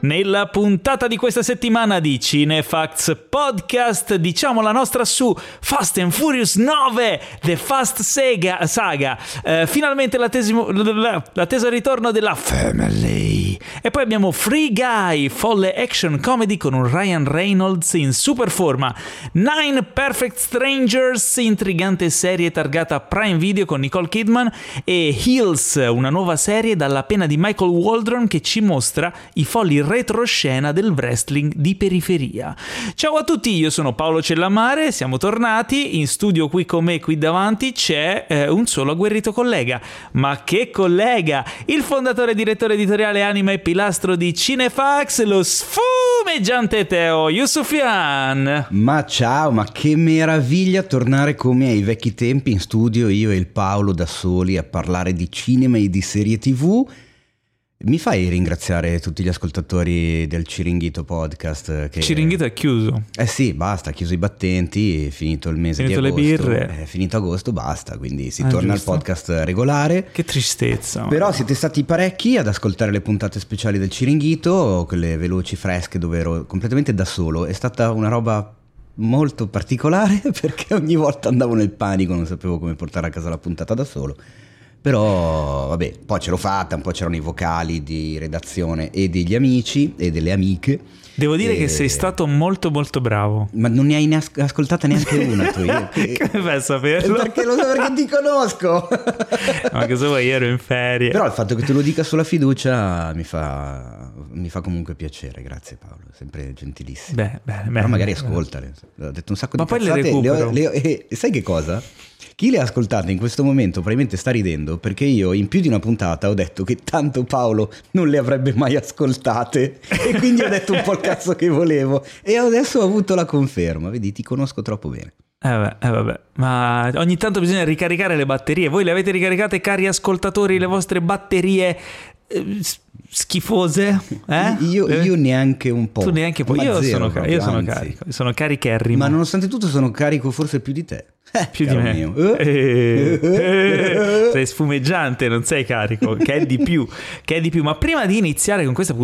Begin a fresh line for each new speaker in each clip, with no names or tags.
Nella puntata di questa settimana di Cinefax Podcast diciamo la nostra su Fast and Furious 9, The Fast Saga, finalmente l'atteso ritorno della Family. E poi abbiamo Free Guy, folle action comedy con un Ryan Reynolds in super forma. Nine Perfect Strangers, intrigante serie targata Prime Video con Nicole Kidman. E Heels, una nuova serie dalla penna di Michael Waldron che ci mostra i folli retroscena del wrestling di periferia. Ciao a tutti, io sono Paolo Cellamare, siamo tornati in studio. Qui con me, qui davanti c'è un solo agguerrito collega. Ma che collega? Il fondatore e direttore editoriale, anima e pilastro di Cinefax, lo sfumeggiante Teo Yusufian.
Ma ciao, ma che meraviglia tornare come ai vecchi tempi in studio, io e il Paolo da soli a parlare di cinema e di serie TV. Mi fai ringraziare tutti gli ascoltatori del Ciringhito Podcast che...
Ciringhito è chiuso.
Sì, basta, chiuso i battenti, è finito il mese
finito
di agosto.
Le birre.
È finito agosto, basta, quindi si torna
giusto.
al podcast regolare.
Che tristezza.
Però siete stati parecchi ad ascoltare le puntate speciali del Ciringhito, quelle veloci, fresche, dove ero completamente da solo. È stata una roba molto particolare perché ogni volta andavo nel panico, non sapevo come portare a casa la puntata da solo. Però vabbè, poi ce l'ho fatta, un po' c'erano i vocali di redazione e degli amici e delle amiche.
Devo dire che sei stato molto molto bravo.
Ma non ne hai ascoltata neanche una tu?
Come fai a saperlo?
Perché lo so, perché ti conosco.
Ma che so, io ero in ferie.
Però il fatto che tu lo dica sulla fiducia mi fa comunque piacere. Grazie Paolo, sempre gentilissimo. Però magari ascoltale. Ho detto un sacco
ma
di
poi
cazzate.
le recupero.
E sai che cosa? Chi le ha ascoltate in questo momento probabilmente sta ridendo perché io in più di una puntata ho detto che tanto Paolo non le avrebbe mai ascoltate e quindi ho detto un po' il cazzo che volevo e adesso ho avuto la conferma. Vedi, ti conosco troppo bene.
Vabbè, ma ogni tanto bisogna ricaricare le batterie. Voi le avete ricaricate, cari ascoltatori, le vostre batterie schifose?
Io neanche un po'.
Tu neanche un po'. Io sono carico, sono caricherrimo.
Ma nonostante tutto sono carico forse più di te.
Più di me. Sei sfumeggiante, non sei carico, che è di più. Ma prima di iniziare con questa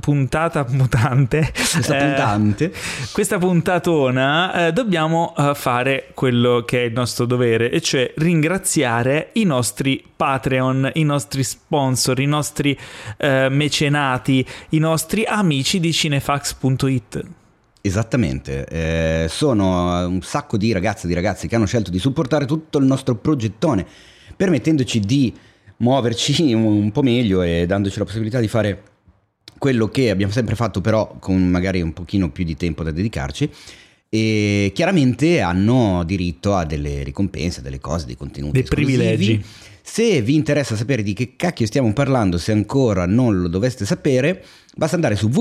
questa puntatona, dobbiamo fare quello che è il nostro dovere, e cioè ringraziare i nostri Patreon, i nostri sponsor, i nostri mecenati, i nostri amici di cinefax.it.
Esattamente, sono un sacco di ragazze e di ragazzi che hanno scelto di supportare tutto il nostro progettone, permettendoci di muoverci un po' meglio e dandoci la possibilità di fare quello che abbiamo sempre fatto, però con magari un pochino più di tempo da dedicarci. E chiaramente hanno diritto a delle ricompense, delle cose, dei contenuti
dei
esclusivi.
Privilegi.
Se vi interessa sapere di che cacchio stiamo parlando, se ancora non lo doveste sapere, basta andare su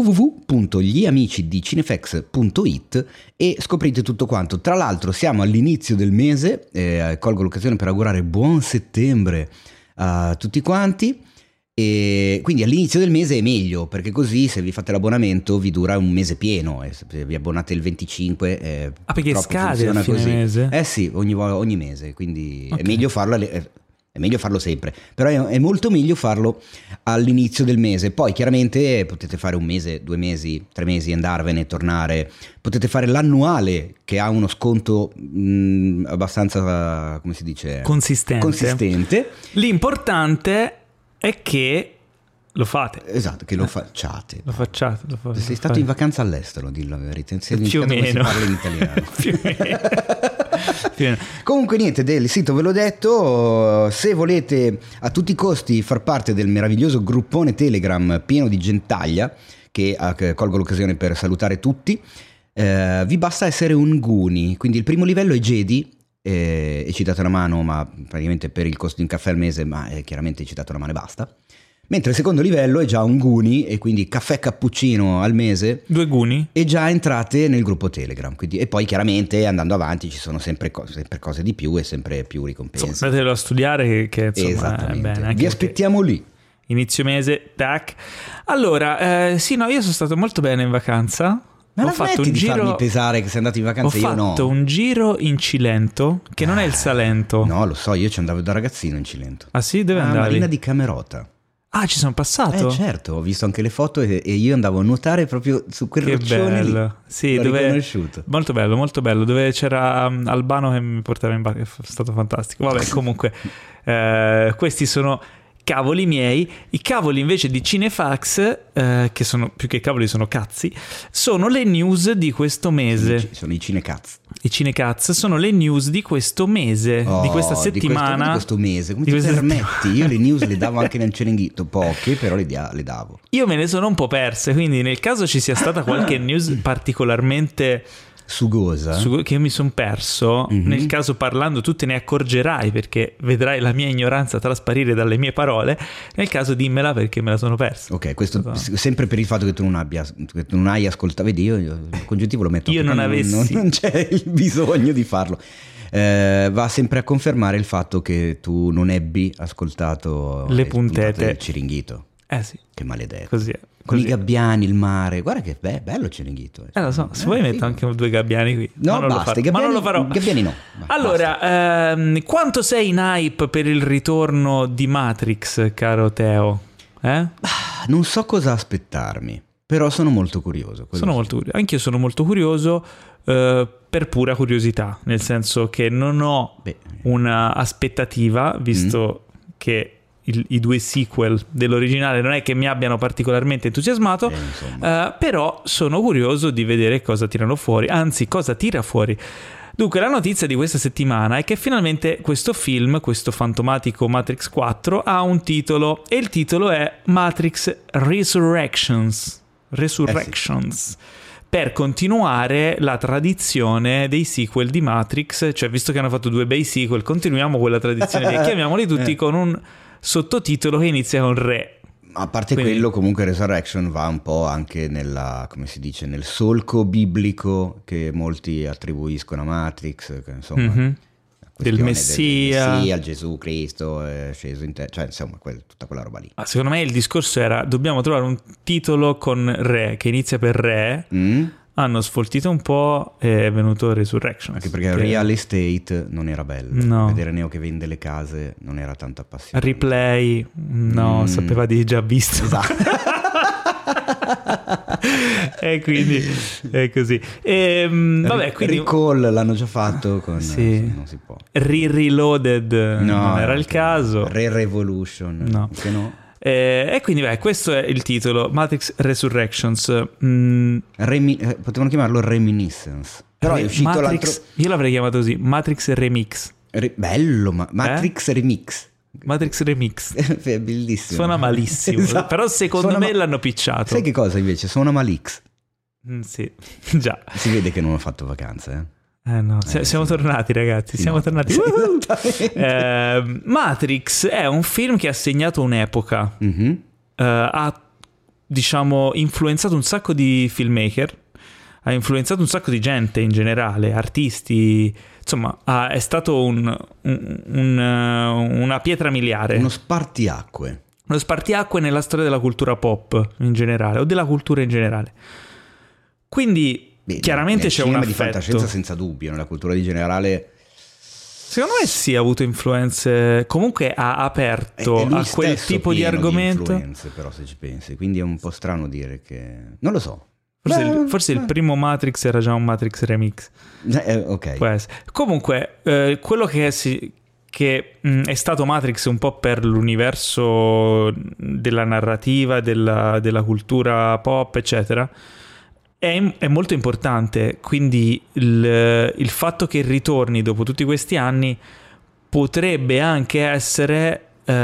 www.gliamicidicinefax.it e scoprite tutto quanto. Tra l'altro siamo all'inizio del mese, colgo l'occasione per augurare buon settembre a tutti quanti. E quindi all'inizio del mese è meglio, perché così se vi fate l'abbonamento vi dura un mese pieno, e se vi abbonate il 25
perché scade a fine mese?
Sì, ogni mese, quindi okay. È meglio farlo sempre, però è molto meglio farlo all'inizio del mese. Poi chiaramente potete fare un mese, 2 mesi, 3 mesi, andarvene, tornare. Potete fare l'annuale che ha uno sconto abbastanza, come si dice? Consistente.
L'importante è che lo fate.
Esatto, che lo facciate.
Lo facciate.
Sei stato in vacanza all'estero, dillo la verità.
Più o meno.
Si parla in italiano.
Più o meno.
Comunque niente, del sito ve l'ho detto. Se volete a tutti i costi far parte del meraviglioso gruppone Telegram pieno di gentaglia, che colgo l'occasione per salutare tutti, vi basta essere un Goonie. Quindi il primo livello è Jedi, e ci date una mano, ma praticamente per il costo di un caffè al mese, ma chiaramente ci date una mano e basta. Mentre il secondo livello è già un Goonie, e quindi caffè cappuccino al mese.
2 Goonie.
E già entrate nel gruppo Telegram. Quindi, e poi chiaramente andando avanti ci sono sempre cose di più e sempre più ricompense.
Andatelo a studiare che insomma,
esattamente.
È bene.
Vi aspettiamo lì.
Inizio mese, tac. Allora, io sono stato molto bene in vacanza.
Ma ho fatto un giro. Farmi pesare che sei andato in vacanza, io no.
Ho fatto un giro in Cilento, che non è il Salento.
No, lo so, io ci andavo da ragazzino in Cilento.
Ah sì? Dove andavi?
Marina di Camerota.
Ah, ci sono passato?
Certo, ho visto anche le foto e io andavo a nuotare proprio su quel roccione lì.
Sì,
l'ho riconosciuto.
Molto bello, dove c'era Albano che mi portava in barca, è stato fantastico. Vabbè, comunque, questi sono cavoli miei. I cavoli invece di Cinefax, che sono più che cavoli, sono cazzi, sono le news di questo mese.
Sono i cinecazzi.
I cinecazzi sono le news di questo mese, di questa settimana.
Di questo mese, come ti permetti? Io le news le davo anche nel Cerenghito, poche, però le davo.
Io me ne sono un po' perse, quindi nel caso ci sia stata qualche news particolarmente
sugosa
che io mi sono perso, nel caso parlando tu te ne accorgerai, perché vedrai la mia ignoranza trasparire dalle mie parole. Nel caso dimmela, perché me la sono persa.
Ok, questo sempre per il fatto che tu non hai ascoltato. Vedi, io il congiuntivo lo metto.
Io non avessi,
non c'è il bisogno di farlo. Va sempre a confermare il fatto che tu non ebbi ascoltato
le puntate
del Ciringhito.
Sì.
Che maledetto.
Così è.
Con i gabbiani, il mare, guarda che bello il Ciringhito.
Lo so, se vuoi metto anche 2 gabbiani qui.
No, basta,
ma non lo farò.
Gabbiani no.
Allora, quanto sei in hype per il ritorno di Matrix, caro Teo?
Non so cosa aspettarmi, però sono molto curioso.
Anch'io sono molto curioso, per pura curiosità, nel senso che non ho una aspettativa, visto che i 2 sequel dell'originale non è che mi abbiano particolarmente entusiasmato, però sono curioso di vedere cosa tirano fuori, anzi cosa tira fuori. Dunque, la notizia di questa settimana è che finalmente questo film, questo fantomatico Matrix 4, ha un titolo, e il titolo è Matrix Resurrections. Per continuare la tradizione dei sequel di Matrix, cioè visto che hanno fatto 2 bei sequel, continuiamo quella tradizione e chiamiamoli tutti con un sottotitolo che inizia con Re.
A parte quello, comunque Resurrection va un po' anche nella, come si dice, nel solco biblico che molti attribuiscono a Matrix, che insomma
del Messia,
Gesù Cristo sceso in cioè insomma tutta quella roba lì.
Secondo me il discorso era: dobbiamo trovare un titolo con Re, che inizia per Re. Hanno sfoltito un po' e è venuto Resurrection.
Anche perché Real Estate non era bello.
No.
Vedere Neo che vende le case non era tanto appassionante.
Replay, no, sapeva di già visto.
Esatto.
E quindi è così. Vabbè, quindi
Recall l'hanno già fatto con non si può.
Reloaded non era il caso.
Revolution
no.
Che no.
E quindi questo è il titolo, Matrix Resurrections.
Potevano chiamarlo Reminiscence, però è uscito
Matrix, io l'avrei chiamato così, Matrix Remix.
Bello, Matrix Remix.
Matrix Remix
È bellissimo.
Suona malissimo. Esatto. Però secondo me l'hanno picciato.
Sai che cosa invece? Suona Malix.
Sì, già.
Si vede che non ho fatto vacanze,
no, siamo tornati, ragazzi. Siamo tornati. Matrix è un film che ha segnato un'epoca. Ha, diciamo, influenzato un sacco di filmmaker, ha influenzato un sacco di gente in generale, artisti. Insomma, è stato una pietra miliare.
Uno spartiacque.
Uno spartiacque nella storia della cultura pop in generale, o della cultura in generale. Quindi chiaramente c'è un affetto.
Di fantascienza senza dubbio, nella cultura di generale.
Secondo me sì, ha avuto influenze. Comunque ha aperto a quel tipo di argomento.
Di influenze, però, se ci pensi. Quindi è un po' strano dire che. Non lo so.
Forse il primo Matrix era già un Matrix Remix.
Ok.
Comunque, quello che è stato Matrix un po' per l'universo della narrativa, della cultura pop, eccetera, è molto importante. Quindi il fatto che ritorni dopo tutti questi anni potrebbe anche essere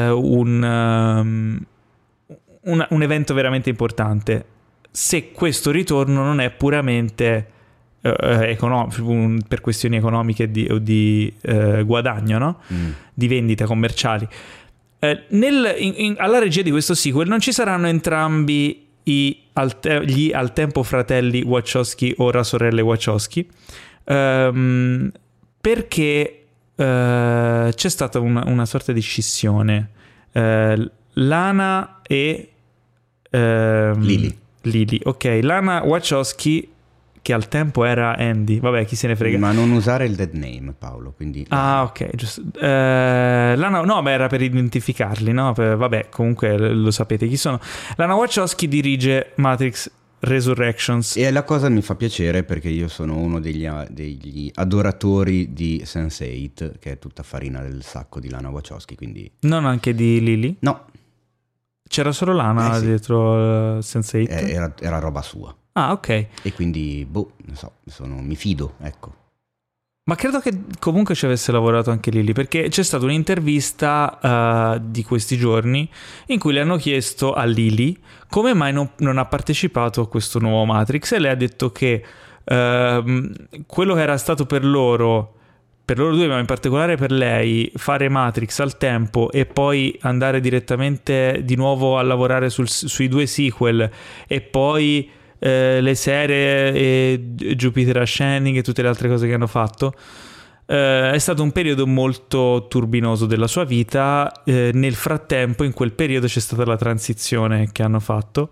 un evento veramente importante, se questo ritorno non è puramente per questioni economiche o di guadagno, no? Di vendita commerciali. Alla regia di questo sequel non ci saranno entrambi gli al tempo fratelli Wachowski, ora sorelle Wachowski, perché c'è stata una sorta di scissione. Lana e
Lily,
ok. Lana Wachowski, che al tempo era Andy. Vabbè, chi se ne frega.
Ma non usare il dead name, Paolo, quindi...
Ah, ok, giusto. No, beh, era per identificarli, no? Vabbè, comunque lo sapete chi sono. Lana Wachowski dirige Matrix Resurrections.
E la cosa mi fa piacere perché io sono uno degli adoratori di Sense8, che è tutta farina del sacco di Lana Wachowski, quindi...
Non anche di Lily?
No.
C'era solo Lana
sì.
dietro Sense8?
Era roba sua.
Ah, ok.
E quindi, non so, mi fido, ecco.
Ma credo che comunque ci avesse lavorato anche Lily, perché c'è stata un'intervista di questi giorni in cui le hanno chiesto a Lily come mai non ha partecipato a questo nuovo Matrix, e lei ha detto che quello che era stato per loro due, ma in particolare per lei, fare Matrix al tempo e poi andare direttamente di nuovo a lavorare sui 2 sequel e poi le serie e Jupiter Ascending e tutte le altre cose che hanno fatto, è stato un periodo molto turbinoso della sua vita. Nel frattempo, in quel periodo, c'è stata la transizione che hanno fatto,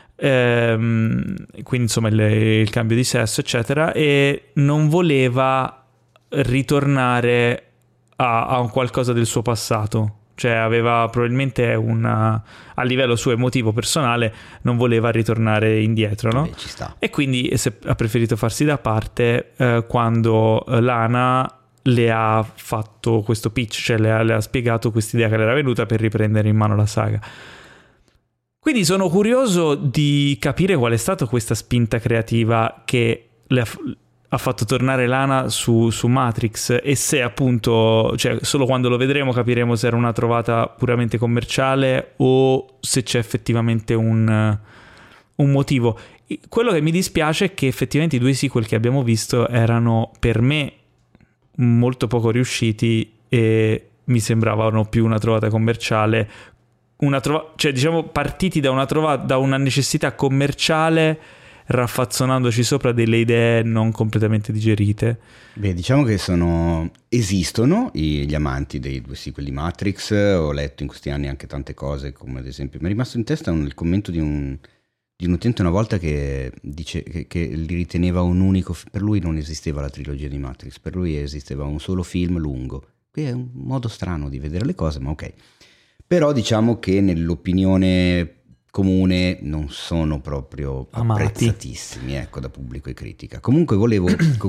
quindi insomma il cambio di sesso eccetera, e non voleva ritornare a un qualcosa del suo passato. Cioè aveva probabilmente a livello suo emotivo personale non voleva ritornare indietro, no?
Beh, ci sta.
E quindi ha preferito farsi da parte quando Lana le ha fatto questo pitch, cioè le ha spiegato quest'idea che le era venuta per riprendere in mano la saga. Quindi sono curioso di capire qual è stata questa spinta creativa che ha fatto tornare Lana su Matrix, e se appunto, cioè solo quando lo vedremo capiremo se era una trovata puramente commerciale o se c'è effettivamente un motivo. Quello che mi dispiace è che effettivamente i 2 sequel che abbiamo visto erano per me molto poco riusciti e mi sembravano più una trovata commerciale, cioè diciamo partiti da una necessità commerciale, raffazzonandoci sopra delle idee non completamente digerite.
Beh, diciamo che esistono gli amanti dei 2 sequel di Matrix. Ho letto in questi anni anche tante cose, come ad esempio mi è rimasto in testa il commento di un utente una volta che dice che li riteneva un unico per lui non esisteva la trilogia di Matrix, per lui esisteva un solo film lungo. Qui è un modo strano di vedere le cose, ma ok. Però diciamo che nell'opinione comune non sono proprio apprezzatissimi, ecco, da pubblico e critica. Comunque volevo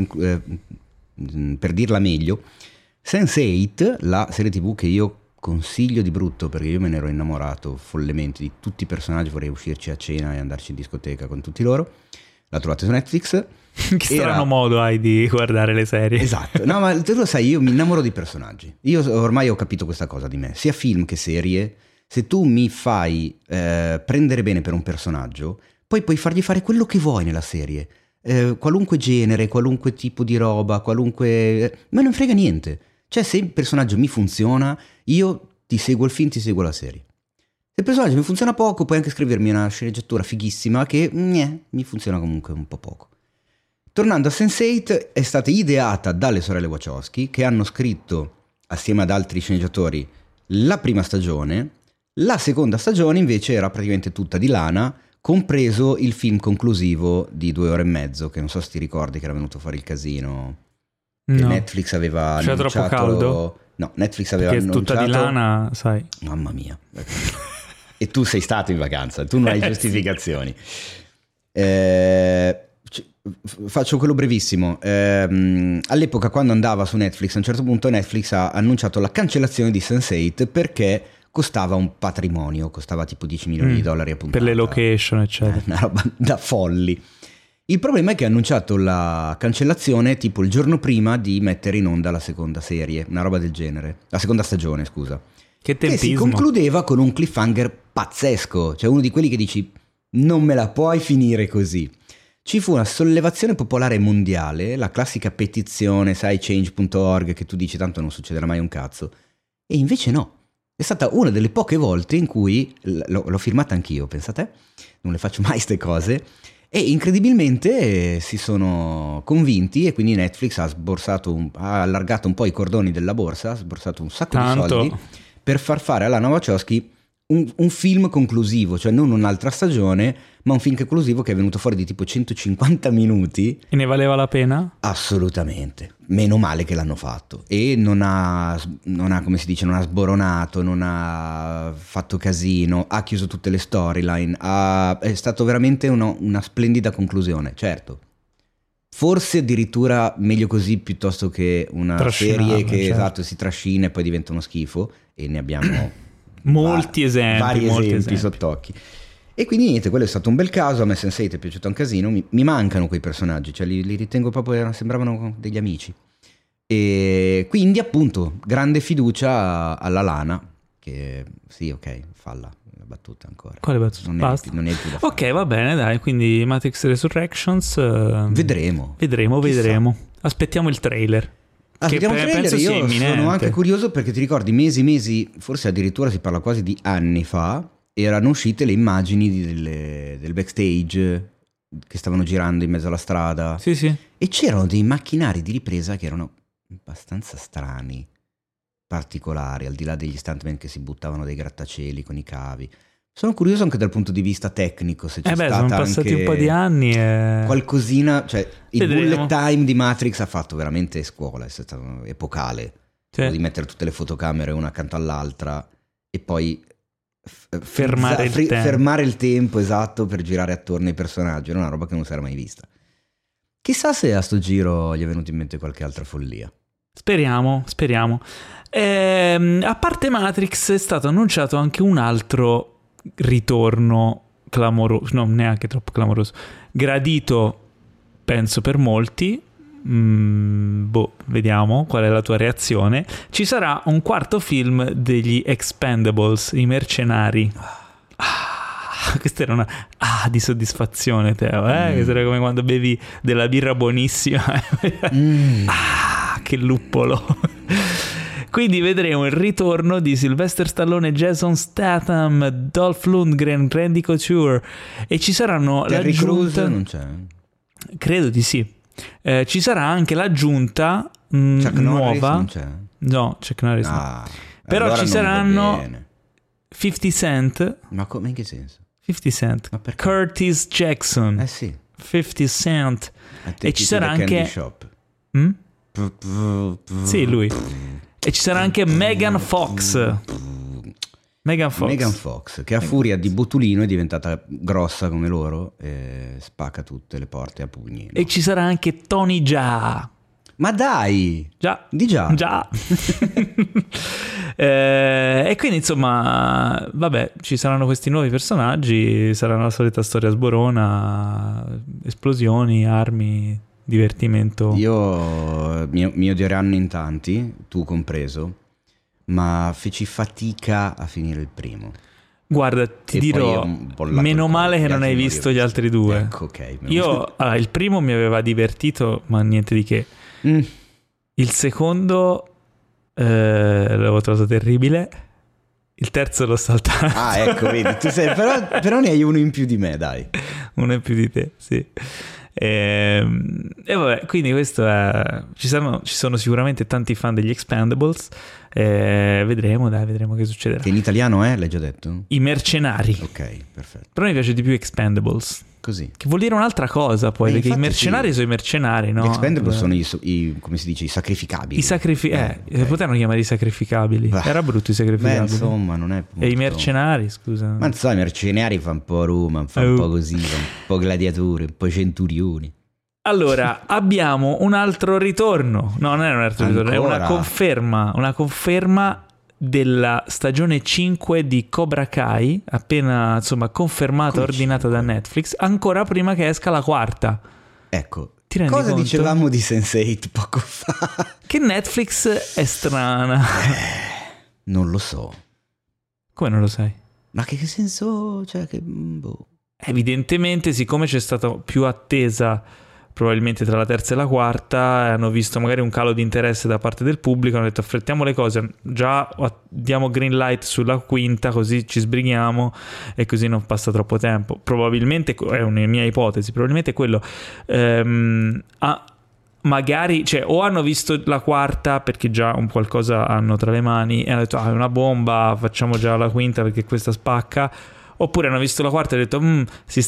per dirla meglio, Sense8, la serie TV che io consiglio di brutto perché io me ne ero innamorato follemente di tutti i personaggi, vorrei uscirci a cena e andarci in discoteca con tutti loro. La trovate su Netflix.
Che strano modo hai di guardare le serie.
Esatto, no, ma tu lo sai, io mi innamoro di personaggi. Io ormai ho capito questa cosa di me, sia film che serie. Se tu mi fai prendere bene per un personaggio, poi puoi fargli fare quello che vuoi nella serie, qualunque genere, qualunque tipo di roba, qualunque... ma non frega niente. Cioè, se il personaggio mi funziona, io ti seguo il film, ti seguo la serie. Se il personaggio mi funziona poco, puoi anche scrivermi una sceneggiatura fighissima che mi funziona comunque un po' poco. Tornando a Sense8, è stata ideata dalle sorelle Wachowski, che hanno scritto, assieme ad altri sceneggiatori, la prima stagione. La seconda stagione invece era praticamente tutta di Lana, compreso il film conclusivo di 2 ore e mezzo, che non so se ti ricordi che era venuto fuori il casino. No. Netflix aveva annunciato...
C'era troppo caldo?
No, Netflix aveva
perché
annunciato...
tutta di Lana, sai.
Mamma mia. E tu sei stato in vacanza, tu non hai giustificazioni. Faccio quello brevissimo. All'epoca, quando andava su Netflix, a un certo punto Netflix ha annunciato la cancellazione di Sense8 perché costava un patrimonio, costava tipo $10 milioni a puntata.
Per le location, eccetera.
Una roba da folli. Il problema è che ha annunciato la cancellazione tipo il giorno prima di mettere in onda la seconda serie, una roba del genere. La seconda stagione, scusa.
Che tempismo.
Che si concludeva con un cliffhanger pazzesco, cioè uno di quelli che dici non me la puoi finire così. Ci fu una sollevazione popolare mondiale, la classica petizione, sai, change.org, che tu dici tanto non succederà mai un cazzo. E invece no. È stata una delle poche volte in cui, l'ho firmata anch'io, pensate, non le faccio mai ste cose, e incredibilmente si sono convinti e quindi Netflix ha allargato un po' i cordoni della borsa, ha sborsato un sacco di soldi per far fare a Lana Wachowski un film conclusivo, cioè non un'altra stagione, ma un film conclusivo che è venuto fuori di tipo 150 minuti.
E ne valeva la pena?
Assolutamente, meno male che l'hanno fatto. E non ha come si dice, non ha sboronato, non ha fatto casino, ha chiuso tutte le storyline, è stato veramente una splendida conclusione, certo. Forse addirittura meglio così piuttosto che una serie che
certo.
Esatto, si trascina e poi diventa uno schifo, e ne abbiamo
molti esempi
sott'occhi. E quindi niente, quello è stato un bel caso. A me Sense8 è piaciuto un casino, mi mancano quei personaggi, cioè li ritengo proprio, sembravano degli amici. E quindi appunto grande fiducia alla Lana, che sì, ok, falla la battuta ancora.
Quale battuta? Basta.
Non è più da fare.
Ok, va bene, dai, quindi Matrix Resurrections
vedremo.
Aspettiamo il trailer.
Aspettiamo il trailer. Io sono anche curioso perché ti ricordi mesi, forse addirittura si parla quasi di anni fa, erano uscite le immagini del backstage che stavano girando in mezzo alla strada.
Sì.
E c'erano dei macchinari di ripresa che erano abbastanza strani, particolari, al di là degli stuntman che si buttavano dai grattacieli con i cavi. Sono curioso anche dal punto di vista tecnico se c'è stata
sono passati
anche
un po' di anni e...
qualcosina, cioè il
Vedremo.
bullet time di Matrix ha fatto veramente scuola, è stato epocale,
Sì.
di mettere tutte le fotocamere una accanto all'altra e poi
Fermare il tempo,
esatto, per girare attorno ai personaggi. Era una roba che non si era mai vista. Chissà se a sto giro gli è venuto in mente qualche altra follia.
Speriamo. A parte Matrix è stato annunciato anche un altro ritorno clamoroso, no, neanche troppo clamoroso, gradito penso per molti. Vediamo qual è la tua reazione. Ci sarà un quarto film degli Expendables, i mercenari. Questa era una di soddisfazione, Teo, che era come quando bevi della birra buonissima. Che luppolo. Quindi vedremo il ritorno di Sylvester Stallone, Jason Statham, Dolph Lundgren, Randy Couture, e ci saranno
Terry
l'aggiunta.
Crews non c'è?
Credo di sì. Ci sarà anche l'aggiunta
Chuck Norris
nuova.
non c'è?
No, Chuck Norris no. Però
allora
ci
non
saranno
va bene.
50 Cent.
Ma in che senso?
50 Cent.
Ma perché?
Curtis Jackson.
Sì.
50 Cent. E ci sarà anche sì, lui. E ci sarà anche Megan Fox. Megan
Fox, che a furia di botulino è diventata grossa come loro e spacca tutte le porte a pugni. No?
E ci sarà anche Tony Jaa.
Ma dai!
Già. E quindi insomma, vabbè, ci saranno questi nuovi personaggi, sarà la solita storia sborona, esplosioni, armi, divertimento.
Mi odieranno in tanti, tu compreso, ma feci fatica a finire il primo.
Guarda, ti dirò, meno male che non hai visto gli altri due.
Ecco, ok.
Il primo mi aveva divertito, ma niente di che. Il secondo l'avevo trovato terribile. Il terzo l'ho saltato.
Ecco, vedi, tu sei, però ne hai uno in più di me, dai.
Uno in più di te, sì. E vabbè, quindi questo è... ci sono sicuramente tanti fan degli Expendables. Vedremo che succederà.
Che in italiano è, l'hai già detto?
I mercenari.
Ok, perfetto.
Però mi piace di più Expendables.
Così.
Che vuol dire un'altra cosa poi, perché i mercenari sono i mercenari, no?
Gli Expendables sono come si dice, i sacrificabili.
Potevano chiamare i sacrificabili. Era brutto i sacrificabili.
Insomma, non è molto...
E i mercenari, scusa.
Ma non so, i mercenari fanno un po' Roma, fanno un po' così, un po' gladiatori, un po' centurioni.
Allora, abbiamo un altro ritorno. No, non è un altro ritorno, è una conferma della stagione 5 di Cobra Kai, appena insomma confermata, ordinata da Netflix, ancora prima che esca la quarta.
Ecco,
ti rendi
cosa
conto?
dicevamo di Sense8 poco fa?
Che Netflix è strana.
Non lo so.
Come non lo sai?
Ma che senso? Cioè,
Evidentemente, siccome c'è stata più attesa probabilmente tra la terza e la quarta, hanno visto magari un calo di interesse da parte del pubblico, hanno detto affrettiamo le cose, già diamo green light sulla quinta così ci sbrighiamo e così non passa troppo tempo. Probabilmente, è una mia ipotesi, probabilmente quello magari, cioè, o hanno visto la quarta perché già un qualcosa hanno tra le mani e hanno detto è una bomba, facciamo già la quinta perché questa spacca, oppure hanno visto la quarta e hanno detto si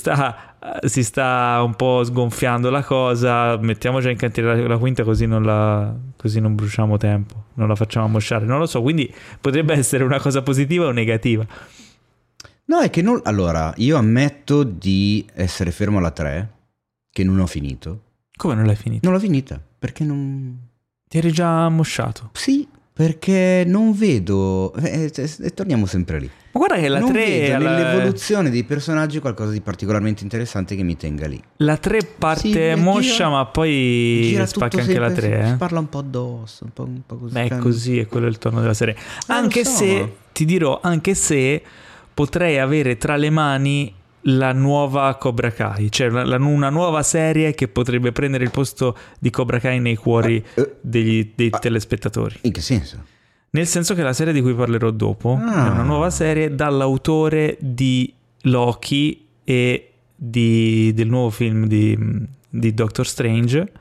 sta un po' sgonfiando la cosa, mettiamo già in cantiere la quinta così non bruciamo tempo, non la facciamo ammosciare, non lo so, quindi potrebbe essere una cosa positiva o negativa.
No, è che allora, io ammetto di essere fermo alla 3, che non ho finito.
Come non l'hai finita?
Non l'ho finita, perché non...
Ti eri già ammosciato?
Sì, perché non vedo... E torniamo sempre lì.
Ma guarda che la
non
3...
vedo nell'evoluzione dei personaggi qualcosa di particolarmente interessante che mi tenga lì.
La 3 parte moscia, ma poi spacca anche la 3.
Si parla un po' addosso, un po' così.
Beh, è così, è quello il tono della serie. Anche se, ti dirò, anche se potrei avere tra le mani la nuova Cobra Kai, cioè una nuova serie che potrebbe prendere il posto di Cobra Kai nei cuori dei telespettatori.
In che senso?
Nel senso che la serie di cui parlerò dopo è una nuova serie dall'autore di Loki e del nuovo film di Doctor Strange,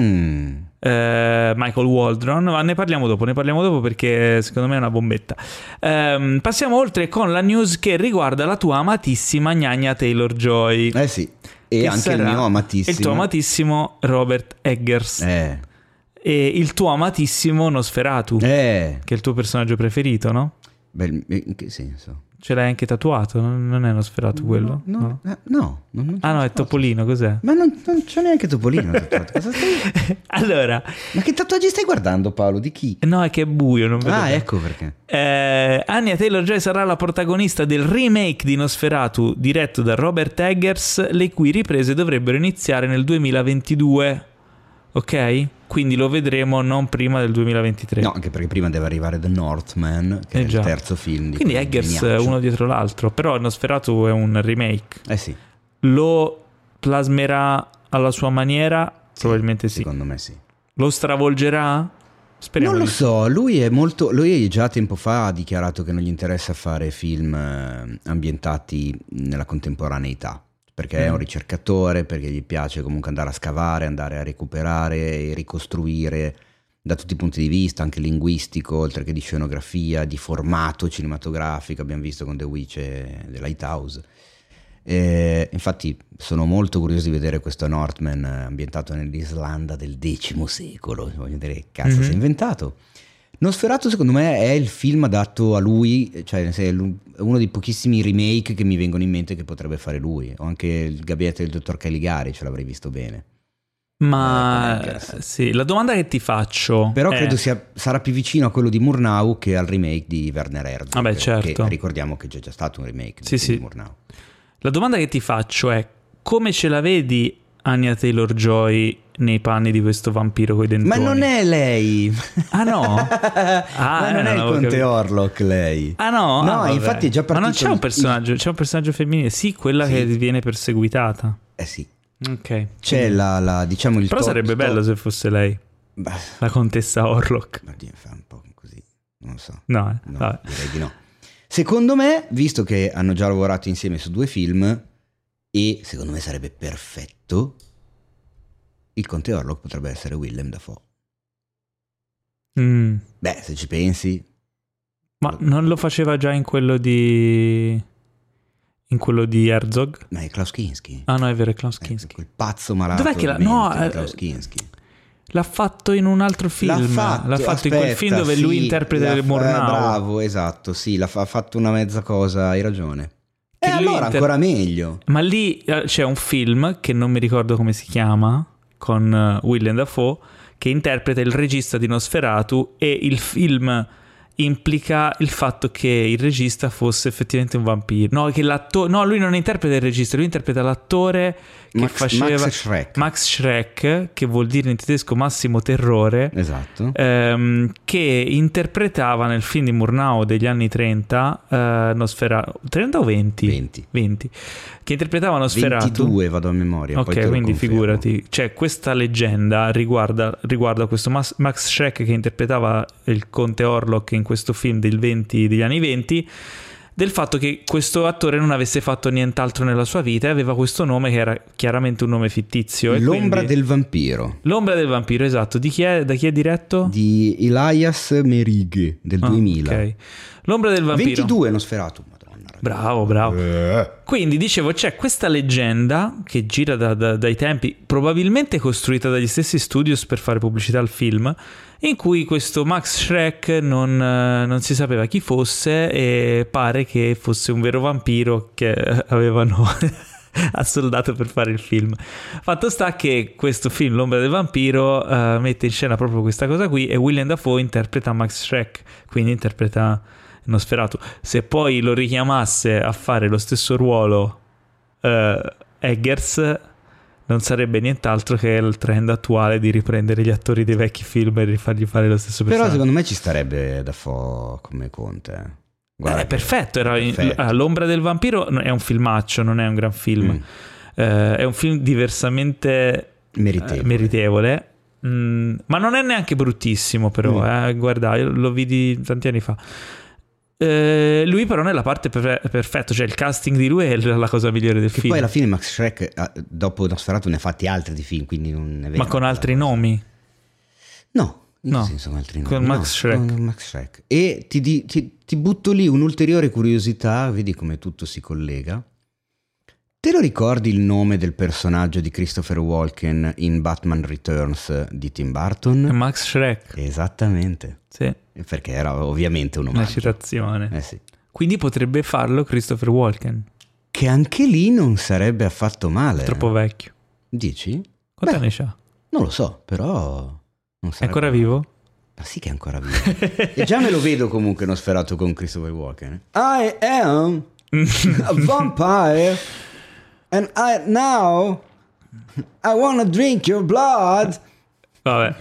Michael Waldron, ma ne parliamo dopo perché secondo me è una bombetta. Passiamo oltre con la news che riguarda la tua amatissima Gnagna Taylor-Joy.
Sì, e anche il mio amatissimo.
Il tuo amatissimo Robert Eggers. E il tuo amatissimo Nosferatu, che è il tuo personaggio preferito, no?
Beh, in che senso?
Ce l'hai anche tatuato, non è Nosferatu quello?
No.
È Topolino, cos'è?
Ma non c'è neanche Topolino tatuato. Cosa stai...
Allora,
ma che tatuaggi stai guardando, Paolo? Di chi?
No, è che è buio, non vedo.
Ecco perché.
Anya Taylor-Joy sarà la protagonista del remake di Nosferatu diretto da Robert Eggers, le cui riprese dovrebbero iniziare nel 2022. Ok? Quindi lo vedremo non prima del 2023.
No, anche perché prima deve arrivare The Northman, che è il terzo film di...
Quindi Eggers uno dietro l'altro. Però Nosferatu è un remake.
Sì.
Lo plasmerà alla sua maniera? Probabilmente sì.
Secondo me sì.
Lo stravolgerà? Speriamo.
Non lo so, lui già tempo fa ha dichiarato che non gli interessa fare film ambientati nella contemporaneità, perché è un ricercatore, perché gli piace comunque andare a scavare, andare a recuperare e ricostruire da tutti i punti di vista, anche linguistico, oltre che di scenografia, di formato cinematografico. Abbiamo visto con The Witch e The Lighthouse. Infatti sono molto curioso di vedere questo Northman ambientato nell'Islanda del X secolo. Voglio vedere che cazzo si è inventato. Nosferatu secondo me è il film adatto a lui, cioè è uno dei pochissimi remake che mi vengono in mente che potrebbe fare lui. O anche il Gabinetto del dottor Caligari, ce l'avrei visto bene.
Ma sì, la domanda che ti faccio
però credo sarà più vicino a quello di Murnau che al remake di Werner Herzog.
Vabbè, certo.
Che ricordiamo che c'è già stato un remake di Murnau.
La domanda che ti faccio è: come ce la vedi Anya Taylor-Joy nei panni di questo vampiro coi dentoni?
Ma non è lei!
Ah no?
Ma non è il conte Orlok lei.
Ah no?
No, infatti è già partito.
Ma non c'è un personaggio, c'è un personaggio femminile? Sì, quella che viene perseguitata.
Sì.
Ok.
C'è diciamo il...
Però sarebbe bello se fosse lei. La contessa Orlok.
Ma fa un po' così, non so.
No,
direi di no. Secondo me, visto che hanno già lavorato insieme su 2 film, e secondo me sarebbe perfetto, il conte Orlok potrebbe essere Willem Dafoe. Beh, se ci pensi.
Ma non lo faceva già in quello di Herzog?
Ma è Klaus Kinski.
Ah no, è vero, è Klaus Kinski.
Quel pazzo malato.
Dov'è che
Klaus Kinski.
L'ha fatto in un altro film. L'ha fatto in quel film dove lui interpreta il Murnau.
Bravo, esatto, sì, ha fatto una mezza cosa, hai ragione. E allora ancora meglio.
Ma lì c'è un film che non mi ricordo come si chiama, con Willem Dafoe, che interpreta il regista di Nosferatu, e il film implica il fatto che il regista fosse effettivamente un vampiro. No, che lui non interpreta il regista, lui interpreta l'attore che faceva Max Schreck, che vuol dire in tedesco massimo terrore.
Esatto.
Che interpretava nel film di Murnau degli anni 30 Nosferatu. 30 o 20? 20. Che interpretava Nosferatu.
22 vado a memoria.
Ok, quindi figurati. Cioè, questa leggenda riguarda questo Max Schreck che interpretava il conte Orlok in questo film degli anni 20. del fatto che questo attore non avesse fatto nient'altro nella sua vita e aveva questo nome che era chiaramente un nome fittizio.
L'ombra del vampiro.
L'ombra del vampiro, esatto. Da chi è diretto?
Di Elias Merighe del 2000.
Ok. L'ombra del vampiro.
22 Nosferatu. Madonna.
Bravo. Quindi dicevo, c'è questa leggenda che gira dai tempi, probabilmente costruita dagli stessi studios per fare pubblicità al film, in cui questo Max Schreck non si sapeva chi fosse e pare che fosse un vero vampiro che avevano assoldato per fare il film. Fatto sta che questo film, L'ombra del vampiro, mette in scena proprio questa cosa qui e Willem Dafoe interpreta Max Schreck, quindi interpreta Nosferatu. Se poi lo richiamasse a fare lo stesso ruolo Eggers, non sarebbe nient'altro che il trend attuale di riprendere gli attori dei vecchi film e rifargli fare lo stesso personaggio.
Però secondo me ci starebbe Dafoe come Conte. Guarda,
è perfetto. L'ombra del vampiro è un filmaccio, non è un gran film. È un film diversamente meritevole. Ma non è neanche bruttissimo, però. Guarda, io lo vidi tanti anni fa. Lui però nella parte perfetto, cioè il casting di lui è la cosa migliore del film.
Poi alla fine Max Schreck dopo Nosferatu ne ha fatti altri di film, quindi non è vero.
Ma con altri nomi?
No, in senso con altri nomi.
Con Max Schreck.
Con Max Schreck. E ti butto lì un'ulteriore curiosità, vedi come tutto si collega. Te lo ricordi il nome del personaggio di Christopher Walken in Batman Returns di Tim Burton?
Max Schreck.
Esattamente.
Sì.
Perché era ovviamente un omaggio.
Una citazione.
Sì.
Quindi potrebbe farlo Christopher Walken.
Che anche lì non sarebbe affatto male.
È troppo vecchio.
Dici?
Quanti anni c'ha?
Non lo so, però... Non
è ancora vivo?
Ma sì che è ancora vivo. E già me lo vedo comunque Nosferatu con Christopher Walken. I am a vampire and now I wanna drink your blood.
Vabbè.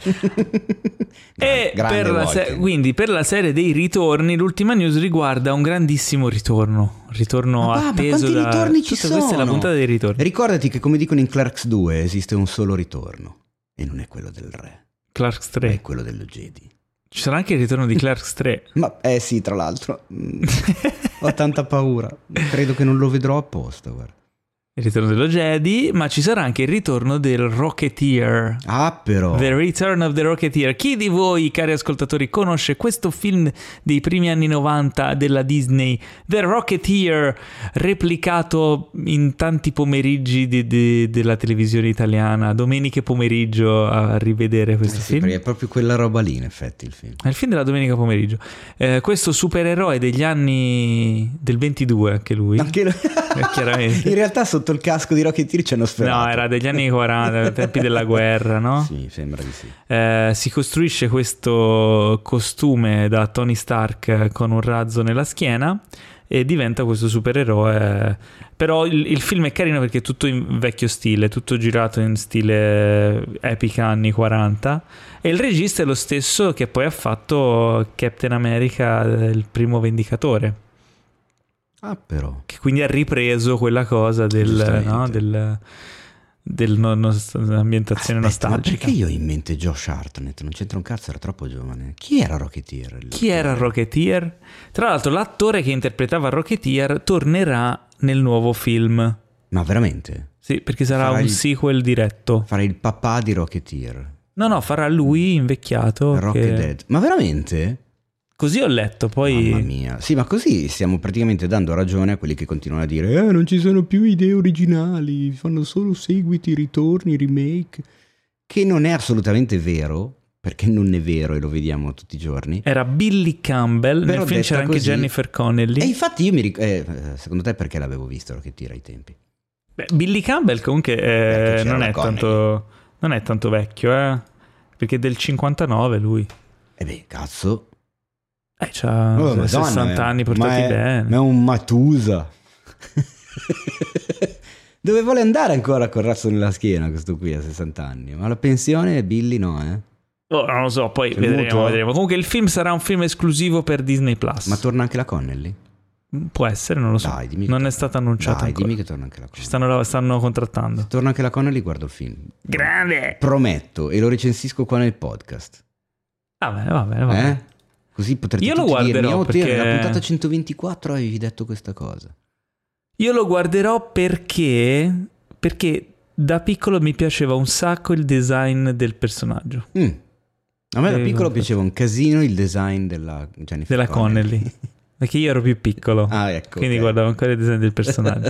E quindi per la serie dei ritorni, l'ultima news riguarda un grandissimo ritorno atteso da
ritorni ci sono?
Questa è la puntata dei ritorni.
Ricordati che, come dicono in Clerks 2, esiste un solo ritorno e non è quello del re.
Clerks 3
è quello dello Jedi.
Ci sarà anche il ritorno di Clerks 3.
Ma sì, tra l'altro ho tanta paura, credo che non lo vedrò apposta, guarda.
Il ritorno dello Jedi, ma ci sarà anche il ritorno del Rocketeer.
Ah, però.
The Return of the Rocketeer. Chi di voi, cari ascoltatori, conosce questo film dei primi anni 90 della Disney, The Rocketeer, replicato in tanti pomeriggi della televisione italiana, domeniche pomeriggio a rivedere questo film?
Perché è proprio quella roba lì, in effetti, il film.
È il film della domenica pomeriggio. Questo supereroe degli anni del 22, anche lui. Chiaramente.
In realtà sotto il casco di Rocketeer c'è Nosferatu.
No, era degli anni 40, ai tempi della guerra, no?
Sì, sembra di sì.
Si costruisce questo costume da Tony Stark con un razzo nella schiena e diventa questo supereroe. Però il film è carino perché è tutto in vecchio stile, tutto girato in stile epica anni 40, e il regista è lo stesso che poi ha fatto Captain America, il primo Vendicatore.
Ah, però.
Che quindi ha ripreso quella cosa dell'ambientazione nostalgica.
Perché io ho in mente Josh Hartnett? Non c'entra un cazzo, era troppo giovane. Chi era Rocketeer?
Chi era Rocketeer? Tra l'altro l'attore che interpretava Rocketeer tornerà nel nuovo film.
Ma veramente?
Sì, perché sarà un sequel diretto.
Farà il papà di Rocketeer.
No, farà lui invecchiato.
Dead. Ma veramente?
Così ho letto, poi...
Mamma mia. Sì, ma così stiamo praticamente dando ragione a quelli che continuano a dire non ci sono più idee originali, fanno solo seguiti, ritorni, remake. Che non è assolutamente vero, perché non è vero e lo vediamo tutti i giorni.
Era Billy Campbell, nel film c'era anche Jennifer Connelly.
E infatti io mi ricordo... secondo te perché l'avevo visto Rocketeer ai tempi?
Beh, Billy Campbell comunque non è tanto vecchio, perché è del 59 lui.
Cazzo...
c'ha 60 anni portati bene.
Ma è un Matusa. Dove vuole andare ancora col razzo nella schiena questo qui a 60 anni? Ma la pensione Billy no,
non lo so, poi vedremo. Comunque il film sarà un film esclusivo per Disney Plus.
Ma torna anche la Connelly?
Può essere, non lo so.
Dai,
non è stato annunciato ancora.
Dimmi che torna anche la Connelly.
Ci stanno contrattando.
Se torna anche la Connelly, guardo il film.
Grande!
Prometto, e lo recensisco qua nel podcast.
Va bene.
Così potrete
Io lo
tutti dirmi,
guarderò perché...
nella puntata 124 avevi detto questa cosa.
Io lo guarderò perché da piccolo mi piaceva un sacco il design del personaggio.
A me da piccolo piaceva un casino il design della Jennifer
Connelly. Perché io ero più piccolo,
ecco,
quindi guardavo ancora il design del personaggio.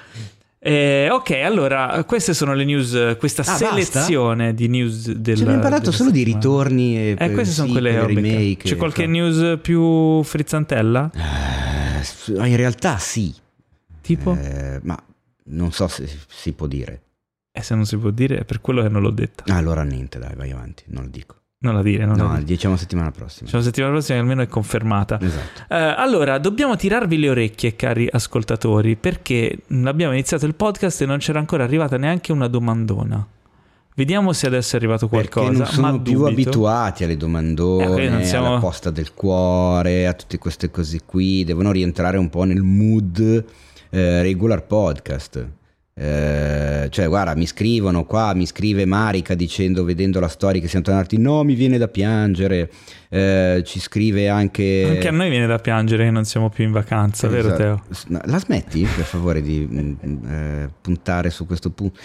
Ok, allora queste sono le news, questa selezione
basta?
di news del...
Ci abbiamo parlato solo di ritorni e
queste sono quelle
remake.
C'è qualche news più frizzantella?
In realtà sì.
Tipo?
Ma non so se si può dire.
Se non si può dire è per quello che non l'ho detta.
Allora niente, dai, vai avanti, non lo dico.
Non la dire,
diciamo settimana prossima.
Diciamo settimana prossima che almeno è confermata.
Esatto.
Allora, dobbiamo tirarvi le orecchie, cari ascoltatori, perché abbiamo iniziato il podcast e non c'era ancora arrivata neanche una domandona. Vediamo se adesso è arrivato qualcosa.
Perché non sono più abituati alle domandone, alla posta del cuore, a tutte queste cose qui. Devono rientrare un po' nel mood regular podcast. Cioè guarda, mi scrivono qua, mi scrive Marica dicendo, vedendo la storia, che siamo tornati, no, mi viene da piangere. Ci scrive anche
a noi viene da piangere che non siamo più in vacanza, vero Teo?
La smetti per favore di puntare su questo punto.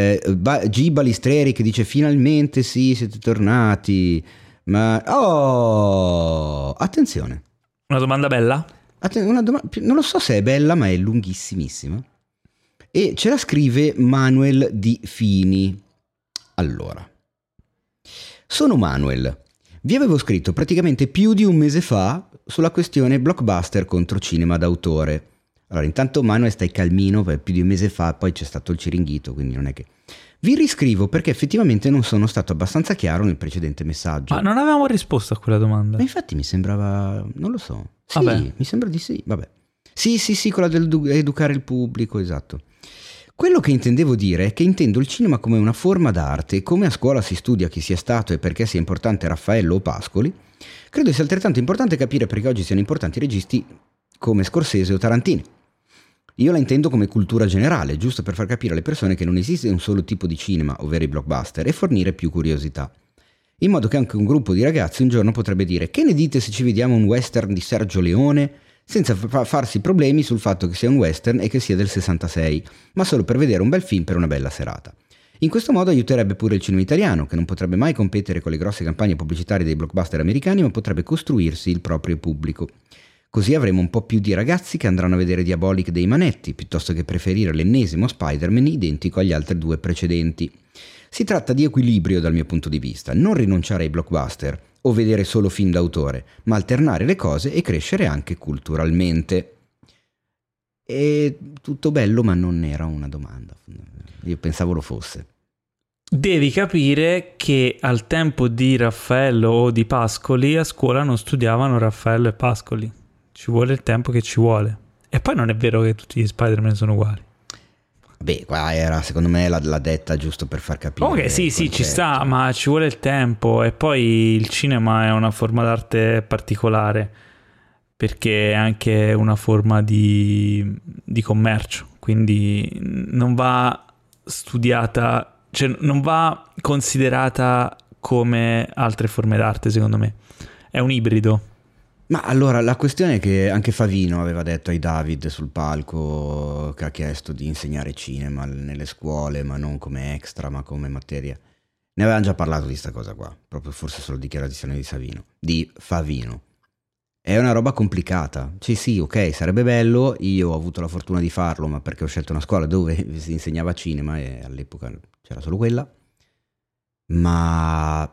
G Balistreri che dice finalmente sì, siete tornati, ma attenzione,
una domanda bella?
Non lo so se è bella, ma è lunghissimissima. E ce la scrive Manuel Di Fini. Allora, sono Manuel. Vi avevo scritto praticamente più di un mese fa sulla questione blockbuster contro cinema d'autore. Allora, intanto Manuel stai calmino, perché più di un mese fa poi c'è stato il Ciringhito, quindi non è che... Vi riscrivo perché effettivamente non sono stato abbastanza chiaro nel precedente messaggio.
Ma non avevamo risposto a quella domanda.
Ma infatti mi sembrava... non lo so. Sì,
vabbè.
Mi sembra di sì, vabbè. Sì, quella dell'educare il pubblico, esatto. Quello che intendevo dire è che intendo il cinema come una forma d'arte, come a scuola si studia chi sia stato e perché sia importante Raffaello o Pascoli, credo sia altrettanto importante capire perché oggi siano importanti registi come Scorsese o Tarantino. Io la intendo come cultura generale, giusto per far capire alle persone che non esiste un solo tipo di cinema, ovvero i blockbuster, e fornire più curiosità. In modo che anche un gruppo di ragazzi un giorno potrebbe dire: che ne dite se ci vediamo un western di Sergio Leone? Senza farsi problemi sul fatto che sia un western e che sia del 66, ma solo per vedere un bel film per una bella serata. In questo modo aiuterebbe pure il cinema italiano, che non potrebbe mai competere con le grosse campagne pubblicitarie dei blockbuster americani, ma potrebbe costruirsi il proprio pubblico. Così avremo un po' più di ragazzi che andranno a vedere Diabolic dei Manetti, piuttosto che preferire l'ennesimo Spider-Man identico agli altri due precedenti. Si tratta di equilibrio dal mio punto di vista, non rinunciare ai blockbuster o vedere solo film d'autore, ma alternare le cose e crescere anche culturalmente. E tutto bello, ma non era una domanda. Io pensavo lo fosse.
Devi capire che al tempo di Raffaello o di Pascoli a scuola non studiavano Raffaello e Pascoli. Ci vuole il tempo che ci vuole. E poi non è vero che tutti gli Spider-Man sono uguali.
Beh, qua era secondo me la detta giusto per far capire.
Ok, sì, ci sta, ma ci vuole il tempo. E poi il cinema è una forma d'arte particolare, perché è anche una forma di commercio. Quindi non va studiata, cioè non va considerata come altre forme d'arte, secondo me. È un ibrido.
Ma allora la questione è che anche Favino aveva detto ai David sul palco, che ha chiesto di insegnare cinema nelle scuole, ma non come extra, ma come materia. Ne avevamo già parlato di sta cosa qua, proprio forse solo dichiarazione di Favino. È una roba complicata. Sì, ok, sarebbe bello, io ho avuto la fortuna di farlo, ma perché ho scelto una scuola dove si insegnava cinema e all'epoca c'era solo quella. Ma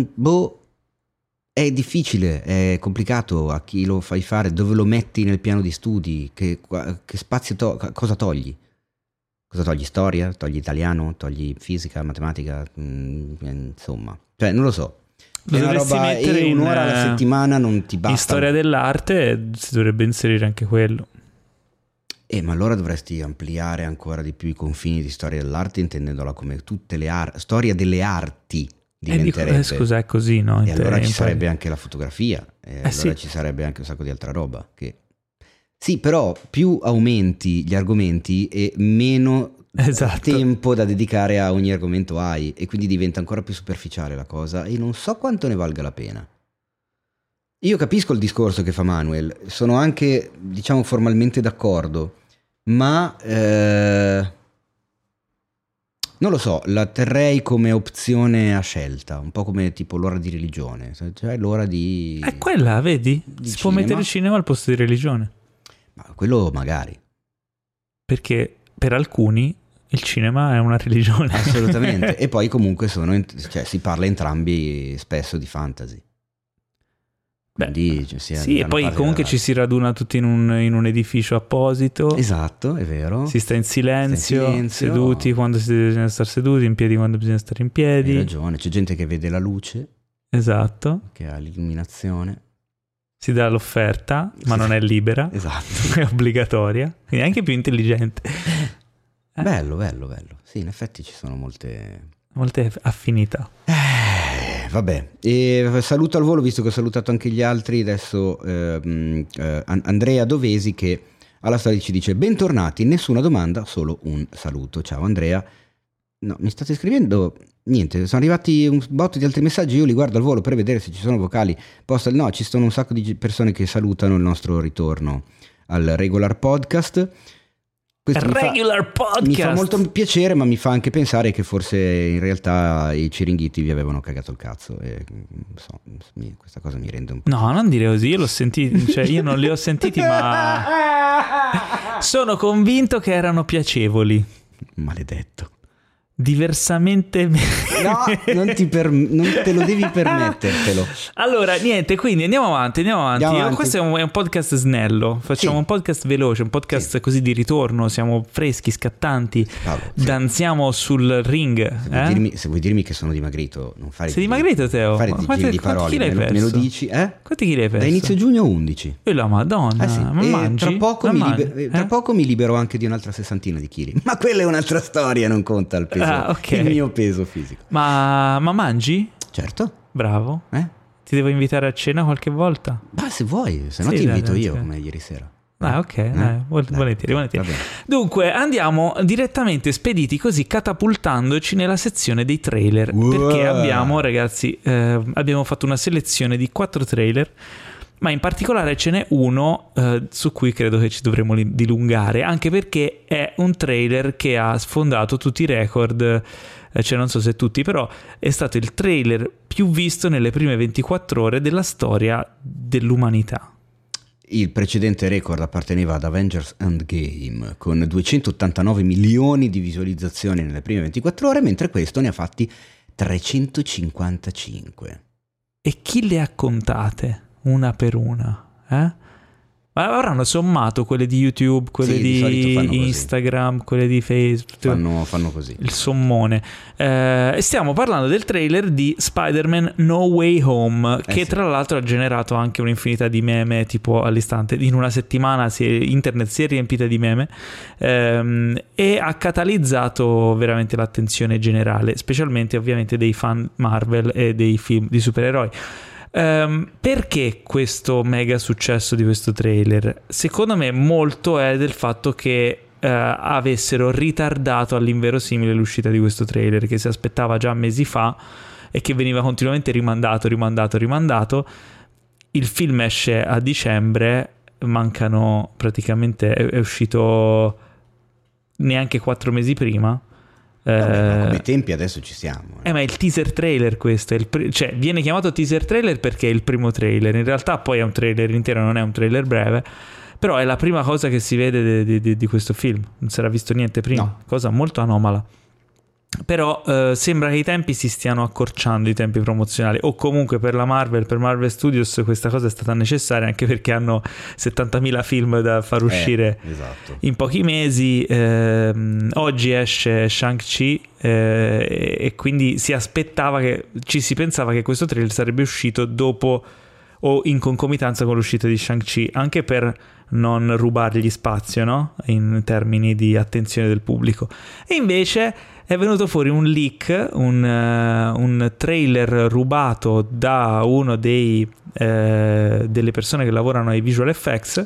è difficile, è complicato a chi lo fai fare, dove lo metti nel piano di studi, che spazio cosa togli? Cosa togli? Storia? Togli italiano? Togli fisica, matematica? Insomma, cioè non lo so. È una roba, e un'ora alla settimana non ti basta.
In storia dell'arte si dovrebbe inserire anche quello.
Ma allora dovresti ampliare ancora di più i confini di storia dell'arte, intendendola come tutte le storia delle arti.
Scusa, è così, no?
E allora ci sarebbe anche la fotografia, e allora ci sarebbe anche un sacco di altra roba. Sì, però più aumenti gli argomenti e meno tempo da dedicare a ogni argomento hai, e quindi diventa ancora più superficiale la cosa, e non so quanto ne valga la pena. Io capisco il discorso che fa Manuel, sono anche, diciamo, formalmente d'accordo, ma non lo so, la terrei come opzione a scelta, un po' come tipo l'ora di religione, cioè l'ora di...
È quella, vedi? Si può mettere il cinema al posto di religione.
Ma quello magari.
Perché per alcuni il cinema è una religione.
Assolutamente. E poi comunque si parla entrambi spesso di fantasy. Quindi
sì, e poi comunque ci si raduna tutti in un edificio apposito.
Esatto, è vero.
Si sta in silenzio. Seduti quando bisogna stare seduti, in piedi quando bisogna stare in piedi.
Hai ragione, c'è gente che vede la luce.
Esatto.
Che ha l'illuminazione.
Si dà l'offerta, ma non è libera.
Esatto.
È obbligatoria. Quindi è anche più intelligente.
Bello. Sì, in effetti ci sono molte
affinità.
Vabbè, e saluto al volo, visto che ho salutato anche gli altri, adesso Andrea Dovesi che alla storia ci dice: bentornati, nessuna domanda, solo un saluto. Ciao Andrea. No, mi state scrivendo? Niente, sono arrivati un botto di altri messaggi, io li guardo al volo per vedere se ci sono vocali. No, ci sono un sacco di persone che salutano il nostro ritorno al regular podcast.
Podcast.
Mi fa molto piacere, ma mi fa anche pensare che forse in realtà i Ciringhiti vi avevano cagato il cazzo. E questa cosa mi rende un po'.
No, non dire così, io l'ho sentito, cioè io non li ho sentiti, ma sono convinto che erano piacevoli.
Maledetto.
Diversamente
no, non te lo devi permettertelo.
Allora niente, quindi andiamo avanti. Questo è un podcast snello, facciamo un podcast veloce, un podcast così di ritorno, siamo freschi, scattanti, danziamo sul ring.
Se vuoi dirmi che sono dimagrito, non fare
sei dimagrito, Teo?
Fare giri di parole, me lo dici?
Quanti chili hai perso?
Da inizio giugno 11.
E la madonna,
sì.
Ma mangi?
Tra poco mi libero anche di un'altra 60 di chili, ma quella è un'altra storia, non conta il peso.
Okay.
Il mio peso fisico.
Ma mangi?
Certo.
Bravo. Ti devo invitare a cena qualche volta?
Ma se vuoi, se no ti invito io come ieri sera.
Ok, volentieri. Dunque andiamo direttamente spediti così, catapultandoci nella sezione dei trailer. Perché abbiamo, ragazzi, abbiamo fatto una selezione di 4 trailer, ma in particolare ce n'è uno su cui credo che ci dovremo dilungare, anche perché è un trailer che ha sfondato tutti i record, cioè non so se tutti, però è stato il trailer più visto nelle prime 24 ore della storia dell'umanità.
Il precedente record apparteneva ad Avengers Endgame con 289 milioni di visualizzazioni nelle prime 24 ore, mentre questo ne ha fatti 355.
E chi le ha contate? Una per una, Ma avranno sommato quelle di YouTube, quelle di Instagram, quelle di Facebook.
Fanno così.
Il sommone. Stiamo parlando del trailer di Spider-Man No Way Home, che tra l'altro ha generato anche un'infinità di meme, tipo all'istante. In una settimana internet si è riempita di meme, e ha catalizzato veramente l'attenzione generale, specialmente ovviamente dei fan Marvel e dei film di supereroi. Perché questo mega successo di questo trailer? Secondo me molto è del fatto che avessero ritardato all'inverosimile l'uscita di questo trailer, che si aspettava già mesi fa e che veniva continuamente rimandato. Il film esce a dicembre, mancano praticamente, è uscito neanche 4 mesi prima.
Come tempi adesso ci siamo.
Ma è il teaser trailer questo, cioè viene chiamato teaser trailer perché è il primo trailer, in realtà poi è un trailer intero, non è un trailer breve, però è la prima cosa che si vede di questo film, non si era visto niente prima, cosa molto anomala. Però sembra che i tempi si stiano accorciando, i tempi promozionali, o comunque per Marvel Studios questa cosa è stata necessaria, anche perché hanno 70.000 film da far uscire in pochi mesi. Oggi esce Shang-Chi, e quindi si pensava che questo trailer sarebbe uscito dopo o in concomitanza con l'uscita di Shang-Chi, anche per non rubargli spazio, no? In termini di attenzione del pubblico. E invece è venuto fuori un leak, un trailer rubato da uno delle persone che lavorano ai visual effects.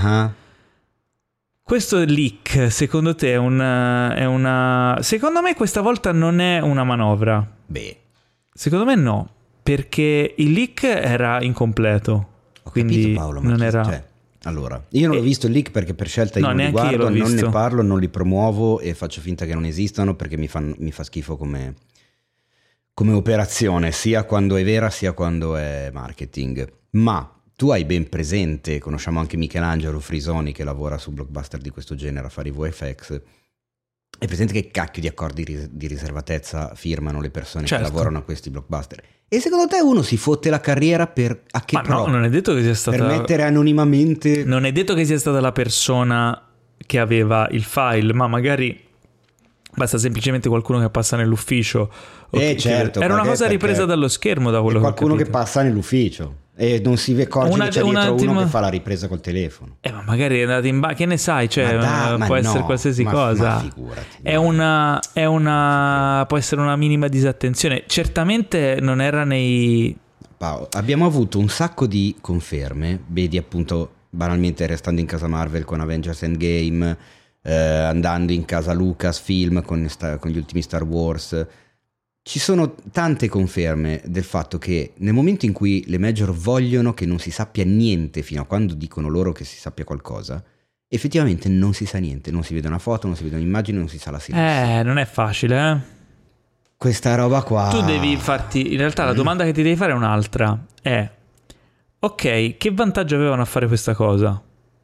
Questo leak, secondo te, è una... Secondo me questa volta non è una manovra.
Beh.
Secondo me no, perché il leak era incompleto.
Ho
quindi
capito, Paolo, ma
non era...
cioè, allora, io non l'ho visto il leak perché per scelta io
No,
non li
neanche io
guardo,
l'ho
non
visto.
ne parlo, non li promuovo e faccio finta che non esistano perché mi fa schifo come operazione, sia quando è vera sia quando è marketing. Ma tu hai ben presente, conosciamo anche Michelangelo Frisoni che lavora su blockbuster di questo genere a fare i VFX. Hai presente che cacchio di accordi di riservatezza firmano le persone
Certo.
che lavorano a questi blockbuster? E secondo te uno si fotte la carriera a che
Ma
pro?
no, non è detto che sia stata...
Per mettere anonimamente...
Non è detto che sia stata la persona che aveva il file, ma magari basta semplicemente qualcuno che passa nell'ufficio.
Certo.
Era una cosa
perché
ripresa dallo schermo, da quello che ho
qualcuno che
capito.
passa nell'ufficio e non si accorge che c'è dietro uno che fa la ripresa col telefono.
Ma magari è andato in che ne sai, cioè,
Ma
può
no,
essere qualsiasi
ma
cosa.
figurati,
È
no.
può essere una minima disattenzione. Certamente non era nei...
Paolo, abbiamo avuto un sacco di conferme, vedi appunto banalmente restando in casa Marvel con Avengers Endgame, andando in casa Lucasfilm con gli ultimi Star Wars. Ci sono tante conferme del fatto che nel momento in cui le major vogliono che non si sappia niente fino a quando dicono loro che si sappia qualcosa, effettivamente non si sa niente, non si vede una foto, non si vede un'immagine, non si sa la sinopsi.
Non è facile,
Questa roba qua...
Tu devi farti... In realtà la domanda che ti devi fare è un'altra. È... Ok, che vantaggio avevano a fare questa cosa?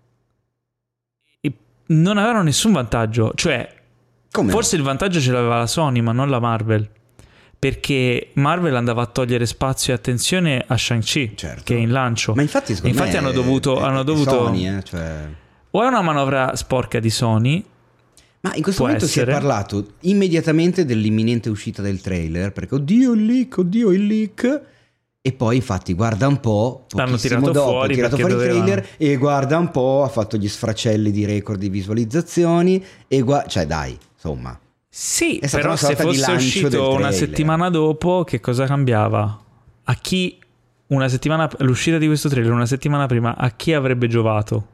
Non avevano nessun vantaggio. Cioè,
Come
forse
no?
il vantaggio ce l'aveva la Sony, ma non la Marvel. Perché Marvel andava a togliere spazio e attenzione a Shang-Chi,
Certo.
che è in lancio.
Ma infatti secondo me
hanno dovuto...
Sony, cioè...
O è una manovra sporca di Sony...
Ma in questo
Può
momento
essere.
si è parlato immediatamente dell'imminente uscita del trailer, perché oddio il leak, e poi infatti guarda un po',
L'hanno
pochissimo
tirato
dopo
fuori
ha tirato
perché
fuori il
doveva-
trailer e guarda un po', ha fatto gli sfracelli di record di visualizzazioni e cioè dai, insomma.
Sì,
È stata
però
una
se
sorta di
fosse
lancio
uscito
del
una
trailer.
settimana dopo, che cosa cambiava? A chi l'uscita di questo trailer una settimana prima, a chi avrebbe giovato?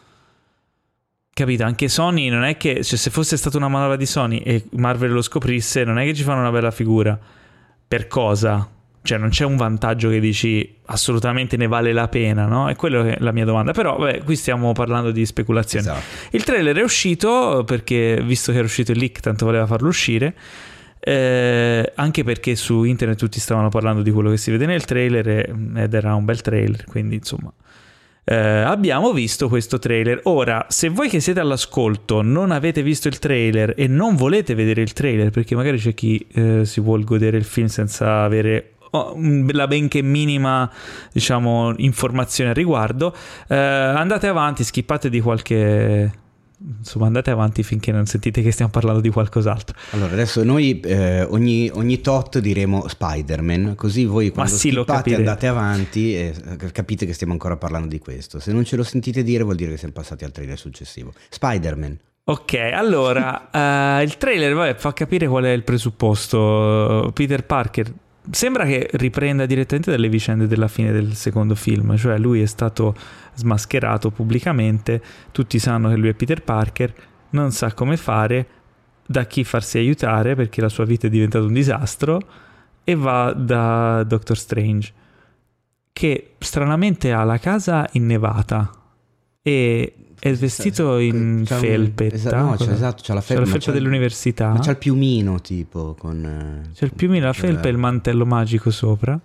Capito? Anche Sony non è che, cioè, se fosse stata una manovra di Sony e Marvel lo scoprisse, non è che ci fanno una bella figura. Per cosa? Cioè non c'è un vantaggio che dici assolutamente ne vale la pena, no? È quello che è la mia domanda. Però vabbè, qui stiamo parlando di speculazioni.
Esatto.
Il trailer è uscito perché, visto che era uscito il leak, tanto voleva farlo uscire. Anche perché su internet tutti stavano parlando di quello che si vede nel trailer ed era un bel trailer, quindi insomma abbiamo visto questo trailer. Ora, se voi che siete all'ascolto non avete visto il trailer e non volete vedere il trailer, perché magari c'è chi si vuol godere il film senza avere la benché minima, diciamo, informazione al riguardo, andate avanti, skippate di qualche... Insomma, andate avanti finché non sentite che stiamo parlando di qualcos'altro.
Allora adesso noi ogni tot diremo Spider-Man, così voi quando
sì, lo
skippate
capirete.
andate avanti e capite che stiamo ancora parlando di questo. Se non ce lo sentite dire vuol dire che siamo passati al trailer successivo. Spider-Man.
Ok, allora il trailer fa capire qual è il presupposto. Peter Parker sembra che riprenda direttamente dalle vicende della fine del secondo film, cioè lui è stato smascherato pubblicamente, tutti sanno che lui è Peter Parker, non sa come fare, da chi farsi aiutare perché la sua vita è diventata un disastro e va da Doctor Strange, che stranamente ha la casa innevata e è vestito in
C'ha
felpetta.
no, esatto, c'ha la
C'è la
felpa,
felpa dell'università.
ma c'ha il piumino tipo con...
C'è il piumino, la felpa e il mantello magico sopra.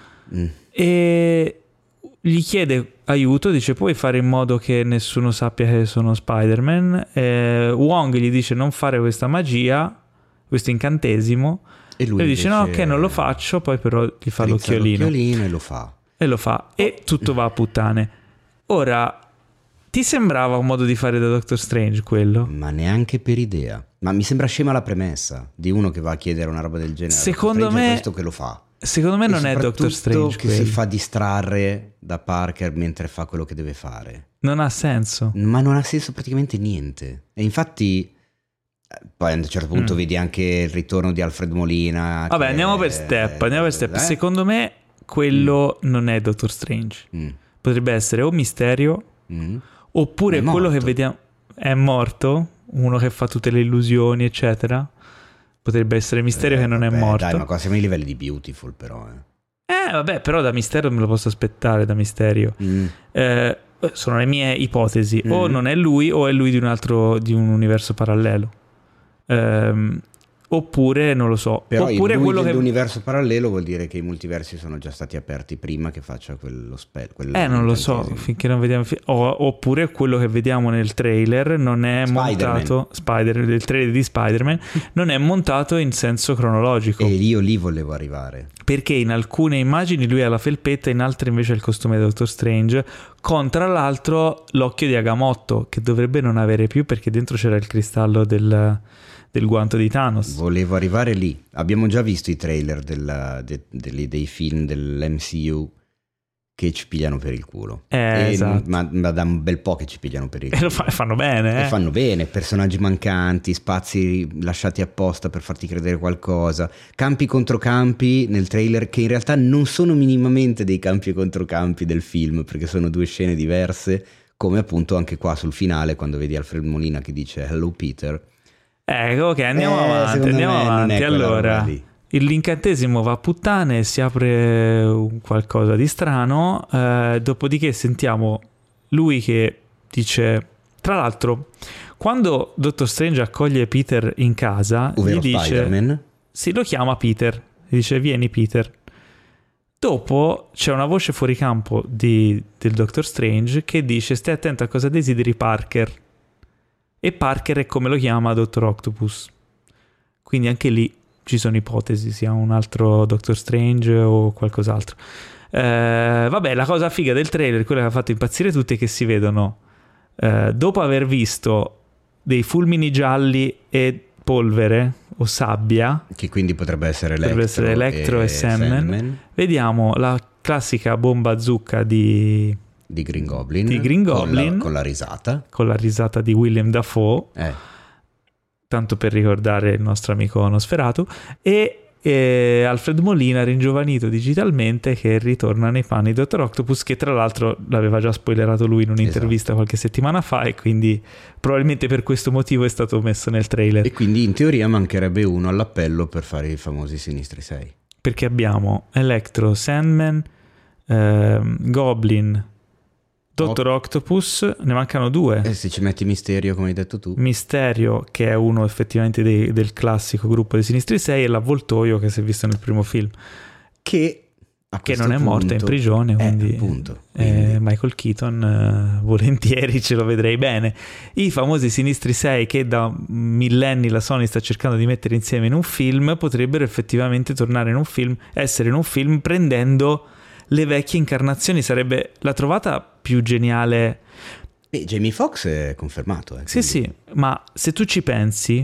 E gli chiede aiuto, dice puoi fare in modo che nessuno sappia che sono Spider-Man. Wong gli dice non fare questa magia, questo incantesimo.
E lui
dice no, ok, non lo faccio, poi però gli fa
rizza
l'occhiolino.
e lo fa.
E lo fa. E tutto va a puttane. Ora, ti sembrava un modo di fare da Doctor Strange quello?
Ma neanche per idea. Ma mi sembra scema la premessa di uno che va a chiedere una roba del genere.
Secondo
Doctor Strange
me-
è questo che lo fa.
Secondo me
E
non è Doctor
soprattutto
Strange
che
quello.
si fa distrarre da Parker mentre fa quello che deve fare.
Non ha senso.
Ma non ha senso praticamente niente. E infatti poi a un certo punto vedi anche il ritorno di Alfred Molina.
Vabbè,
che-
andiamo per step.
eh?
Secondo me quello non è Doctor Strange.
Mm.
Potrebbe essere o Mysterio,
Mm.
oppure
È
quello che
morto.
vediamo è morto, uno che fa tutte le illusioni, eccetera. Potrebbe essere Mysterio che non è
Vabbè,
morto.
Dai, ma qua siamo ai livelli di Beautiful però.
Vabbè, però da Mysterio me lo posso aspettare, da Mysterio. Sono le mie ipotesi. O non è lui, o è lui di un universo parallelo. Oppure non lo so.
Però
oppure
lui
quello
dell'universo parallelo vuol dire che i multiversi sono già stati aperti prima che faccia quello spell.
Non lo so, finché non vediamo. Oppure quello che vediamo nel trailer non è montato. Il trailer di Spider-Man non è montato in senso cronologico.
E io lì volevo arrivare.
Perché in alcune immagini lui ha la felpetta, in altre invece ha il costume di Doctor Strange, con tra l'altro l'occhio di Agamotto, che dovrebbe non avere più perché dentro c'era il cristallo del guanto di Thanos.
Volevo arrivare lì. Abbiamo già visto i trailer dei film dell'MCU che ci pigliano per il culo.
Esatto.
Ma da un bel po' che ci pigliano per il culo.
E fanno bene.
E fanno bene, personaggi mancanti, spazi lasciati apposta per farti credere qualcosa, campi contro campi nel trailer che in realtà non sono minimamente dei campi contro campi del film, perché sono due scene diverse, come appunto anche qua sul finale quando vedi Alfred Molina che dice Hello Peter.
Ok, andiamo avanti. Allora, l'incantesimo va a puttane, si apre qualcosa di strano, dopodiché sentiamo lui che dice, tra l'altro, quando Dottor Strange accoglie Peter in casa,
ovvero
gli dice,
Spider-Man,
sì, lo chiama Peter, gli dice vieni Peter. Dopo c'è una voce fuori campo del Dottor Strange che dice stai attento a cosa desideri Parker. E Parker è come lo chiama Dottor Octopus. Quindi anche lì ci sono ipotesi, sia un altro Doctor Strange o qualcos'altro. Vabbè, la cosa figa del trailer, quella che ha fatto impazzire tutti, è che si vedono, dopo aver visto dei fulmini gialli e polvere o sabbia,
che quindi potrebbe essere
Electro e Sandman, vediamo la classica bomba zucca di Green Goblin
con la risata.
Con la risata di William Dafoe. Tanto per ricordare il nostro amico Nosferatu. E Alfred Molina ringiovanito digitalmente che ritorna nei panni di Dottor Octopus, che tra l'altro l'aveva già spoilerato lui in un'intervista qualche settimana fa, e quindi probabilmente per questo motivo è stato messo nel trailer.
E quindi in teoria mancherebbe uno all'appello per fare i famosi Sinistri 6.
Perché abbiamo Electro, Sandman, Goblin, Dottor Octopus, ne mancano 2.
E se ci metti Mysterio, come hai detto tu.
Mysterio, che è uno effettivamente del classico gruppo dei Sinistri 6, e l'Avvoltoio, che si è visto nel primo film. Che non è morto, è in prigione, quindi,
appunto.
Michael Keaton volentieri ce lo vedrei bene. I famosi Sinistri 6 che da millenni la Sony sta cercando di mettere insieme in un film, potrebbero effettivamente tornare in un film, essere in un film prendendo le vecchie incarnazioni. Sarebbe la trovata più geniale.
E Jamie Foxx è confermato.
Sì, ma se tu ci pensi,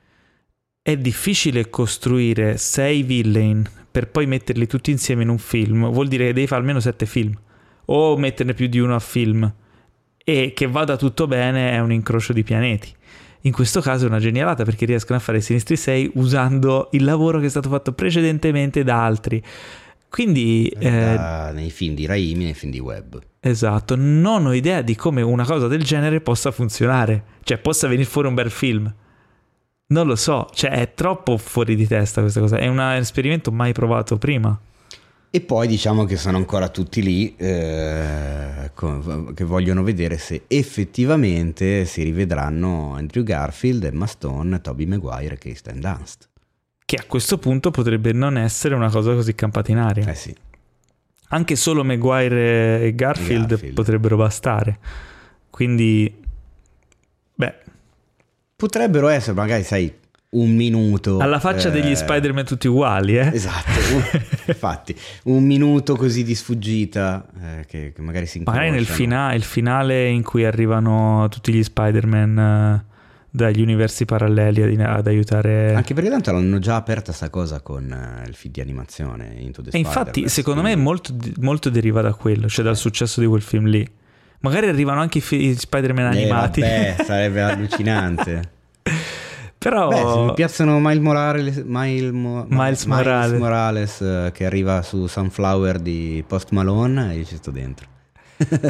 è difficile costruire 6 villain per poi metterli tutti insieme in un film. Vuol dire che devi fare almeno 7 film, o metterne più di uno a film, e che vada tutto bene è un incrocio di pianeti. In questo caso è una genialata, perché riescono a fare Sinistri 6 usando il lavoro che è stato fatto precedentemente da altri. Quindi
nei film di Raimi, nei film di Webb.
Esatto, non ho idea di come una cosa del genere possa funzionare, cioè possa venire fuori un bel film. Non lo so, cioè è troppo fuori di testa questa cosa, è un esperimento mai provato prima.
E poi diciamo che sono ancora tutti lì che vogliono vedere se effettivamente si rivedranno Andrew Garfield, Emma Stone, Tobey Maguire e Kirsten Dunst.
Che a questo punto potrebbe non essere una cosa così campata in aria.
Sì.
Anche solo Maguire e Garfield potrebbero bastare. Quindi,
potrebbero essere, magari, sai, un minuto.
Alla faccia degli Spider-Man tutti uguali,
Esatto, infatti, un minuto così di sfuggita che magari si incrociano.
Magari il finale in cui arrivano tutti gli Spider-Man dagli universi paralleli ad aiutare.
Anche perché tanto l'hanno già aperta sta cosa con il film di animazione Into the Spider-Verse.
Infatti secondo me molto deriva da quello, cioè dal successo di quel film lì. Magari arrivano anche i Spider-Man animati.
Sarebbe allucinante.
Però
se mi piacciono Miles Morales che arriva su Sunflower di Post Malone, e io ci sto dentro.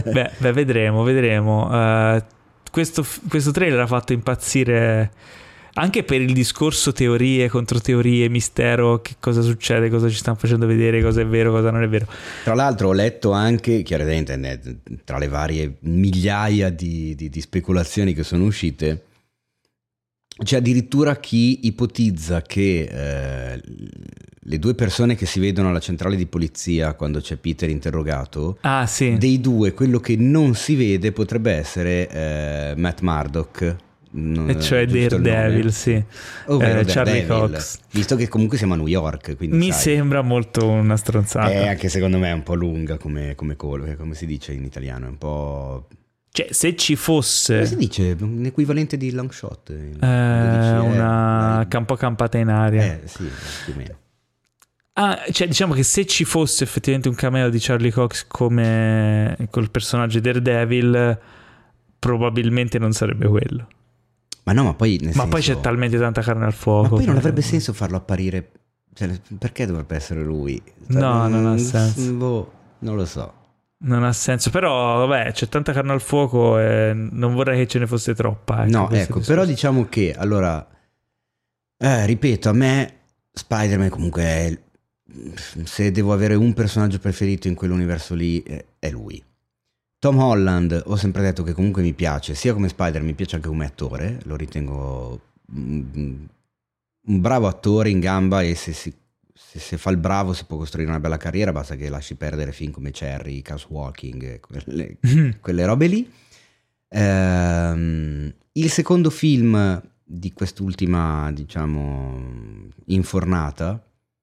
vedremo. Questo trailer ha fatto impazzire Anche per il discorso teorie, controteorie, mistero, che cosa succede, cosa ci stanno facendo vedere, cosa è vero, cosa non è vero.
Tra l'altro ho letto anche, chiaramente tra le varie migliaia di speculazioni che sono uscite, c'è addirittura chi ipotizza che le due persone che si vedono alla centrale di polizia quando c'è Peter interrogato,
sì,
dei due quello che non si vede potrebbe essere Matt Murdock,
e cioè Daredevil, sì, Charlie Cox,
visto che comunque siamo a New York, quindi
mi sembra molto una stronzata.
Anche secondo me è un po' lunga come si dice in italiano, è un po',
cioè se ci fosse,
come si dice, un equivalente di long shot,
una campo campata in aria,
sì, più o meno.
Cioè diciamo che se ci fosse effettivamente un cameo di Charlie Cox come col personaggio Daredevil, probabilmente non sarebbe quello.
Ma no, ma poi
poi c'è talmente tanta carne al fuoco.
Ma poi non avrebbe senso farlo apparire, cioè, perché dovrebbe essere lui?
No, non ha senso.
Non lo so.
Non ha senso, però vabbè, c'è tanta carne al fuoco e non vorrei che ce ne fosse troppa.
No, ecco, però diciamo che, allora, ripeto, a me Spider-Man comunque è, se devo avere un personaggio preferito in quell'universo lì, è lui. Tom Holland, ho sempre detto che comunque mi piace, sia come Spider, mi piace anche come attore, lo ritengo un bravo attore in gamba, e se fa il bravo si può costruire una bella carriera, basta che lasci perdere film come Cherry, Chaos Walking, quelle robe lì. Il secondo film di quest'ultima, diciamo, infornata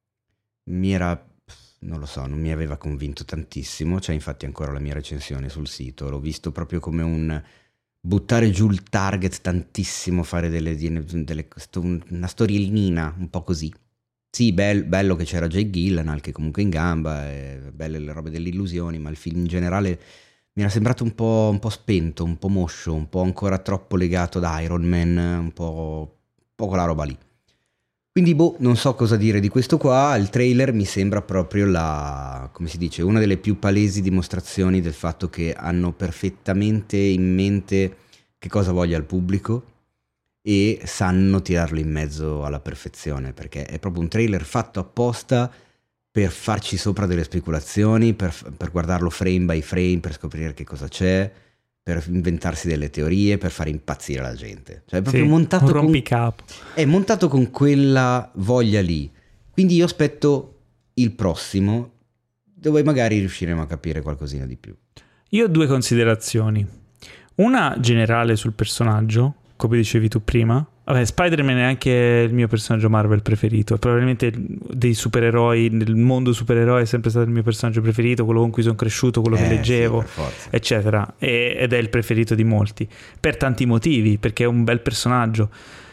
non lo so, non mi aveva convinto tantissimo. C'è infatti ancora la mia recensione sul sito, l'ho visto proprio come un buttare giù il target tantissimo, fare una storiellina un po' così. Sì, bello che c'era Jake Gyllenhaal che comunque in gamba, belle le robe delle illusioni, ma il film in generale mi era sembrato un po' spento, un po' moscio, un po' ancora troppo legato ad Iron Man, un po' quella roba lì. Quindi non so cosa dire di questo qua. Il trailer mi sembra proprio come si dice, una delle più palesi dimostrazioni del fatto che hanno perfettamente in mente che cosa voglia il pubblico e sanno tirarlo in mezzo alla perfezione, perché è proprio un trailer fatto apposta per farci sopra delle speculazioni, per guardarlo frame by frame, per scoprire che cosa c'è, per inventarsi delle teorie, per far impazzire la gente. Cioè è proprio montato
un rompicapo.
È montato con quella voglia lì. Quindi io aspetto il prossimo, dove magari riusciremo a capire qualcosina di più.
Io ho due considerazioni. Una generale sul personaggio, come dicevi tu prima. Vabbè, Spider-Man è anche il mio personaggio Marvel preferito. Probabilmente dei supereroi, nel mondo supereroi è sempre stato il mio personaggio preferito, quello con cui sono cresciuto, quello che leggevo,
sì,
eccetera. Ed è il preferito di molti, per tanti motivi, perché è un bel personaggio.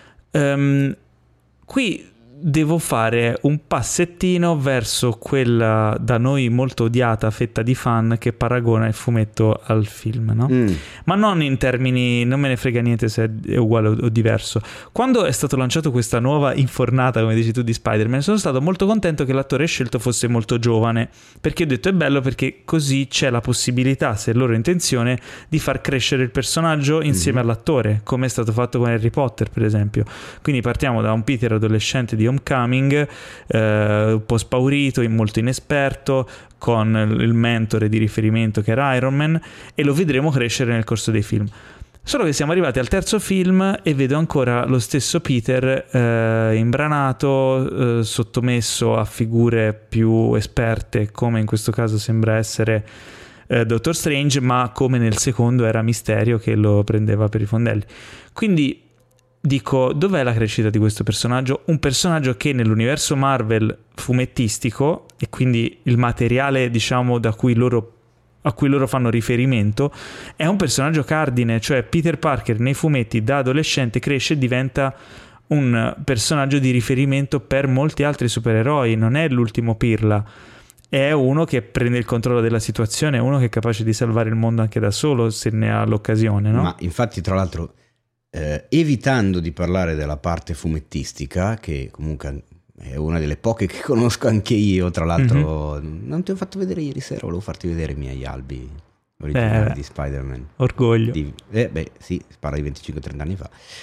Qui devo fare un passettino verso quella da noi molto odiata fetta di fan che paragona il fumetto al film, no? Ma non in termini, non me ne frega niente se è uguale o diverso. Quando è stato lanciato questa nuova infornata, come dici tu, di Spider-Man, sono stato molto contento che l'attore scelto fosse molto giovane, perché ho detto è bello, perché così c'è la possibilità, se è loro intenzione, di far crescere il personaggio insieme all'attore, come è stato fatto con Harry Potter, per esempio. Quindi partiamo da un Peter adolescente di Homecoming, un po' spaurito, molto inesperto, con il mentore di riferimento che era Iron Man, e lo vedremo crescere nel corso dei film. Solo che siamo arrivati al terzo film e vedo ancora lo stesso Peter imbranato, sottomesso a figure più esperte, come in questo caso sembra essere Doctor Strange, ma come nel secondo era Mysterio che lo prendeva per i fondelli. Quindi dico, dov'è la crescita di questo personaggio? Un personaggio che nell'universo Marvel fumettistico, e quindi il materiale, diciamo, a cui loro fanno riferimento, è un personaggio cardine, cioè Peter Parker nei fumetti da adolescente cresce e diventa un personaggio di riferimento per molti altri supereroi, non è l'ultimo pirla, è uno che prende il controllo della situazione, è uno che è capace di salvare il mondo anche da solo se ne ha l'occasione, no?
Ma infatti, tra l'altro, evitando di parlare della parte fumettistica, che comunque è una delle poche che conosco anche io, tra l'altro non ti ho fatto vedere ieri sera, volevo farti vedere i miei albi originali di Spider-Man.
Orgoglio.
Sì, si parla di 25-30 anni fa.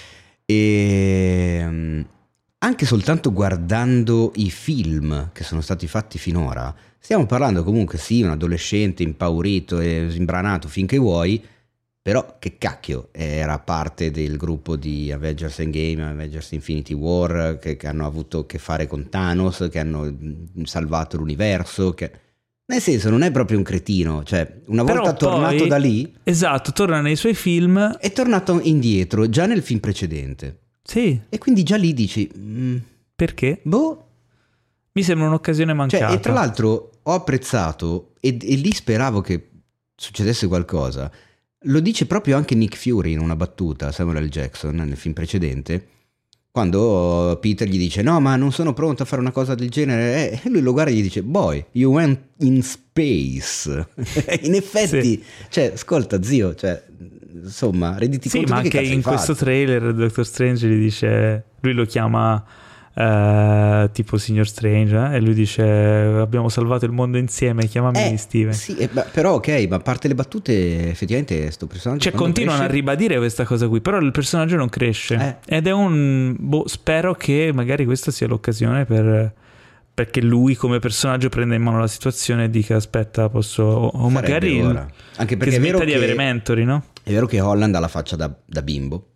E anche soltanto guardando i film che sono stati fatti finora, stiamo parlando comunque sì, un adolescente impaurito e imbranato finché vuoi, però che cacchio, era parte del gruppo di Avengers Endgame, Avengers Infinity War, che hanno avuto a che fare con Thanos, che hanno salvato l'universo, che... Nel senso, non è proprio un cretino, cioè una volta
Però
tornato
poi,
da lì...
Esatto, torna nei suoi film.
È tornato indietro, già nel film precedente.
Sì.
E quindi già lì dici...
Perché?
boh...
Mi sembra un'occasione mancata.
Cioè, e tra l'altro ho apprezzato, e lì speravo che succedesse qualcosa, lo dice proprio anche Nick Fury in una battuta, Samuel L. Jackson, nel film precedente, quando Peter gli dice no ma non sono pronto a fare una cosa del genere, e lui lo guarda e gli dice boy, you went in space. In effetti, sì. Cioè, ascolta zio, cioè, insomma, renditi conto
ma
di che
anche
cazzo
in questo trailer Doctor Strange gli dice, lui lo chiama tipo Signor Strange, e lui dice abbiamo salvato il mondo insieme, chiamami Steven.
Sì, però ok, ma a parte le battute effettivamente sto personaggio,
cioè continuano a ribadire questa cosa qui, però il personaggio non cresce, ed è spero che magari questa sia l'occasione perché lui come personaggio prenda in mano la situazione e dica aspetta posso, o magari
ora. Anche perché
che
è vero
smetta di avere mentori, no?
È vero che Holland ha la faccia da bimbo,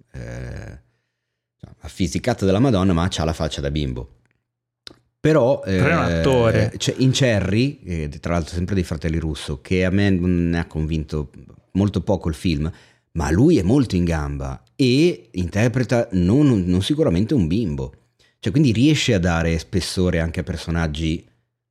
ha fisicato della Madonna, ma c'ha la faccia da bimbo. Però
è un attore.
Cioè, in Cherry, tra l'altro sempre dei fratelli Russo, che a me non ne ha convinto molto poco il film, ma lui è molto in gamba e interpreta non sicuramente un bimbo. Cioè, quindi riesce a dare spessore anche a personaggi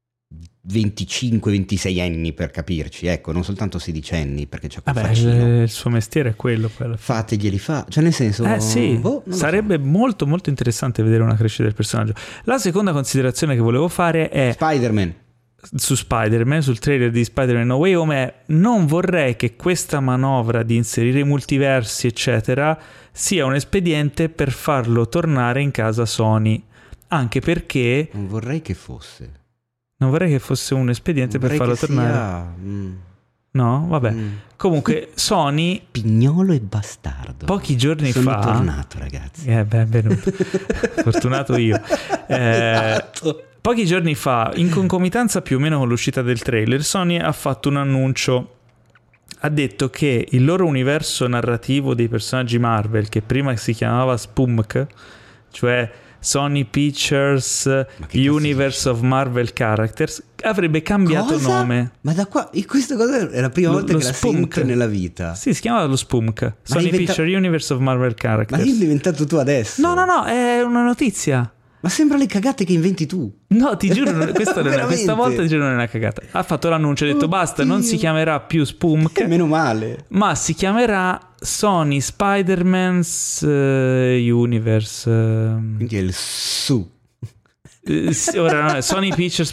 25-26 anni, per capirci, ecco, non soltanto 16 anni, perché c'è quel faccino.
Il suo mestiere è quello.
Fateglieli fa, cioè nel senso...
sì, sarebbe molto molto interessante vedere una crescita del personaggio. La seconda considerazione che volevo fare è... Su Spider-Man, sul trailer di Spider-Man No Way Home, è non vorrei che questa manovra di inserire i multiversi, eccetera, sia un espediente per farlo tornare in casa Sony, anche perché...
Non vorrei che fosse
un espediente per farlo tornare. No, vabbè. Comunque Sony,
Pignolo e bastardo.
Pochi giorni fa
sono tornato, ragazzi.
Benvenuto. Fortunato io. Pochi giorni fa, in concomitanza più o meno con l'uscita del trailer, Sony ha fatto un annuncio. Ha detto che il loro universo narrativo dei personaggi Marvel, che prima si chiamava SPUMC, cioè Sony Pictures Universe of Marvel Characters, avrebbe cambiato nome.
Ma da qua, questa cosa è la prima volta che la sento nella vita.
Sì, si chiamava lo SPUMC, Sony Pictures Universe of Marvel Characters.
Ma l'hai inventato tu adesso?
No, è una notizia.
Ma sembra le cagate che inventi tu.
No, ti giuro, questa volta ti giuro non è una cagata. Ha fatto l'annuncio, ha detto basta, non si chiamerà più SPUMC,
meno male,
ma si chiamerà Sony Spider-Man's Universe.
Quindi è il su.
Ora no, Sony Pictures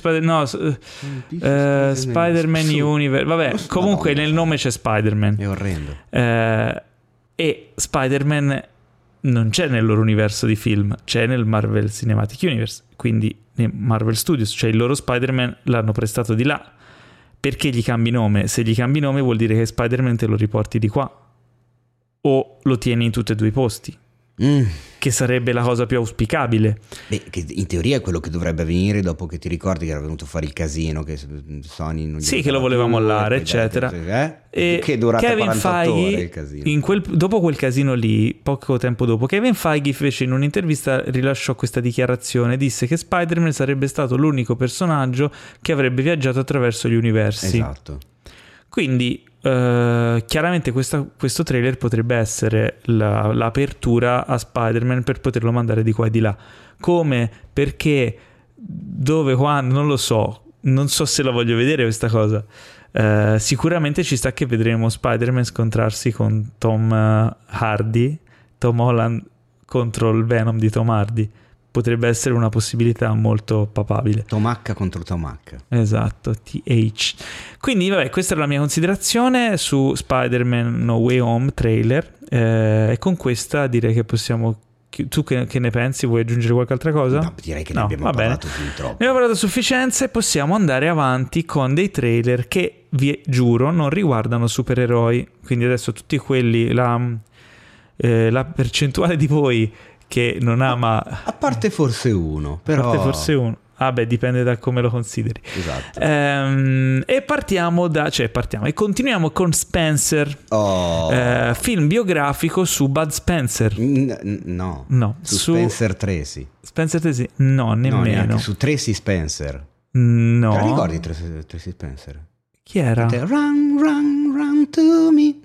Spider-Man Universe. Vabbè, comunque nel nome c'è Spider-Man.
È orrendo.
E Spider-Man non c'è nel loro universo di film, c'è nel Marvel Cinematic Universe, quindi nei Marvel Studios, cioè il loro Spider-Man l'hanno prestato di là. Perché gli cambi nome? Se gli cambi nome vuol dire che Spider-Man te lo riporti di qua, o lo tieni in tutti e due i posti, che sarebbe la cosa più auspicabile.
Che in teoria è quello che dovrebbe avvenire, dopo che ti ricordi che era venuto fuori il casino, che Sony non
che lo voleva mollare, eccetera.
E che è durato
Kevin
48
Feige,
ore il casino.
Dopo quel casino lì, poco tempo dopo, Kevin Feige fece in un'intervista, rilasciò questa dichiarazione, disse che Spider-Man sarebbe stato l'unico personaggio che avrebbe viaggiato attraverso gli universi.
Esatto.
Quindi chiaramente questo trailer potrebbe essere l'apertura a Spider-Man per poterlo mandare di qua e di là. Come, perché, dove, quando, non lo so. Non so se la voglio vedere questa cosa. Sicuramente ci sta che vedremo Spider-Man scontrarsi con Tom Holland contro il Venom di Tom Hardy. Potrebbe essere una possibilità molto papabile.
Tom H contro Tom H.
Esatto, TH. Quindi vabbè, questa è la mia considerazione su Spider-Man No Way Home trailer, e con questa direi che possiamo... Tu che ne pensi? Vuoi aggiungere qualche altra cosa?
No, direi che ne abbiamo parlato fin troppo.
Ne abbiamo parlato a sufficienza e possiamo andare avanti con dei trailer che, vi giuro, non riguardano supereroi. Quindi adesso tutti quelli, la percentuale di voi che non ama...
A parte forse uno, però...
A parte forse uno. Ah beh, dipende da come lo consideri.
Esatto.
E partiamo e continuiamo con Spencer, film biografico su Bud Spencer.
No, su Spencer Tracy.
Spencer Tracy? No, nemmeno.
No, su Tracy Spencer.
No.
Te la ricordi Tracy Spencer?
Chi era?
Run to me.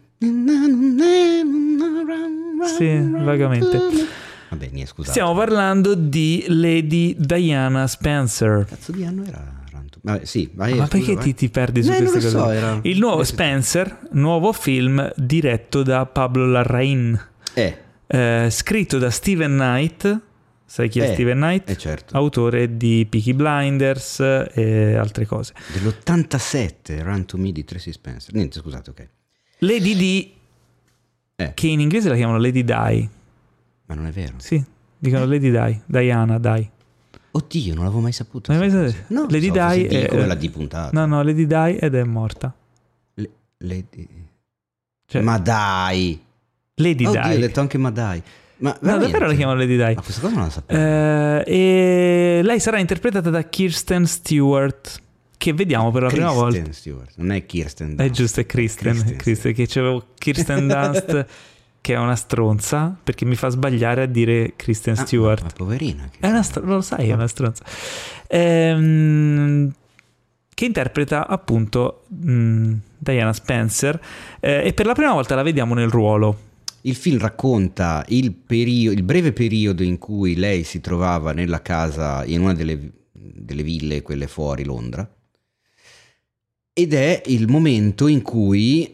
Sì, vagamente.
Vabbè, scusate.
Stiamo parlando di Lady Diana Spencer.
Cazzo di anno era? Vabbè, sì,
vai, ma perché ti perdi su queste cose?
So, era...
Il nuovo Spencer, nuovo film diretto da Pablo Larraín, scritto da Steven Knight. Sai chi è Steven Knight?
Certo.
Autore di Peaky Blinders e altre cose.
Dell'87, Run to Me di Tracy Spencer. Niente, scusate, ok.
Lady Di, che in inglese la chiamano Lady Di.
Ma non è vero.
Sì, dicono Lady Di, Diana Di.
Oddio, non l'avevo mai saputo.
Non mai no, Lady Di
è come la D puntata.
No, Lady Di ed è morta.
Lady...
Cioè,
ma dai.
Lady Di.
Oddio, ho detto anche ma dai. Ma
no, davvero la chiamano Lady Di.
Ma questa cosa non la sapevo.
E lei sarà interpretata da Kirsten Stewart, che vediamo per la prima volta.
Kristen Stewart, non è Kirsten Dunst.
È giusto, è Kristen, che c'avevo Kirsten Dunst che è una stronza, perché mi fa sbagliare a dire Kristen Stewart.
Ma poverina.
È una lo sai, è una stronza. Che interpreta appunto Diana Spencer, e per la prima volta la vediamo nel ruolo.
Il film racconta il breve periodo in cui lei si trovava nella casa, in una delle ville, quelle fuori Londra, ed è il momento in cui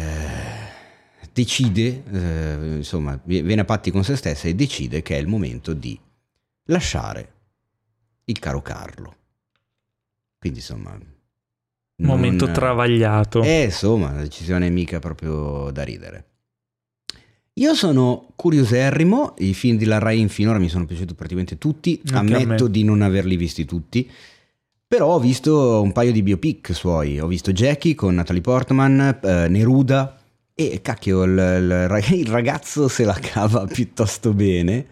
decide, insomma, viene a patti con se stessa e decide che è il momento di lasciare il caro Carlo. Quindi, insomma...
Momento travagliato.
Insomma, una decisione mica proprio da ridere. Io sono curioserrimo, i film di Larraín finora mi sono piaciuti praticamente tutti, ammetto di non averli visti tutti, però ho visto un paio di biopic suoi, ho visto Jackie con Natalie Portman, Neruda, e cacchio il ragazzo se la cava piuttosto bene,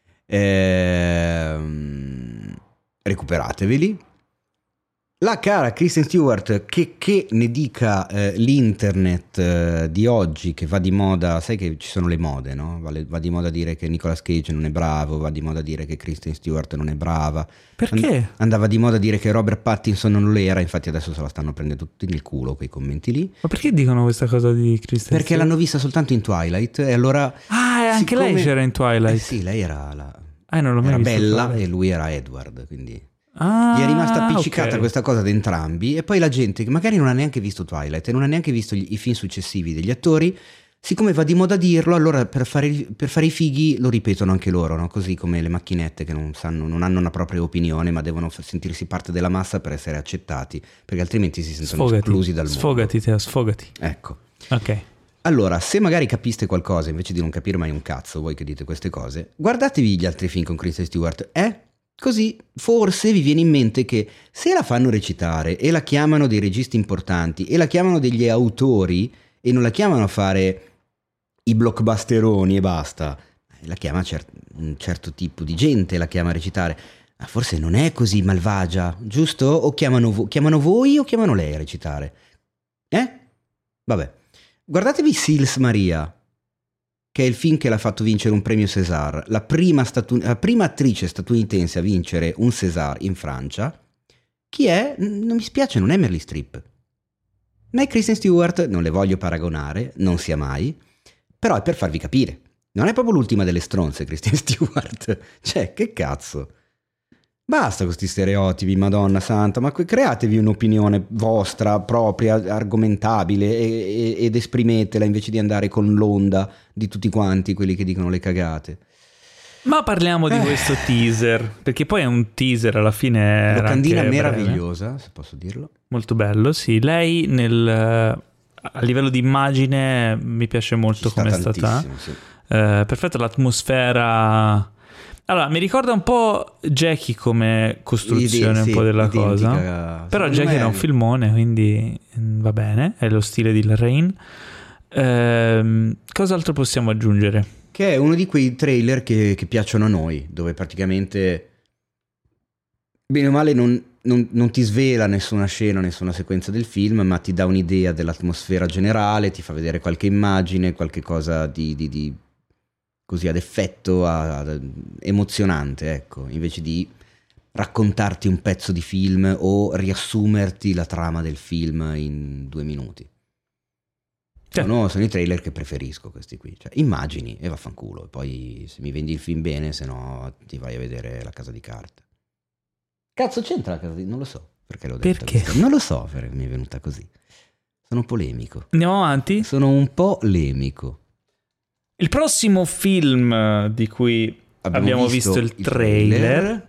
recuperateveli. La cara Kristen Stewart, che ne dica l'internet di oggi, che va di moda, sai che ci sono le mode, no? Va di moda dire che Nicolas Cage non è bravo, va di moda dire che Kristen Stewart non è brava.
Perché?
Andava di moda dire che Robert Pattinson non lo era, infatti adesso se la stanno prendendo tutti nel culo quei commenti lì.
Ma perché dicono questa cosa di Kristen
Perché l'hanno vista soltanto in Twilight e allora...
Ah, anche lei c'era in Twilight.
Sì, lei era
non l'ho mai
era
visto
bella
Twilight.
E lui era Edward, quindi... Gli è rimasta appiccicata questa cosa ad entrambi, e poi la gente che magari non ha neanche visto Twilight e non ha neanche visto i film successivi degli attori, siccome va di moda dirlo, allora per fare i fighi lo ripetono anche loro, no? Così come le macchinette che non hanno una propria opinione, ma devono sentirsi parte della massa per essere accettati, perché altrimenti si sentono esclusi dal mondo.
Sfogati.
Ecco.
Ok.
Allora, se magari capiste qualcosa invece di non capire mai un cazzo, voi che dite queste cose, guardatevi gli altri film con Kristen Stewart, Così forse vi viene in mente che se la fanno recitare e la chiamano dei registi importanti e la chiamano degli autori e non la chiamano a fare i blockbusteroni e basta, la chiama un certo tipo di gente, la chiama a recitare, ma forse non è così malvagia, giusto? O chiamano voi o chiamano lei a recitare? Vabbè, guardatevi Sils Maria, che è il film che l'ha fatto vincere un premio César, la prima attrice statunitense a vincere un César in Francia. Chi è? Non mi spiace, non è Meryl Streep, né Kristen Stewart, non le voglio paragonare, non sia mai, però è per farvi capire, non è proprio l'ultima delle stronze Kristen Stewart, cioè che cazzo. Basta con questi stereotipi, Madonna santa, ma createvi un'opinione vostra, propria, argomentabile ed esprimetela invece di andare con l'onda di tutti quanti quelli che dicono le cagate.
Ma parliamo di questo teaser, perché poi è un teaser alla fine.
Locandina meravigliosa, se posso dirlo.
Molto bello, sì. Lei a livello di immagine mi piace molto come è stata.
Sì.
Perfetto, l'atmosfera... Allora, mi ricorda un po' Jackie come costruzione un po' della cosa. Però Jackie era un filmone, quindi va bene, è lo stile di Larraín. Cos'altro possiamo aggiungere?
Che è uno di quei trailer che piacciono a noi, dove praticamente bene o male non ti svela nessuna scena, nessuna sequenza del film, ma ti dà un'idea dell'atmosfera generale, ti fa vedere qualche immagine, qualche cosa di così ad effetto emozionante, ecco, invece di raccontarti un pezzo di film o riassumerti la trama del film in 2 minuti. Sono i trailer che preferisco, questi qui, cioè immagini e vaffanculo, e poi se mi vendi il film bene, se no ti vai a vedere La Casa di Carta. Cazzo c'entra La Casa di... non lo so perché l'ho detto.
Perché?
Non lo so perché mi è venuta così. Sono polemico.
Andiamo avanti?
Sono un po' lemico.
Il prossimo film di cui abbiamo visto il trailer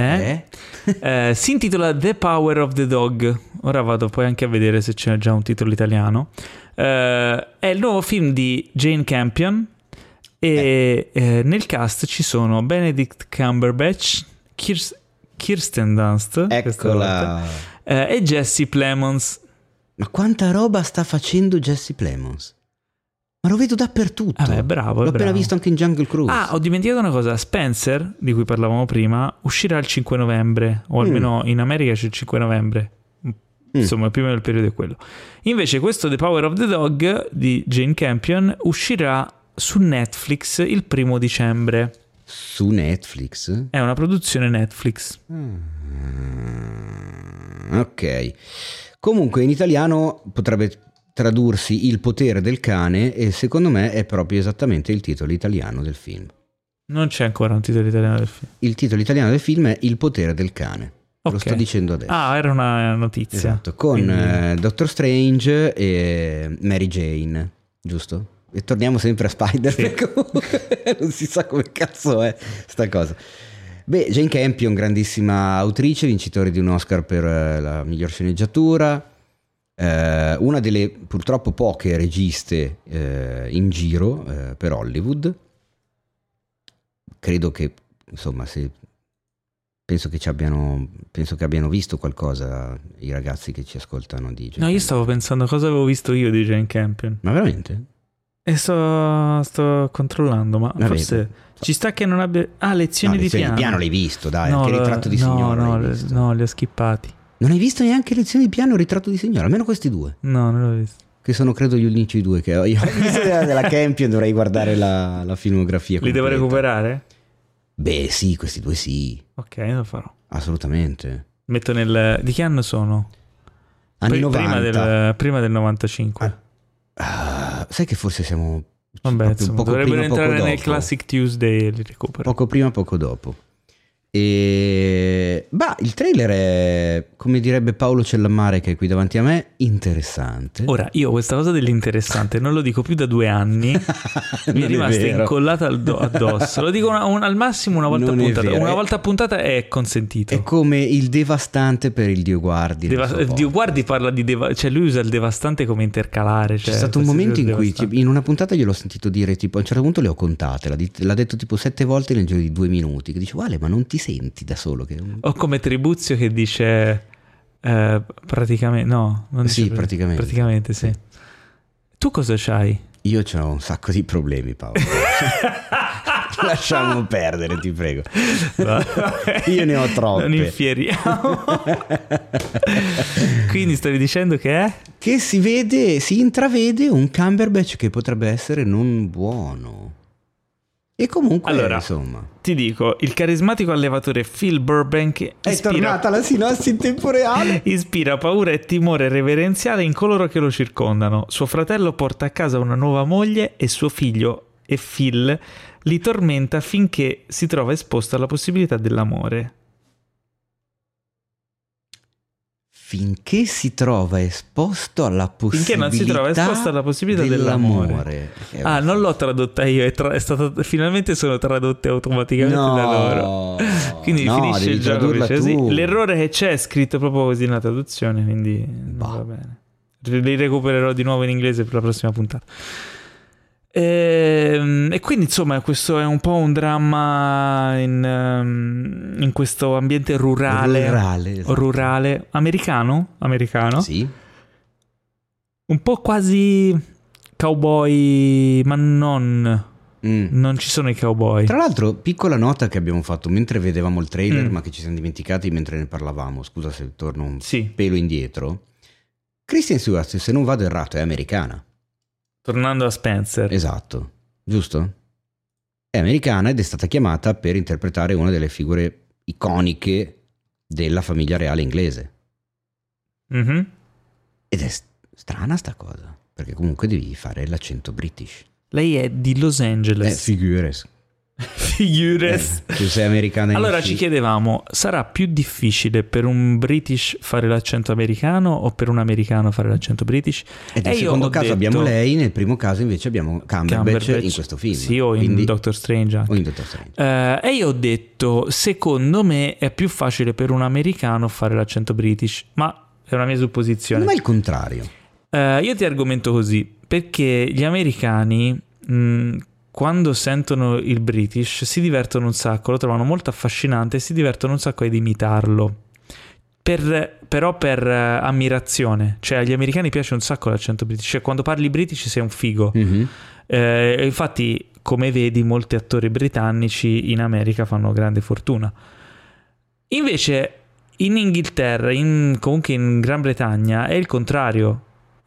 si intitola The Power of the Dog. Ora vado poi anche a vedere se c'è già un titolo italiano. È il nuovo film di Jane Campion e nel cast ci sono Benedict Cumberbatch, Kirsten Dunst,
eccola,
e Jesse Plemons.
Ma quanta roba sta facendo Jesse Plemons? Ma lo vedo dappertutto.
Bravo.
L'ho appena visto anche in Jungle Cruise.
Ho dimenticato una cosa. Spencer, di cui parlavamo prima, uscirà il 5 novembre, o almeno in America c'è il 5 novembre. Insomma, più o meno il periodo è quello. Invece questo The Power of the Dog di Jane Campion uscirà su Netflix il 1 dicembre.
Su Netflix?
È una produzione Netflix.
Ok. Comunque in italiano potrebbe tradursi Il potere del cane, e secondo me è proprio esattamente il titolo italiano del film.
Non c'è ancora un titolo italiano del film.
Il titolo italiano del film è Il potere del cane.
Okay.
Lo sto dicendo adesso.
Era una notizia.
Esatto, con Doctor Strange e Mary Jane, giusto? E torniamo sempre a Spider-Man, comunque non si sa come cazzo è sta cosa. Beh, Jane Campion, grandissima autrice, vincitore di un Oscar per la miglior sceneggiatura, una delle purtroppo poche registe in giro per Hollywood. Credo che, insomma, penso che abbiano visto qualcosa i ragazzi che ci ascoltano di Jane Campion.
Io stavo pensando a cosa avevo visto io di Jane Campion.
Ma veramente?
E sto controllando, ma forse ci sta che non abbia... lezioni di piano.
Di piano l'hai visto, dai, anche Ritratto di Signora l'hai visto.
No, li ho skippati.
Non hai visto neanche Lezioni di piano o Ritratto di Signora? Almeno questi due.
No, non l'ho visto.
Che sono credo gli unici due che ho io. Visto della Campion, dovrei guardare la filmografia completa.
Li devo recuperare?
Beh sì, questi due sì.
Ok, lo farò.
Assolutamente.
Metto di che anno sono?
Anni 90.
Prima del 95.
Sai che forse siamo...
Vabbè, insomma, dovrebbero entrare nel
dopo.
Classic Tuesday e li recupero.
Poco prima, poco dopo. E il trailer è, come direbbe Paolo Cellammare che è qui davanti a me, interessante.
Ora, io questa cosa dell'interessante non lo dico più da 2 anni. Mi è rimasta incollata addosso. Lo dico al massimo una volta a puntata. Una volta a puntata è consentito.
È come il devastante per il Dio Guardi.
Dio Guardi parla di cioè lui usa il devastante come intercalare.
C'è stato un momento in cui in una puntata gliel'ho sentito dire, tipo a un certo punto le ho contate, l'ha detto tipo 7 volte nel giro di 2 minuti, che dice Vale, ma non ti senti da solo che...
O come Tribuzio che dice praticamente no, non
sì,
dice praticamente sì. Tu cosa c'hai?
Io c'ho un sacco di problemi, Paolo. Lasciamo perdere, ti prego. Io ne ho troppe.
Non infieriamo. Quindi stavi dicendo che è?
Che si intravede un Cumberbatch che potrebbe essere non buono. E comunque,
allora,
insomma,
ti dico, il carismatico allevatore Phil Burbank
è tornata la sinossi in tempo reale.
Ispira paura e timore reverenziale in coloro che lo circondano. Suo fratello porta a casa una nuova moglie e suo figlio e Phil li tormenta finché si trova esposto alla possibilità dell'amore.
Finché si trova esposto alla possibilità.
Finché non si trova esposto alla possibilità dell'amore. Non l'ho tradotta io, è stata, finalmente sono tradotte automaticamente da loro. Quindi finisce il gioco così. L'errore che c'è è scritto proprio così nella traduzione, quindi va bene. Li recupererò di nuovo in inglese per la prossima puntata. E quindi insomma questo è un po' un dramma in questo ambiente rurale, americano
sì,
un po' quasi cowboy, ma non ci sono i cowboy.
Tra l'altro, piccola nota che abbiamo fatto mentre vedevamo il trailer, ma che ci siamo dimenticati mentre ne parlavamo, scusa se torno un pelo indietro. Kristen Stewart, se non vado errato, è americana.
Tornando a Spencer.
Esatto, giusto? È americana ed è stata chiamata per interpretare una delle figure iconiche della famiglia reale inglese.
Mm-hmm.
Ed è strana sta cosa, perché comunque devi fare l'accento british.
Lei è di Los Angeles.
Figures. Tu sei americana.
Allora ci chiedevamo, sarà più difficile per un British fare l'accento americano o per un americano fare l'accento British?
E nel secondo caso abbiamo lei, nel primo caso invece abbiamo Cumberbatch in questo film.
Sì, o in Doctor Strange anche.
O in Doctor Strange.
E io ho detto, secondo me è più facile per un americano fare l'accento British, ma è una mia supposizione.
Ma è il contrario.
Io ti argomento così, perché gli americani... quando sentono il British si divertono un sacco, lo trovano molto affascinante e si divertono un sacco ad imitarlo, però per ammirazione. Cioè agli americani piace un sacco l'accento British, cioè quando parli British sei un figo. Infatti, come vedi, molti attori britannici in America fanno grande fortuna. Invece in Inghilterra, comunque in Gran Bretagna, è il contrario.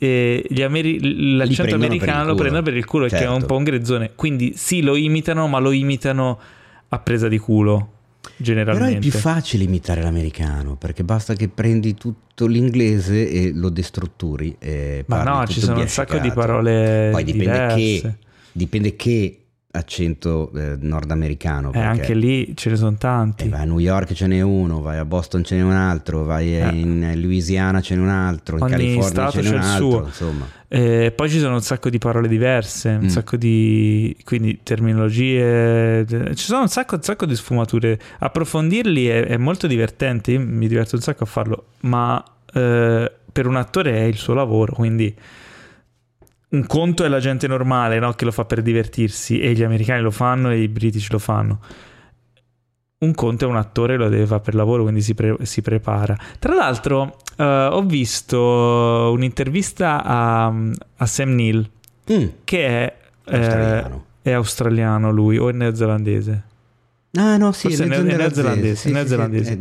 L'accento americano lo prendono per il culo, certo. Che è un po' un grezzone, quindi sì, lo imitano, ma lo imitano a presa di culo generalmente.
Però è più facile imitare l'americano, perché basta che prendi tutto l'inglese e lo destrutturi e
ma no, ci sono un sacco di parole poi
dipende che accento nordamericano,
anche lì ce ne sono tanti.
Vai a New York ce n'è uno, vai a Boston ce n'è un altro, vai in Louisiana ce n'è un altro, in California ce n'è un altro, insomma.
Poi ci sono un sacco di parole diverse, un sacco di quindi terminologie, ci sono un sacco di sfumature. Approfondirli è molto divertente, io mi diverto un sacco a farlo, ma per un attore è il suo lavoro, quindi un conto è la gente normale, no? Che lo fa per divertirsi, e gli americani lo fanno e i british lo fanno. Un conto è un attore, lo deve fare per lavoro, quindi si prepara. Tra l'altro ho visto un'intervista a Sam Neill, che è australiano lui, o è neozelandese?
Ah no, sì,
forse è neozelandese.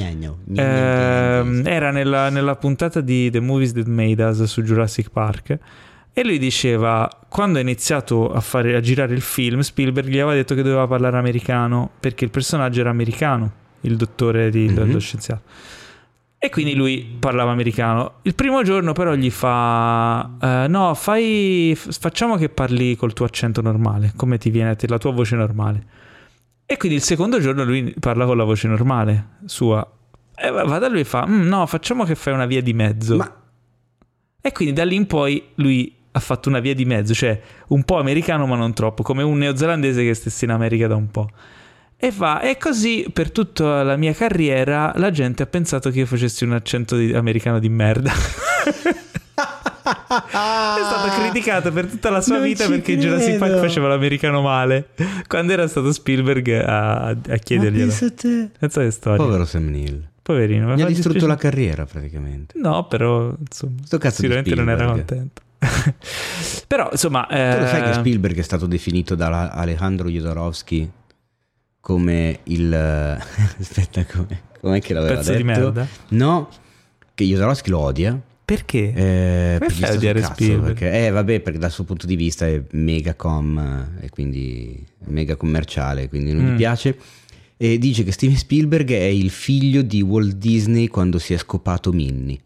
Era nella puntata di The Movies That Made Us su Jurassic Park. E lui diceva, quando ha iniziato a girare il film, Spielberg gli aveva detto che doveva parlare americano, perché il personaggio era americano, il dottore dello scienziato. E quindi lui parlava americano. Il primo giorno però gli fa, no, facciamo che parli col tuo accento normale, come ti viene a te, la tua voce normale. E quindi il secondo giorno lui parla con la voce normale sua. E va da lui e fa, no, facciamo che fai una via di mezzo. E quindi da lì in poi lui ha fatto una via di mezzo, cioè un po' americano ma non troppo, come un neozelandese che stesse in America da un po'. E così per tutta la mia carriera la gente ha pensato che io facessi un accento americano di merda. È stato criticato per tutta la sua vita perché in Jurassic Park faceva l'americano male, quando era stato Spielberg a chiederglielo. Pensa che storia.
Povero Sam Neill.
Poverino,
mi ha distrutto la carriera praticamente.
No, però insomma, sicuramente non era contento. Però insomma,
tu lo sai che Spielberg è stato definito da Alejandro Jodorowsky come il aspetta, com'è che l'aveva
pezzo
detto?
Di merda?
No, che Jodorowsky lo odia.
Perché?
Come fai a odiare Spielberg? Perché dal suo punto di vista è mega e quindi mega commerciale, quindi non gli piace. E dice che Steven Spielberg è il figlio di Walt Disney quando si è scopato Minnie.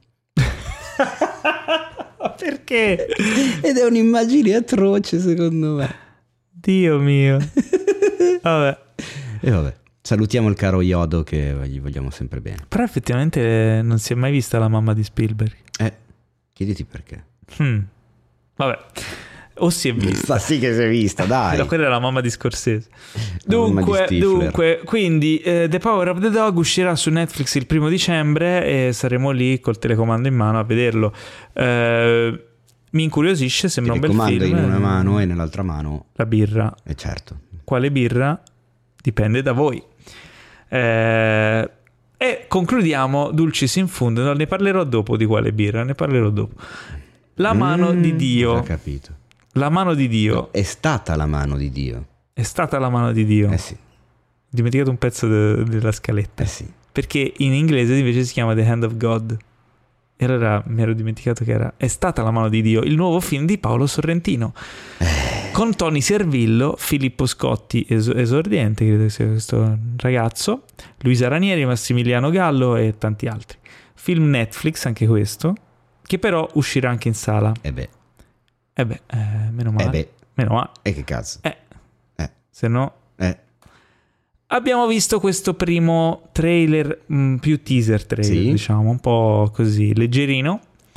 Perché?
Ed è un'immagine atroce secondo me.
Dio mio. Vabbè.
E vabbè, salutiamo il caro Yodo che gli vogliamo sempre bene.
Però effettivamente non si è mai vista la mamma di Spielberg.
Chiediti perché.
Vabbè. O si è vista.
Sì che si è vista, dai.
Quella è la mamma di Scorsese. Dunque, quindi The Power of the Dog uscirà su Netflix il 1 dicembre e saremo lì col telecomando in mano a vederlo. Mi incuriosisce, sembra un bel film.
Telecomando in una mano e nell'altra mano
la birra.
Certo.
Quale birra? Dipende da voi. E concludiamo Dulcis in Fundo. No, ne parlerò dopo di quale birra, ne parlerò dopo. La mano di Dio.
Ho capito.
La mano di Dio.
No, è stata la mano di Dio.
È stata la mano di Dio.
Sì.
Ho dimenticato un pezzo della scaletta.
Sì.
Perché in inglese invece si chiama The Hand of God. E allora mi ero dimenticato che era È stata la mano di Dio, il nuovo film di Paolo Sorrentino. Con Tony Servillo, Filippo Scotti, esordiente, credo sia questo ragazzo, Luisa Ranieri, Massimiliano Gallo e tanti altri. Film Netflix, anche questo, che però uscirà anche in sala. Meno male. Meno male.
E che cazzo?
Se no... Abbiamo visto questo primo trailer, più teaser trailer, diciamo, un po' così, leggerino,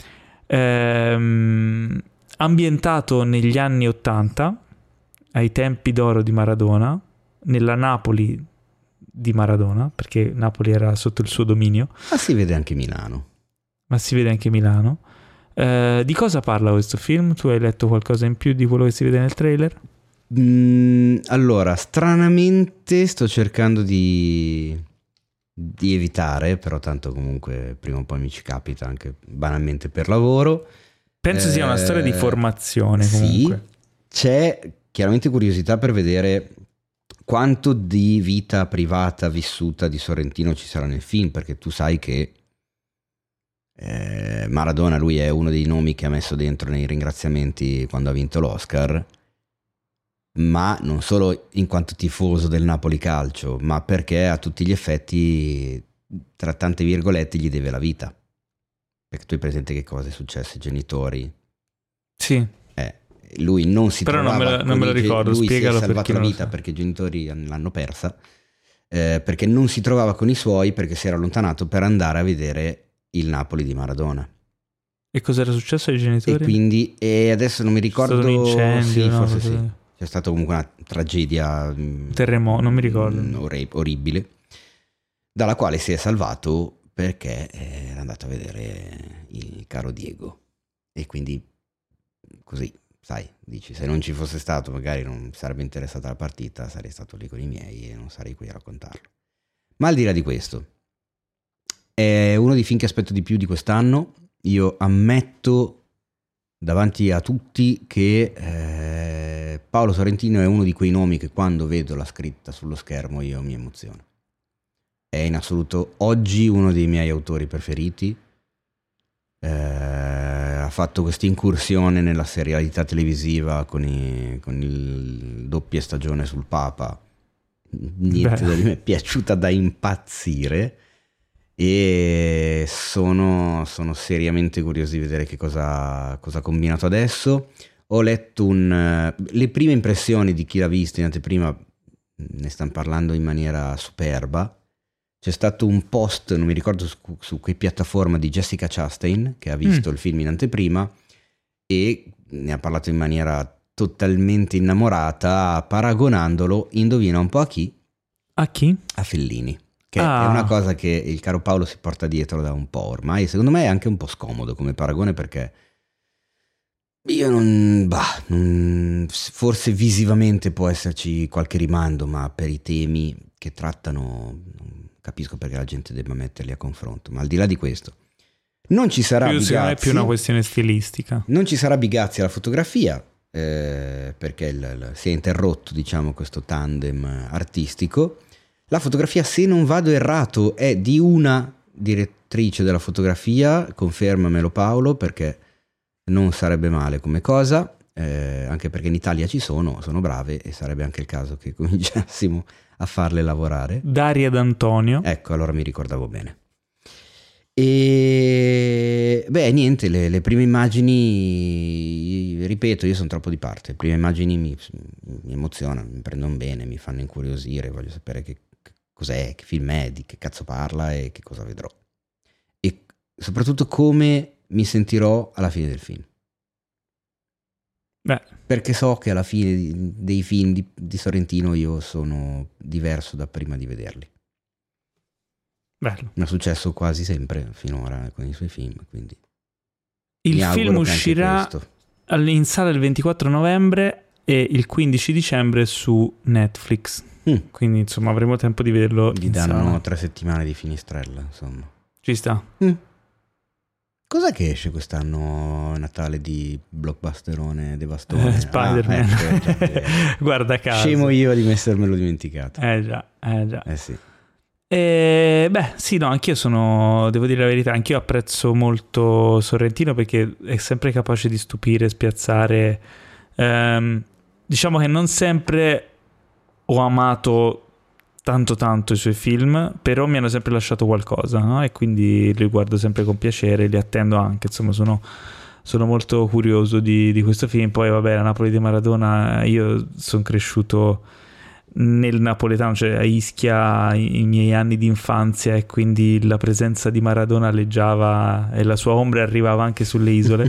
ambientato negli anni '80, ai tempi d'oro di Maradona, nella Napoli di Maradona, perché Napoli era sotto il suo dominio.
Ma si vede anche Milano.
Di cosa parla questo film? Tu hai letto qualcosa in più di quello che si vede nel trailer?
Allora, stranamente sto cercando di evitare, però tanto comunque prima o poi mi ci capita anche banalmente per lavoro.
Penso sia una storia di formazione comunque.
Sì, c'è chiaramente curiosità per vedere quanto di vita privata vissuta di Sorrentino ci sarà nel film, perché tu sai che Maradona, lui è uno dei nomi che ha messo dentro nei ringraziamenti quando ha vinto l'Oscar, ma non solo in quanto tifoso del Napoli calcio, ma perché a tutti gli effetti, tra tante virgolette, gli deve la vita. Perché tu hai presente che cosa è successo ai genitori?
Sì.
Lui non si
però
trovava
non me lo ricordo,
lui
spiegalo,
si è salvato la vita perché i genitori l'hanno persa, perché non si trovava con i suoi, perché si era allontanato per andare a vedere il Napoli di Maradona.
E cosa era successo ai genitori?
E quindi adesso non mi ricordo.
C'è stato un incendio,
sì,
no?
forse sì. C'è stata comunque una tragedia,
terremoto, non mi ricordo,
orribile, dalla quale si è salvato perché era andato a vedere il caro Diego. E quindi così, sai, dici, se non ci fosse stato magari non sarebbe interessata la partita, sarei stato lì con i miei e non sarei qui a raccontarlo. Ma al di là di questo, è uno dei film che aspetto di più di quest'anno. Io ammetto davanti a tutti che Paolo Sorrentino è uno di quei nomi che quando vedo la scritta sullo schermo io mi emoziono. È in assoluto oggi uno dei miei autori preferiti. Ha fatto questa incursione nella serialità televisiva con il doppia stagione sul Papa. Niente da dire, mi è piaciuta da impazzire. E sono seriamente curioso di vedere che cosa ha combinato adesso. Ho letto le prime impressioni di chi l'ha visto in anteprima, ne stanno parlando in maniera superba. C'è stato un post, non mi ricordo su che piattaforma, di Jessica Chastain che ha visto il film in anteprima e ne ha parlato in maniera totalmente innamorata, paragonandolo, indovina un po' a chi?
A chi?
A Fellini. Che è una cosa che il caro Paolo si porta dietro da un po' ormai. Secondo me è anche un po' scomodo come paragone, perché io forse visivamente può esserci qualche rimando, ma per i temi che trattano non capisco perché la gente debba metterli a confronto. Ma al di là di questo, non ci sarà Bigazzi.
Secondo me è più una questione stilistica.
Non ci sarà Bigazzi alla fotografia, perché si è interrotto, diciamo, questo tandem artistico. La fotografia, se non vado errato, è di una direttrice della fotografia, confermamelo Paolo, perché non sarebbe male come cosa, anche perché in Italia sono brave e sarebbe anche il caso che cominciassimo a farle lavorare.
Daria D'Antonio.
Ecco, allora mi ricordavo bene. E niente, le prime immagini, ripeto, io sono troppo di parte. Le prime immagini mi emozionano, mi prendono bene, mi fanno incuriosire, voglio sapere che cos'è, che film è, di che cazzo parla e che cosa vedrò. E soprattutto come mi sentirò alla fine del film. Perché so che alla fine dei film di Sorrentino io sono diverso da prima di vederli.
Bello.
Mi è successo quasi sempre finora con i suoi film, quindi
il film uscirà in sala il 24 novembre e il 15 dicembre su Netflix. Quindi insomma avremo tempo di vederlo.
Gli danno 3 settimane di finistrella, insomma.
Ci sta.
Cos'è che esce quest'anno Natale di blockbusterone devastone?
Spider-Man. Guarda caso.
Scemo io di essermelo dimenticato.
Già.
Sì.
Sì, no, anch'io devo dire la verità, anch'io apprezzo molto Sorrentino perché è sempre capace di stupire, spiazzare. Diciamo che non sempre ho amato tanto i suoi film, però mi hanno sempre lasciato qualcosa, no? E quindi li guardo sempre con piacere, li attendo anche, insomma sono molto curioso di questo film. Poi vabbè, la Napoli di Maradona, io sono cresciuto nel napoletano, cioè a Ischia, i miei anni di infanzia, e quindi la presenza di Maradona alleggiava e la sua ombra arrivava anche sulle isole.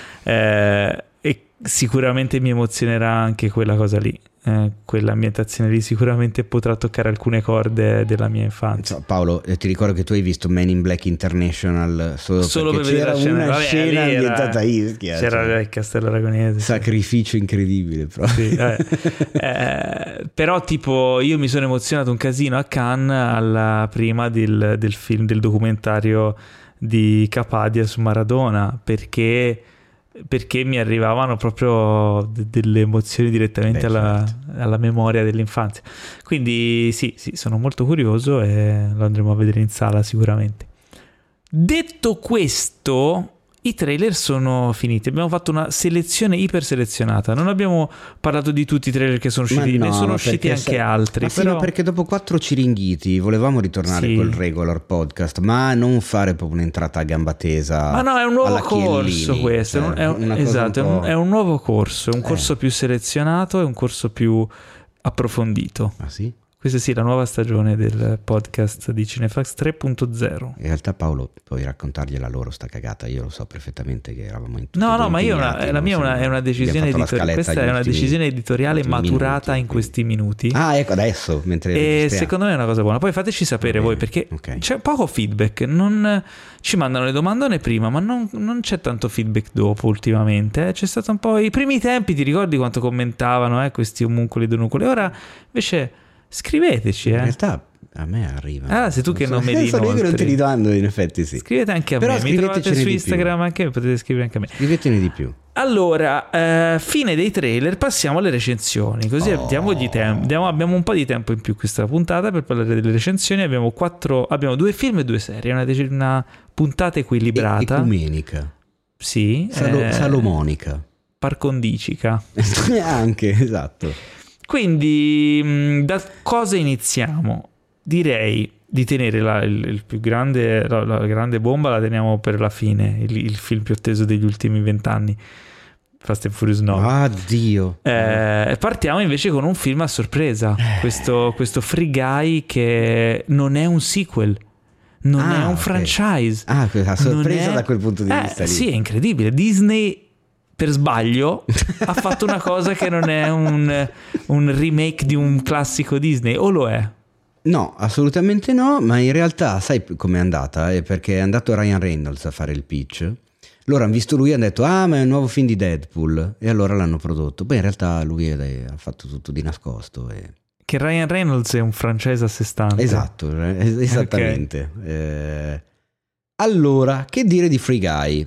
E sicuramente mi emozionerà anche quella cosa lì. Quell'ambientazione lì sicuramente potrà toccare alcune corde della mia infanzia.
Paolo, ti ricordo che tu hai visto Men in Black International solo
per
c'era una scena ambientata a Ischia,
c'era il Castello Aragonese,
sacrificio incredibile proprio.
Sì, però tipo io mi sono emozionato un casino a Cannes alla prima del film, del documentario di Capadia su Maradona, perché mi arrivavano proprio delle emozioni direttamente alla memoria dell'infanzia. Quindi sì, sono molto curioso e lo andremo a vedere in sala sicuramente. Detto questo, i trailer sono finiti. Abbiamo fatto una selezione iper selezionata. Non abbiamo parlato di tutti i trailer che sono usciti, ne sono usciti anche altri.
Ma perché dopo 4 ciringhiti volevamo ritornare col regular podcast, ma non fare proprio un'entrata a gamba tesa.
Ma no, è un nuovo corso questo. È un nuovo corso, è un corso più selezionato, è un corso più approfondito.
Ah sì?
Questa sì, la nuova stagione del podcast di Cinefax 3.0.
In realtà Paolo, puoi raccontargliela loro sta cagata, io lo so perfettamente che eravamo in
No, ma io la mia è una decisione editoriale. Questa è una decisione editoriale maturata in questi minuti.
Ah, ecco, adesso, mentre
e secondo me è una cosa buona. Poi fateci sapere voi, perché c'è poco feedback, non ci mandano le domandone prima, ma non c'è tanto feedback dopo ultimamente. C'è stato un po' i primi tempi, ti ricordi quanto commentavano questi omuncoli e donuncoli? Ora invece scriveteci.
In realtà a me arriva.
Ah, sei tu che non mi
sono io che non ti ridando, in effetti sì.
Scrivete anche a me, mi trovate su Instagram anche, potete scrivere anche a me.
Scrivetene di più.
Allora, fine dei trailer, passiamo alle recensioni, così diamogli tempo. Abbiamo un po' di tempo in più questa puntata per parlare delle recensioni. Abbiamo 2 film e 2 serie, una puntata equilibrata.
Ecumenica.
Sì.
Salomonica.
Parcondicica.
Anche, esatto.
Quindi da cosa iniziamo? Direi di tenere il più grande, la grande bomba la teniamo per la fine, il film più atteso degli ultimi 20 anni, Fast and Furious 9.
Addio.
Partiamo invece con un film a sorpresa, questo Free Guy, che non è un sequel, non è un franchise.
A sorpresa da quel punto di vista lì.
Sì, è incredibile. Disney per sbaglio ha fatto una cosa che non è un remake di un classico Disney, o lo è?
No, assolutamente no, ma in realtà sai com'è andata? È perché è andato Ryan Reynolds a fare il pitch, loro hanno visto lui e hanno detto ma è un nuovo film di Deadpool, e allora l'hanno prodotto. Poi in realtà lui ha fatto tutto di nascosto
Che Ryan Reynolds è un franchise a sé stante.
Esatto, esattamente. Okay. Allora, che dire di Free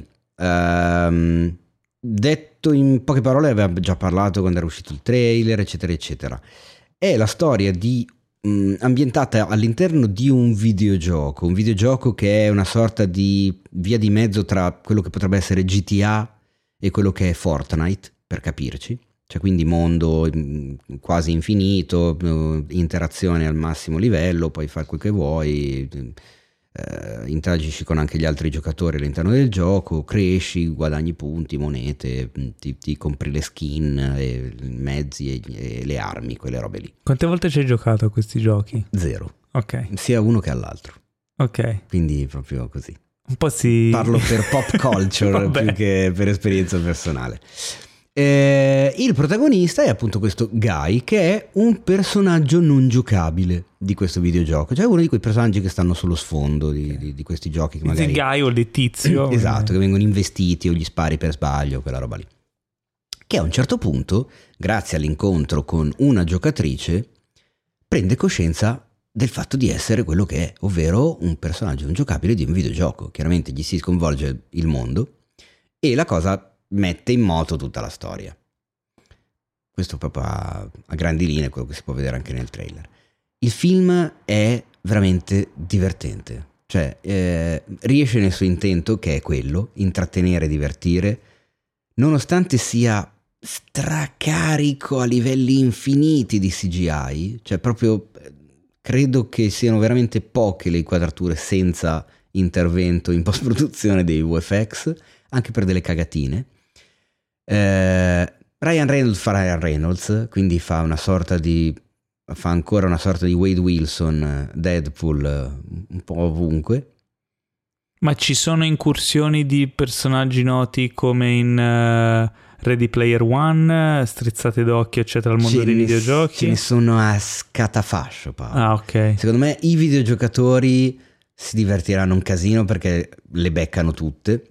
Guy? Detto in poche parole, avevamo già parlato quando era uscito il trailer, eccetera eccetera. È la storia ambientata all'interno di un videogioco che è una sorta di via di mezzo tra quello che potrebbe essere GTA e quello che è Fortnite, per capirci. Cioè quindi mondo quasi infinito, interazione al massimo livello, puoi fare quel che vuoi, interagisci con anche gli altri giocatori all'interno del gioco, cresci, guadagni punti, monete, ti compri le skin, i mezzi e le armi, quelle robe lì.
Quante volte ci hai giocato a questi giochi?
0.
Ok.
Sia uno che all'altro.
Ok.
Quindi proprio così.
Un po'
Parlo per pop culture più che per esperienza personale. Il protagonista è appunto questo Guy, che è un personaggio non giocabile di questo videogioco, cioè uno di quei personaggi che stanno sullo sfondo di questi giochi che magari...
Il Guy o il tizio.
Esatto, che vengono investiti o gli spari per sbaglio, quella roba lì. Che a un certo punto, grazie all'incontro con una giocatrice, prende coscienza del fatto di essere quello che è, ovvero un personaggio non giocabile di un videogioco. Chiaramente gli si sconvolge il mondo e la cosa mette in moto tutta la storia. Questo proprio a grandi linee, quello che si può vedere anche nel trailer. Il film è veramente divertente, cioè riesce nel suo intento, che è quello, intrattenere, divertire, nonostante sia stracarico a livelli infiniti di CGI, cioè proprio credo che siano veramente poche le inquadrature senza intervento in post-produzione dei VFX, anche per delle cagatine. Ryan Reynolds fa Ryan Reynolds, quindi fa ancora una sorta di Wade Wilson, Deadpool, un po' ovunque.
Ma ci sono incursioni di personaggi noti come in Ready Player One, strizzate d'occhio eccetera al mondo dei videogiochi?
Ce ne sono a scatafascio, Paolo.
Ah, ok.
Secondo me i videogiocatori si divertiranno un casino perché le beccano tutte.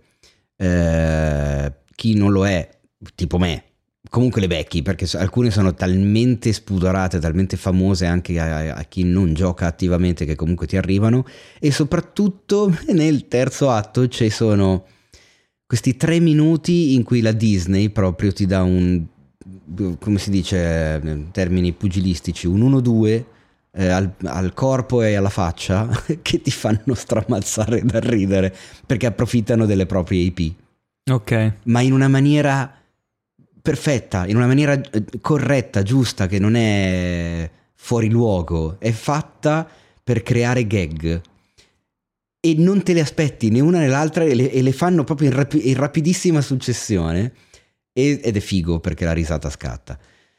Chi non lo è, tipo me, comunque le becchi, perché alcune sono talmente spudorate, talmente famose anche a chi non gioca attivamente, che comunque ti arrivano. E soprattutto nel terzo atto ci sono questi 3 minuti in cui la Disney proprio ti dà un, come si dice in termini pugilistici, un 1-2 al corpo e alla faccia che ti fanno stramazzare dal ridere, perché approfittano delle proprie IP.
Ok.
Ma in una maniera perfetta, in una maniera corretta, giusta, che non è fuori luogo, è fatta per creare gag e non te le aspetti né una né l'altra e le fanno proprio in rapidissima successione ed è figo perché la risata scatta.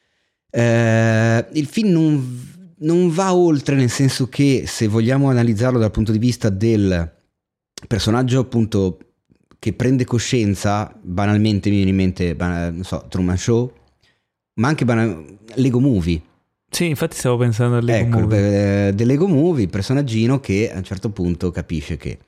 Il film non va oltre, nel senso che, se vogliamo analizzarlo dal punto di vista del personaggio appunto che prende coscienza, banalmente mi viene in mente, non so, Truman Show, ma anche Lego Movie.
Sì, infatti stavo pensando al Lego Movie.
Del Lego Movie, il personaggino che a un certo punto capisce che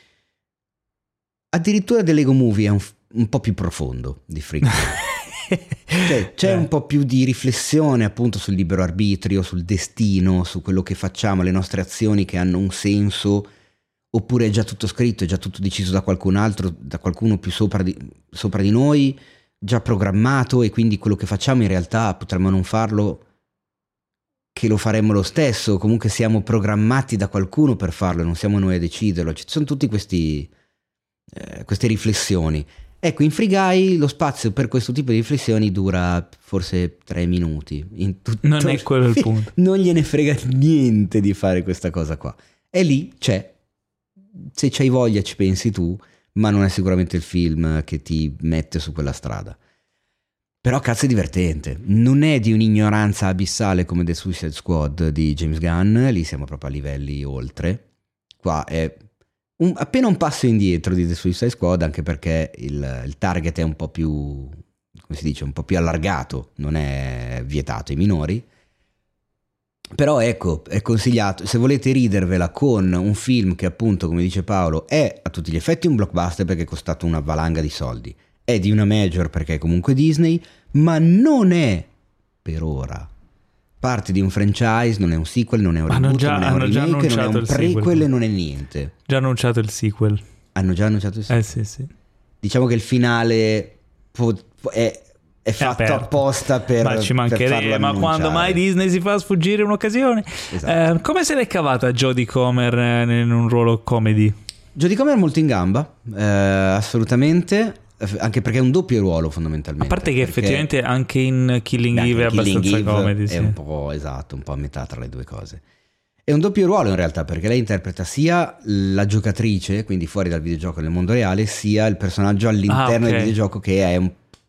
addirittura del Lego Movie è un po' più profondo di Freak. Cioè, c'è un po' più di riflessione appunto sul libero arbitrio, sul destino, su quello che facciamo, le nostre azioni che hanno un senso, oppure è già tutto scritto, è già tutto deciso da qualcun altro, da qualcuno più sopra di noi, già programmato, e quindi quello che facciamo in realtà potremmo non farlo, che lo faremmo lo stesso, comunque siamo programmati da qualcuno per farlo, non siamo noi a deciderlo. Ci sono tutti queste riflessioni. Ecco, in Free Guy lo spazio per questo tipo di riflessioni dura forse 3 minuti.
Non è quello il punto.
Non gliene frega niente di fare questa cosa qua. E lì c'è. Se c'hai voglia ci pensi tu, ma non è sicuramente il film che ti mette su quella strada. Però cazzo è divertente. Non è di un'ignoranza abissale come The Suicide Squad di James Gunn, lì siamo proprio a livelli oltre. Qua è appena un passo indietro di The Suicide Squad, anche perché il target è un po' più, come si dice, un po' più allargato, non è vietato ai minori. Però ecco, è consigliato, se volete ridervela con un film che appunto, come dice Paolo, è a tutti gli effetti un blockbuster perché è costato una valanga di soldi, è di una major perché è comunque Disney, ma non è per ora parte di un franchise, non è un sequel, non è un reboot, non è un remake, non è un prequel e non è niente.
Già annunciato il sequel.
Hanno già annunciato il sequel?
Sì.
Diciamo che il finale è fatto
aperto
apposta per,
ma ci mancherebbe, ma quando mai Disney si fa sfuggire un'occasione? Esatto. Come se l'è cavata Jodie Comer in un ruolo comedy?
Jodie Comer è molto in gamba, assolutamente, anche perché è un doppio ruolo fondamentalmente.
A parte che effettivamente anche in Killing Eve è abbastanza comedy,
è un po', esatto, un po' a metà tra le due cose. È un doppio ruolo in realtà, perché lei interpreta sia la giocatrice, quindi fuori dal videogioco nel mondo reale, sia il personaggio all'interno del videogioco, che è un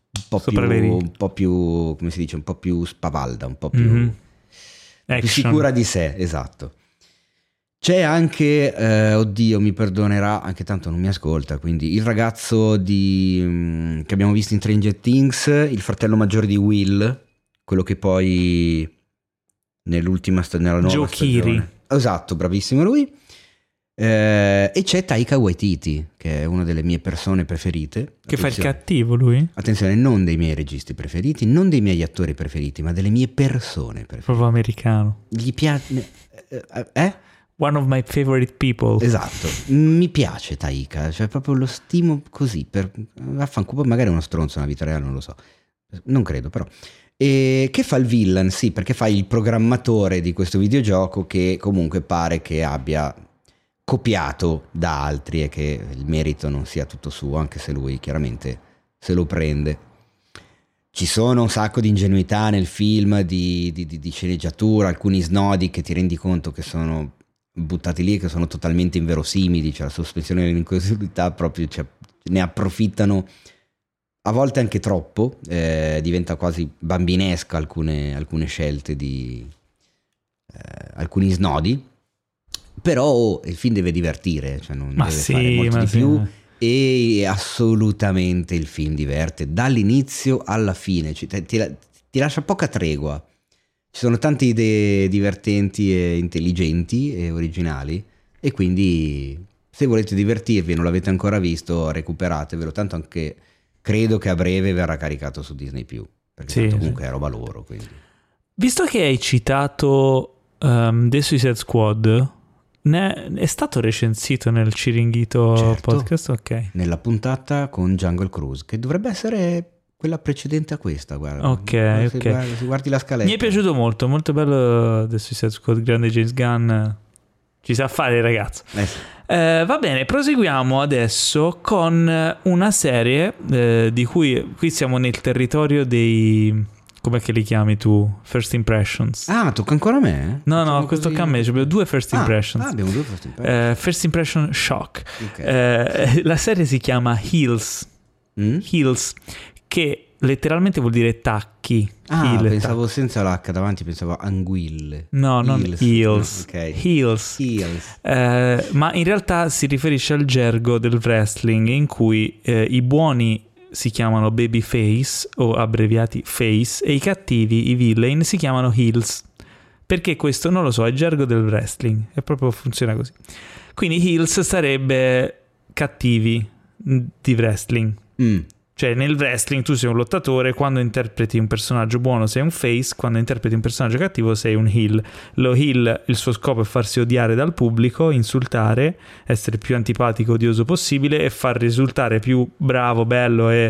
po' più, come si dice, un po' più spavalda, un po' più, più sicura di sé, esatto. C'è anche, oddio mi perdonerà, anche tanto non mi ascolta, quindi il ragazzo che abbiamo visto in Stranger Things, il fratello maggiore di Will, quello che poi nella nuova
Joe
stagione. Esatto, bravissimo lui. E c'è Taika Waititi, che è una delle mie persone preferite.
Che fa il cattivo lui?
Attenzione, non dei miei registi preferiti, non dei miei attori preferiti, ma delle mie persone preferite.
Proprio americano.
Gli piace.
One of my favorite people.
Esatto, mi piace Taika, cioè proprio lo stimo così, vaffanculo, magari è uno stronzo nella vita reale, non lo so, non credo però. E che fa il villain? Sì, perché fa il programmatore di questo videogioco che comunque pare che abbia copiato da altri e che il merito non sia tutto suo, anche se lui chiaramente se lo prende. Ci sono un sacco di ingenuità nel film, di sceneggiatura, alcuni snodi che ti rendi conto che sono buttati lì, che sono totalmente inverosimili, cioè la sospensione dell'incredulità proprio, cioè, ne approfittano a volte anche troppo, diventa quasi bambinesca alcune scelte di alcuni snodi, però il film deve divertire, cioè non deve fare molto di più, e assolutamente il film diverte dall'inizio alla fine, cioè, ti lascia poca tregua. Ci sono tante idee divertenti e intelligenti e originali, e quindi se volete divertirvi e non l'avete ancora visto, recuperatevelo, tanto anche credo che a breve verrà caricato su Disney+, perché comunque è roba loro. Quindi.
Visto che hai citato The Suicide Squad, è stato recensito nel Ciringhito podcast? Ok.
Nella puntata con Jungle Cruise, che dovrebbe essere quella precedente a questa, guarda.
Ok.
Se guardi la scaletta.
Mi è piaciuto molto, molto bello The Suicide Squad, grande James Gunn. Ci sa fare, ragazzo.
Sì.
Va bene, proseguiamo adesso con una serie di cui qui siamo nel territorio dei... Com'è che li chiami tu? First Impressions.
Ah, tocca ancora a me?
No, questo tocca a me. Abbiamo due First Impressions.
Abbiamo due First Impressions.
First Impression Shock.
Okay.
La serie si chiama Heels. Heels, che letteralmente vuol dire tacchi.
Pensavo senza l'H davanti, pensavo anguille.
No, non heels.
Okay.
Heels. Ma in realtà si riferisce al gergo del wrestling, in cui i buoni si chiamano babyface o abbreviati face, e i cattivi, i villain, si chiamano heels. Perché questo non lo so, è gergo del wrestling, e proprio funziona così. Quindi heels sarebbe cattivi di wrestling. Cioè nel wrestling tu sei un lottatore, quando interpreti un personaggio buono sei un face, quando interpreti un personaggio cattivo sei un heel. Lo heel, il suo scopo è farsi odiare dal pubblico, insultare, essere più antipatico, odioso possibile e far risultare più bravo, bello e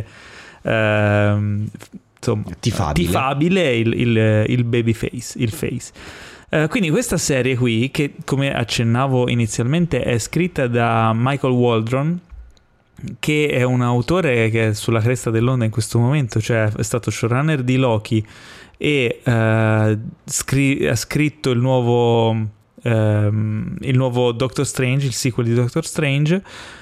insomma tifabile il babyface, il face. Quindi questa serie qui, che come accennavo inizialmente è scritta da Michael Waldron, che è un autore che è sulla cresta dell'onda in questo momento, cioè è stato showrunner di Loki e ha scritto il nuovo Doctor Strange, il sequel di Doctor Strange.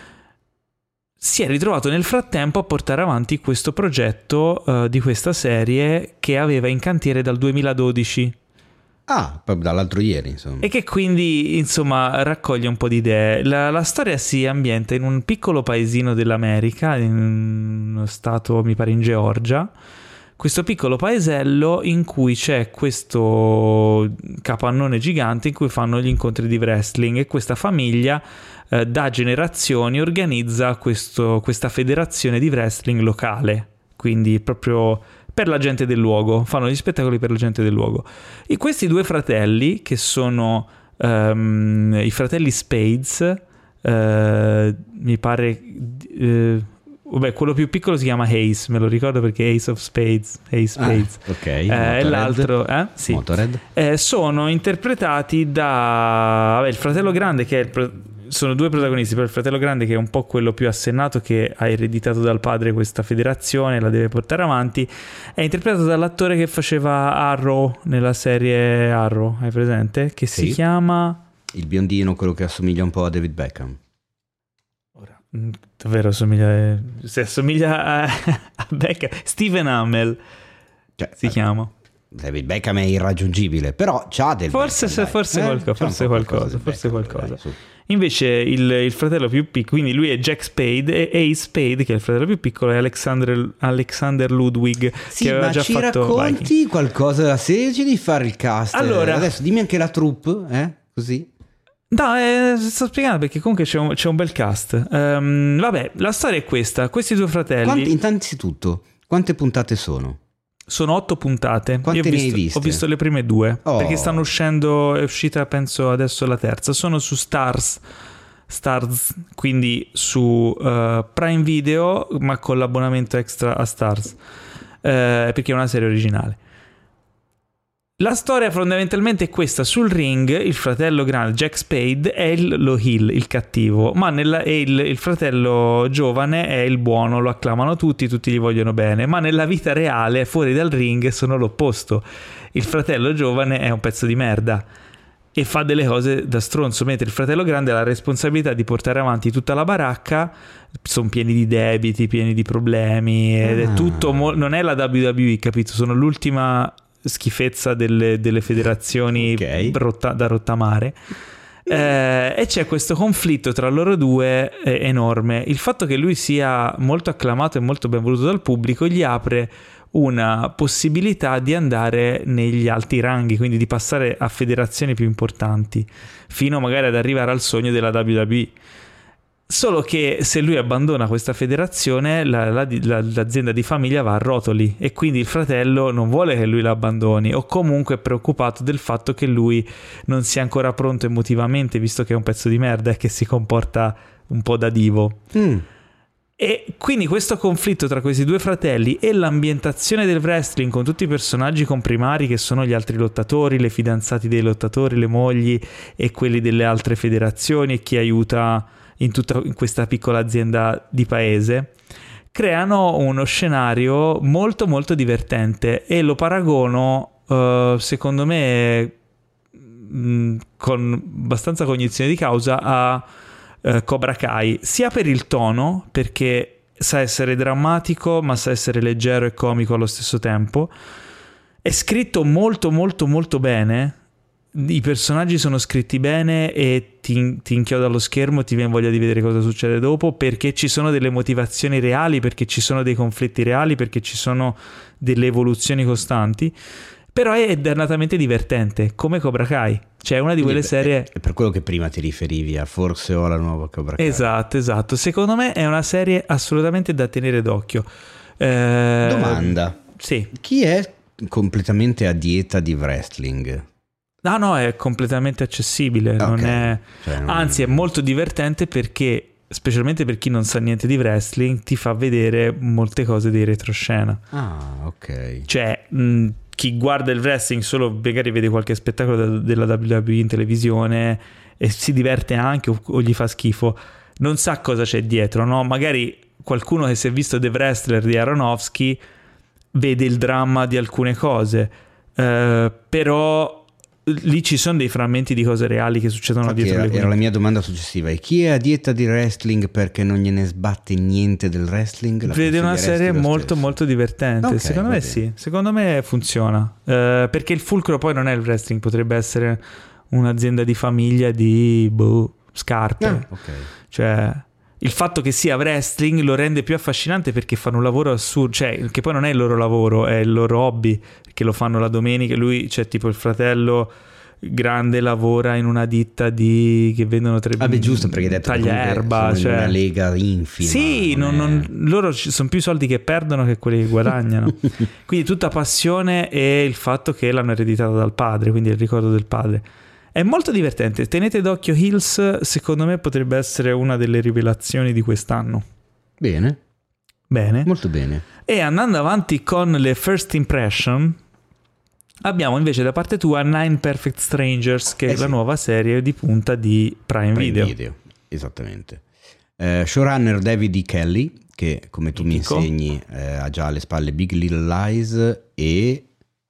Si è ritrovato nel frattempo a portare avanti questo progetto di questa serie che aveva in cantiere dal 2012.
Proprio dall'altro ieri, insomma.
E che quindi, insomma, raccoglie un po' di idee. La storia si ambienta in un piccolo paesino dell'America, in uno stato, mi pare in Georgia. Questo piccolo paesello in cui c'è questo capannone gigante in cui fanno gli incontri di wrestling, e questa famiglia da generazioni organizza questa federazione di wrestling locale. Quindi proprio... per la gente del luogo, fanno gli spettacoli per la gente del luogo. E questi due fratelli, che sono i fratelli Spades, mi pare... quello più piccolo si chiama Ace, me lo ricordo perché Ace of Spades.
Ok.
E l'altro... sì.
Motorhead.
Sono interpretati da... il fratello grande, che è sono due protagonisti, per il fratello grande, che è un po' quello più assennato, che ha ereditato dal padre questa federazione, la deve portare avanti, è interpretato dall'attore che faceva Arrow nella serie Arrow, hai presente? Che si chiama...
il biondino, quello che assomiglia un po' a David Beckham.
Ora, davvero assomiglia... se assomiglia a Beckham... Steven Amell, cioè, si chiama...
David Beckham è irraggiungibile, però c'ha del
forse qualcosa.
Dai,
invece il fratello più piccolo, quindi lui è Jack Spade, e Ace Spade, che è il fratello più piccolo, è Alexander Ludwig,
sì,
che aveva già fatto...
ma ci racconti qualcosa della serie? Di fare il cast?
Allora,
adesso dimmi anche la troupe, così.
No, sto spiegando perché comunque c'è un bel cast. Vabbè, la storia è questa: questi due fratelli...
Innanzitutto, quante puntate sono?
Sono 8 puntate.
Quante ne hai viste?
Ho visto le prime 2, perché stanno uscendo, è uscita penso adesso la terza. Sono su Stars, quindi su Prime Video, ma con l'abbonamento extra a Stars, perché è una serie originale. La storia fondamentalmente è questa: sul ring il fratello grande, Jack Spade, è lo heel, il cattivo, ma il fratello giovane è il buono, lo acclamano tutti gli vogliono bene, ma nella vita reale, fuori dal ring, sono l'opposto. Il fratello giovane è un pezzo di merda e fa delle cose da stronzo, mentre il fratello grande ha la responsabilità di portare avanti tutta la baracca. Sono pieni di debiti, pieni di problemi, ed è tutto non è la WWE, capito? Sono l'ultima schifezza delle federazioni da rottamare, e c'è questo conflitto tra loro due enorme. Il fatto che lui sia molto acclamato e molto ben voluto dal pubblico gli apre una possibilità di andare negli alti ranghi, quindi di passare a federazioni più importanti, fino magari ad arrivare al sogno della WWE. Solo che se lui abbandona questa federazione, l'azienda di famiglia va a rotoli, e quindi il fratello non vuole che lui la abbandoni, o comunque è preoccupato del fatto che lui non sia ancora pronto emotivamente, visto che è un pezzo di merda e che si comporta un po' da divo. E quindi questo conflitto tra questi due fratelli e l'ambientazione del wrestling, con tutti i personaggi comprimari che sono gli altri lottatori, le fidanzate dei lottatori, le mogli e quelli delle altre federazioni, e chi aiuta in questa piccola azienda di paese, creano uno scenario molto molto divertente, e lo paragono secondo me con abbastanza cognizione di causa a Cobra Kai, sia per il tono, perché sa essere drammatico ma sa essere leggero e comico allo stesso tempo. È scritto molto molto molto bene. I personaggi sono scritti bene e ti inchioda allo schermo, ti viene voglia di vedere cosa succede dopo, perché ci sono delle motivazioni reali, perché ci sono dei conflitti reali, perché ci sono delle evoluzioni costanti. Però è dannatamente divertente, come Cobra Kai. Cioè è una di quelle serie...
È per quello che prima ti riferivi a Forse o alla nuova Cobra Kai.
Esatto. Secondo me è una serie assolutamente da tenere d'occhio.
Domanda.
Sì.
Chi è completamente a dieta di wrestling?
No, è completamente accessibile, anzi è molto divertente, perché specialmente per chi non sa niente di wrestling ti fa vedere molte cose di retroscena. Cioè chi guarda il wrestling solo magari vede qualche spettacolo della WWE in televisione e si diverte anche, o gli fa schifo, non sa cosa c'è dietro, no? Magari qualcuno che si è visto The Wrestler di Aronofsky vede il dramma di alcune cose, però lì ci sono dei frammenti di cose reali che succedono dietro le quinte.
Era la mia domanda successiva: e chi è a dieta di wrestling perché non gliene sbatte niente del wrestling?
Vede una serie molto molto divertente. Secondo me sì, secondo me funziona, perché il fulcro poi non è il wrestling, potrebbe essere un'azienda di famiglia di scarpe. Cioè il fatto che sia wrestling lo rende più affascinante, perché fanno un lavoro assurdo, cioè che poi non è il loro lavoro, è il loro hobby, che lo fanno la domenica. Lui, cioè tipo il fratello grande, lavora in una ditta che vendono
giusto, perché hai detto
tagliaerba, cioè
una lega infima.
Sì, loro sono più soldi che perdono che quelli che guadagnano. Quindi tutta passione e il fatto che l'hanno ereditato dal padre, quindi il ricordo del padre. È molto divertente, tenete d'occhio Hills, secondo me potrebbe essere una delle rivelazioni di quest'anno.
Bene. Molto bene.
E andando avanti con le first impression, abbiamo invece da parte tua Nine Perfect Strangers, che è la nuova serie di punta di Prime Video.
Esattamente. Showrunner David E. Kelly, che come tu mi insegni ha già alle spalle Big Little Lies e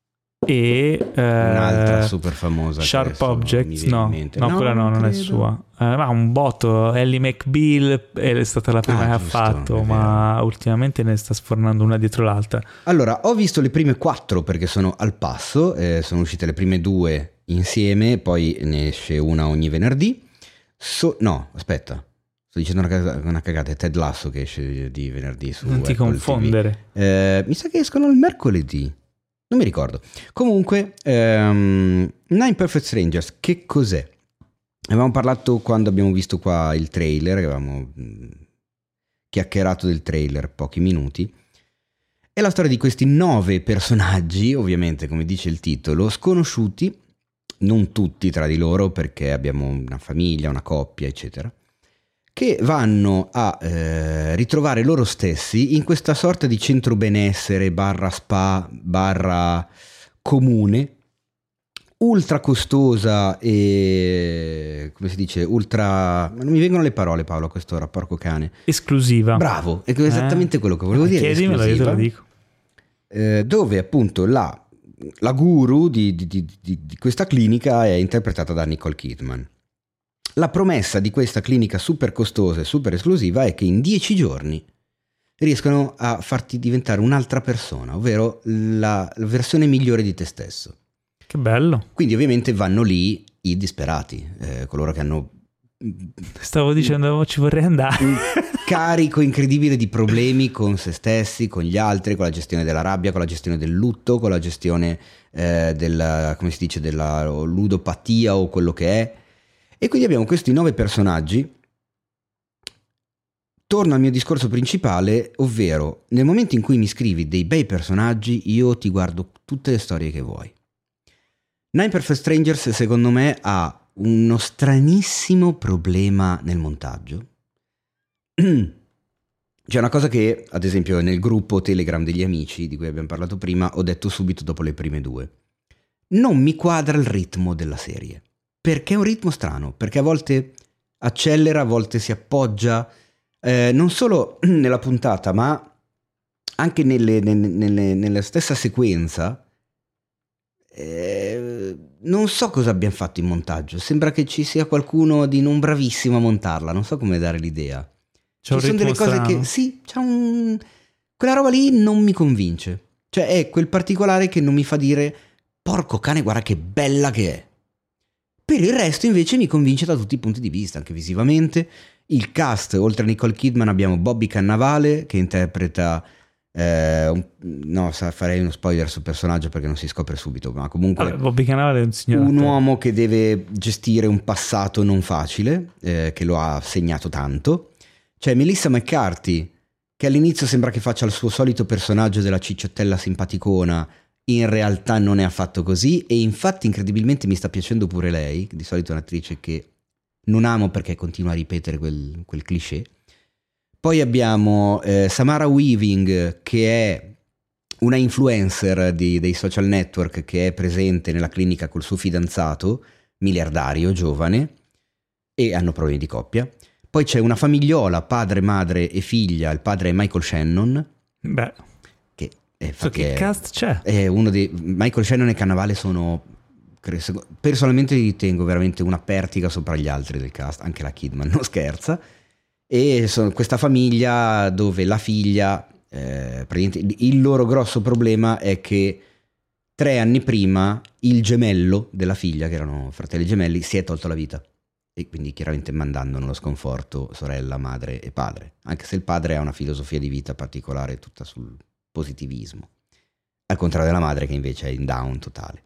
un'altra super famosa,
Sharp Objects, no, quella non è sua, ma un botto. Ellie McBeal è stata la prima che ha fatto, ma ultimamente ne sta sfornando una dietro l'altra.
Allora, ho visto le prime 4 perché sono al passo, sono uscite le prime 2 insieme, poi ne esce una ogni venerdì. No, aspetta, sto dicendo una cagata, è Ted Lasso che esce di venerdì su
non ti
Apple
confondere
TV. Mi sa che escono il mercoledì, non mi ricordo. Comunque, Nine Perfect Strangers, che cos'è? Avevamo parlato quando abbiamo visto qua il trailer, avevamo chiacchierato del trailer pochi minuti. È la storia di questi 9 personaggi, ovviamente come dice il titolo, sconosciuti, non tutti tra di loro perché abbiamo una famiglia, una coppia, eccetera, che vanno a ritrovare loro stessi in questa sorta di centro benessere barra spa barra comune, ultra costosa e, come si dice, ultra... non mi vengono le parole, Paolo, a quest'ora, porco cane.
Esclusiva.
Bravo, è esattamente quello che volevo dire.
Chiedimelo, io te lo dico.
Dove appunto la guru di questa clinica è interpretata da Nicole Kidman. La promessa di questa clinica super costosa e super esclusiva è che in 10 giorni riescono a farti diventare un'altra persona, ovvero la versione migliore di te stesso.
Che bello.
Quindi ovviamente vanno lì i disperati, coloro che hanno...
Stavo dicendo, ci vorrei andare.
Un carico incredibile di problemi con se stessi, con gli altri, con la gestione della rabbia, con la gestione del lutto, con la gestione della, come si dice, della ludopatia o quello che è. E quindi abbiamo questi 9 personaggi. Torno al mio discorso principale, ovvero nel momento in cui mi scrivi dei bei personaggi, io ti guardo tutte le storie che vuoi. Nine Perfect Strangers secondo me ha uno stranissimo problema nel montaggio. C'è una cosa che, ad esempio, nel gruppo Telegram degli amici di cui abbiamo parlato prima, ho detto subito dopo le prime 2. Non mi quadra il ritmo della serie. Perché è un ritmo strano, perché a volte accelera, a volte si appoggia, non solo nella puntata, ma anche nella stessa sequenza. Non so cosa abbiamo fatto in montaggio, sembra che ci sia qualcuno di non bravissimo a montarla, non so come dare l'idea. Ci sono delle cose strano. Che sì, quella roba lì non mi convince, cioè è quel particolare che non mi fa dire porco cane guarda che bella che è. Per il resto invece mi convince da tutti i punti di vista, anche visivamente. Il cast, oltre a Nicole Kidman abbiamo Bobby Cannavale che interpreta farei uno spoiler sul personaggio perché non si scopre subito, ma comunque
Bobby Cannavale è un signore,
un uomo che deve gestire un passato non facile, che lo ha segnato tanto. C'è Melissa McCarthy che all'inizio sembra che faccia il suo solito personaggio della cicciottella simpaticona, in realtà non è affatto così e infatti incredibilmente mi sta piacendo pure lei, di solito è un'attrice che non amo perché continua a ripetere quel cliché. Poi abbiamo Samara Weaving che è una influencer dei social network che è presente nella clinica col suo fidanzato, miliardario, giovane, e hanno problemi di coppia. Poi c'è una famigliola, padre, madre e figlia, il padre è Michael Shannon.
Beh, che cast c'è?
È uno dei... Michael Shannon e Cannavale sono... personalmente li ritengo veramente una pertica sopra gli altri del cast, anche la Kidman non scherza. E sono questa famiglia dove la figlia, praticamente il loro grosso problema è che 3 anni prima il gemello della figlia, che erano fratelli gemelli, si è tolto la vita e quindi chiaramente mandando nello sconforto sorella, madre e padre, anche se il padre ha una filosofia di vita particolare tutta sul positivismo, al contrario della madre che invece è in down totale.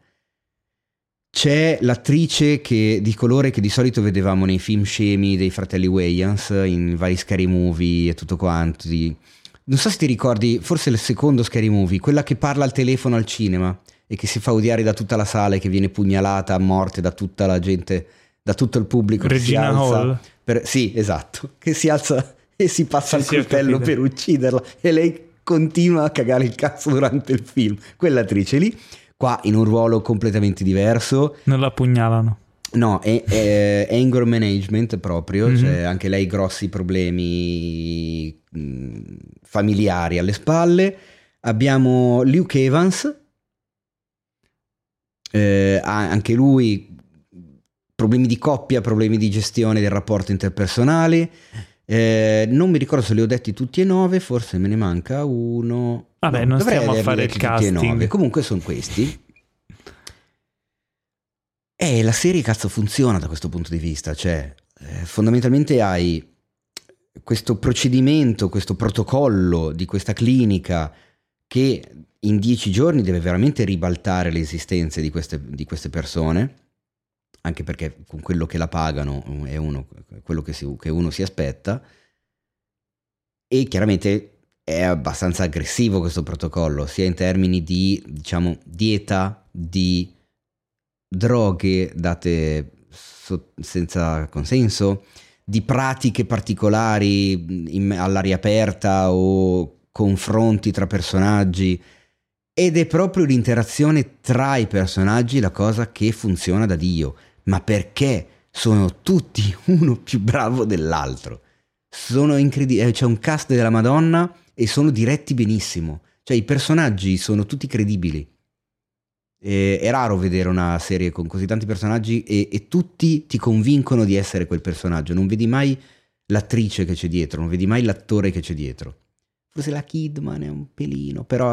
C'è l'attrice di colore che di solito vedevamo nei film scemi dei fratelli Wayans, in vari Scary Movie e tutto quanto. Non so se ti ricordi, forse il secondo Scary Movie, quella che parla al telefono al cinema e che si fa odiare da tutta la sala e che viene pugnalata a morte da tutta la gente, da tutto il pubblico.
Regina Hall.
Sì, esatto, che si alza e si passa il coltello per ucciderla e lei continua a cagare il cazzo durante il film. Quell'attrice lì. Qua in un ruolo completamente diverso.
Non la pugnalano.
No, è anger management proprio, cioè anche lei grossi problemi familiari alle spalle. Abbiamo Luke Evans, anche lui problemi di coppia, problemi di gestione del rapporto interpersonale. Non mi ricordo se li ho detti tutti e 9, forse me ne manca uno.
Vabbè, non stiamo a fare il casting.
Comunque sono questi. E la serie cazzo funziona da questo punto di vista, cioè fondamentalmente hai questo procedimento, questo protocollo di questa clinica che in 10 giorni deve veramente ribaltare le esistenze di queste persone, anche perché con quello che la pagano è quello che uno si aspetta, e chiaramente è abbastanza aggressivo questo protocollo, sia in termini di, diciamo, dieta, di droghe date senza consenso, di pratiche particolari all'aria aperta o confronti tra personaggi, ed è proprio l'interazione tra i personaggi la cosa che funziona da Dio, ma perché sono tutti uno più bravo dell'altro, sono incredibili, c'è un cast della Madonna e sono diretti benissimo, cioè i personaggi sono tutti credibili. È raro vedere una serie con così tanti personaggi e tutti ti convincono di essere quel personaggio, non vedi mai l'attrice che c'è dietro, non vedi mai l'attore che c'è dietro. Forse la Kidman è un pelino, però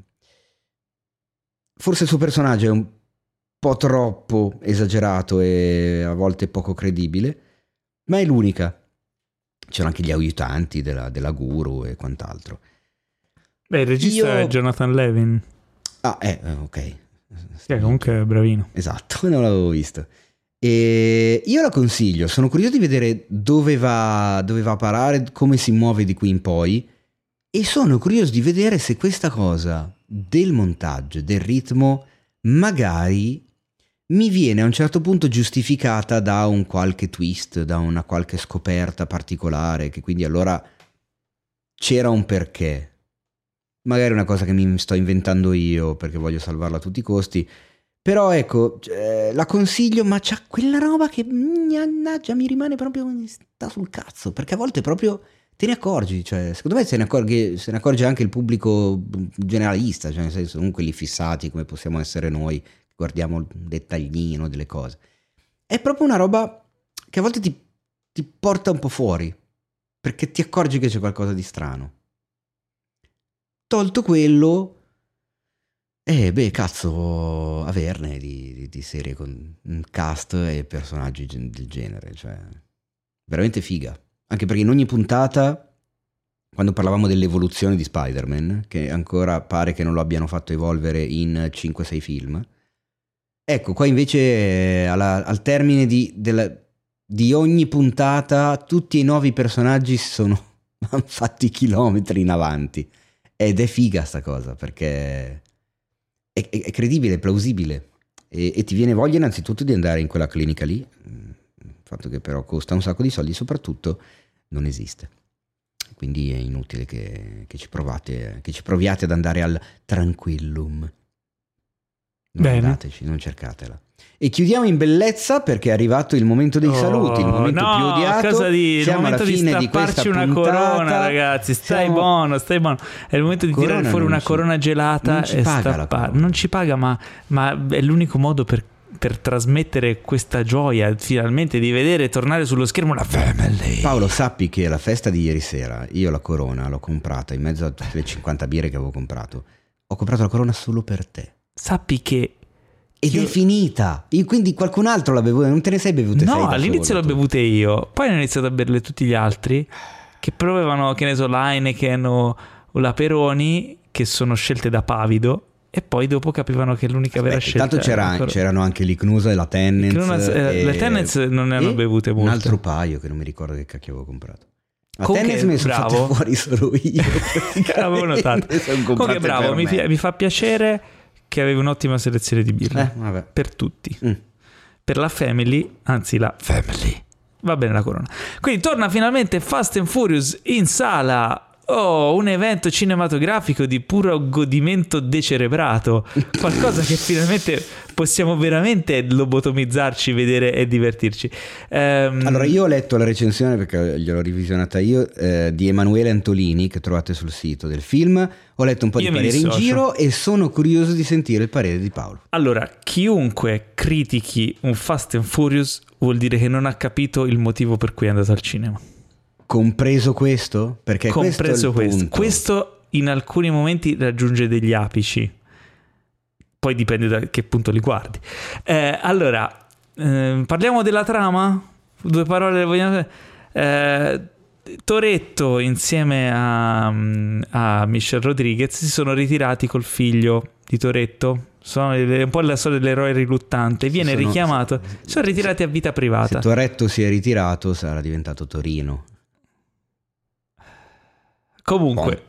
forse il suo personaggio è un po' troppo esagerato e a volte poco credibile, ma è l'unica. C'erano anche gli aiutanti della guru e quant'altro.
Beh, il regista è Jonathan Levin.
Ok.
Comunque è bravino.
Esatto, non l'avevo visto. E io la consiglio, sono curioso di vedere dove va a parare, come si muove di qui in poi, e sono curioso di vedere se questa cosa del montaggio, del ritmo, magari mi viene a un certo punto giustificata da un qualche twist, da una qualche scoperta particolare, che quindi allora c'era un perché. Magari una cosa che mi sto inventando io perché voglio salvarla a tutti i costi, però ecco, la consiglio, ma c'ha quella roba che mannaggia mi rimane proprio, sta sul cazzo, perché a volte proprio te ne accorgi, cioè secondo me se ne accorge anche il pubblico generalista, cioè nel senso non quelli fissati come possiamo essere noi, guardiamo il dettaglino delle cose. È proprio una roba che a volte ti porta un po' fuori, perché ti accorgi che c'è qualcosa di strano. Tolto quello, cazzo, averne di serie con un cast e personaggi del genere, cioè veramente figa. Anche perché in ogni puntata, quando parlavamo dell'evoluzione di Spider-Man, che ancora pare che non lo abbiano fatto evolvere in 5-6 film, ecco, qua invece al termine di ogni puntata tutti i nuovi personaggi hanno fatti chilometri in avanti. Ed è figa sta cosa, perché è credibile, è plausibile e ti viene voglia innanzitutto di andare in quella clinica lì, il fatto che però costa un sacco di soldi, soprattutto non esiste, quindi è inutile che ci proviate ad andare al Tranquillum. Non andateci, non cercatela. E chiudiamo in bellezza perché è arrivato il momento dei saluti, il momento più odiato. Siamo alla fine di questa puntata.
Una corona, ragazzi, stai buono. È il momento di tirare fuori una corona gelata e stappare. Non ci paga, ma è l'unico modo per trasmettere questa gioia finalmente di vedere tornare sullo schermo la Family.
Paolo, sappi che la festa di ieri sera io la corona l'ho comprata in mezzo a tutte le 50 birre che avevo comprato. Ho comprato la corona solo per te.
Sappi che
ed è finita. Io quindi qualcun altro l'ha bevuta, non te ne sei bevute?
No, all'inizio l'ho bevute io, poi ho iniziato a berle tutti gli altri che provavano, che ne so, la Heineken o la Peroni, che sono scelte da pavido, e poi dopo capivano che l'unica vera scelta.
Tanto c'erano anche l'Icnusa e la Tennent's.
Le Tennent's non ne hanno bevute molte.
Un altro paio che non mi ricordo che cacchio avevo comprato. La Tennent's me ne sono fatte fuori solo io.
Avevo notato. Comunque bravo, mi fa piacere che avevi un'ottima selezione di birre per tutti. Per la Family, anzi la Family, va bene la corona. Quindi torna finalmente Fast and Furious in sala. Un evento cinematografico di puro godimento decerebrato, qualcosa che finalmente possiamo veramente lobotomizzarci, vedere e divertirci.
Allora, io ho letto la recensione, perché gliel'ho revisionata io, di Emanuele Antolini, che trovate sul sito del film. Ho letto un po' di pareri in giro e sono curioso di sentire il parere di Paolo.
Allora, chiunque critichi un Fast and Furious vuol dire che non ha capito il motivo per cui è andato al cinema.
Compreso questo? Perché
compreso
questo è il punto.
Questo in alcuni momenti raggiunge degli apici, poi dipende da che punto li guardi. Allora, parliamo della trama? 2 parole vogliamo... Toretto insieme a Michelle Rodriguez si sono ritirati col figlio di Toretto. Sono un po' la storia dell'eroe riluttante. Viene richiamato. Sono ritirati a vita privata.
Se Toretto si è ritirato sarà diventato Torino.
Comunque,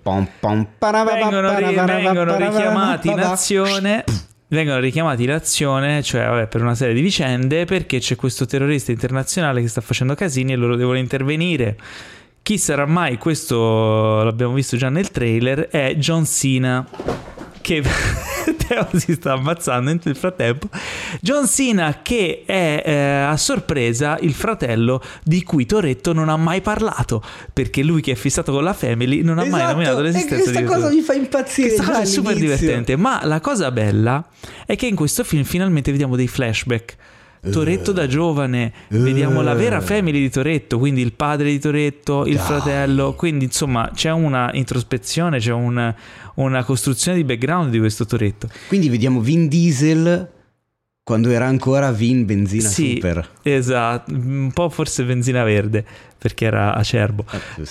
vengono richiamati in azione. Vengono richiamati in azione, cioè vabbè, per una serie di vicende, perché c'è questo terrorista internazionale che sta facendo casini e loro devono intervenire. Chi sarà mai? Questo l'abbiamo visto già nel trailer. È John Cena, che Teo si sta ammazzando nel frattempo. John Cena, che è a sorpresa il fratello di cui Toretto non ha mai parlato, perché lui, che è fissato con la Family, non ha mai nominato l'esistenza di
questa cosa mi fa impazzire.
Questa cosa è super divertente. Ma la cosa bella è che in questo film finalmente vediamo dei flashback. Toretto da giovane, vediamo la vera Family di Toretto, quindi il padre di Toretto, il fratello, quindi insomma c'è una introspezione, c'è una costruzione di background di questo Toretto.
Quindi vediamo Vin Diesel quando era ancora Vin Benzina Super.
Esatto, un po' forse benzina verde, perché era acerbo.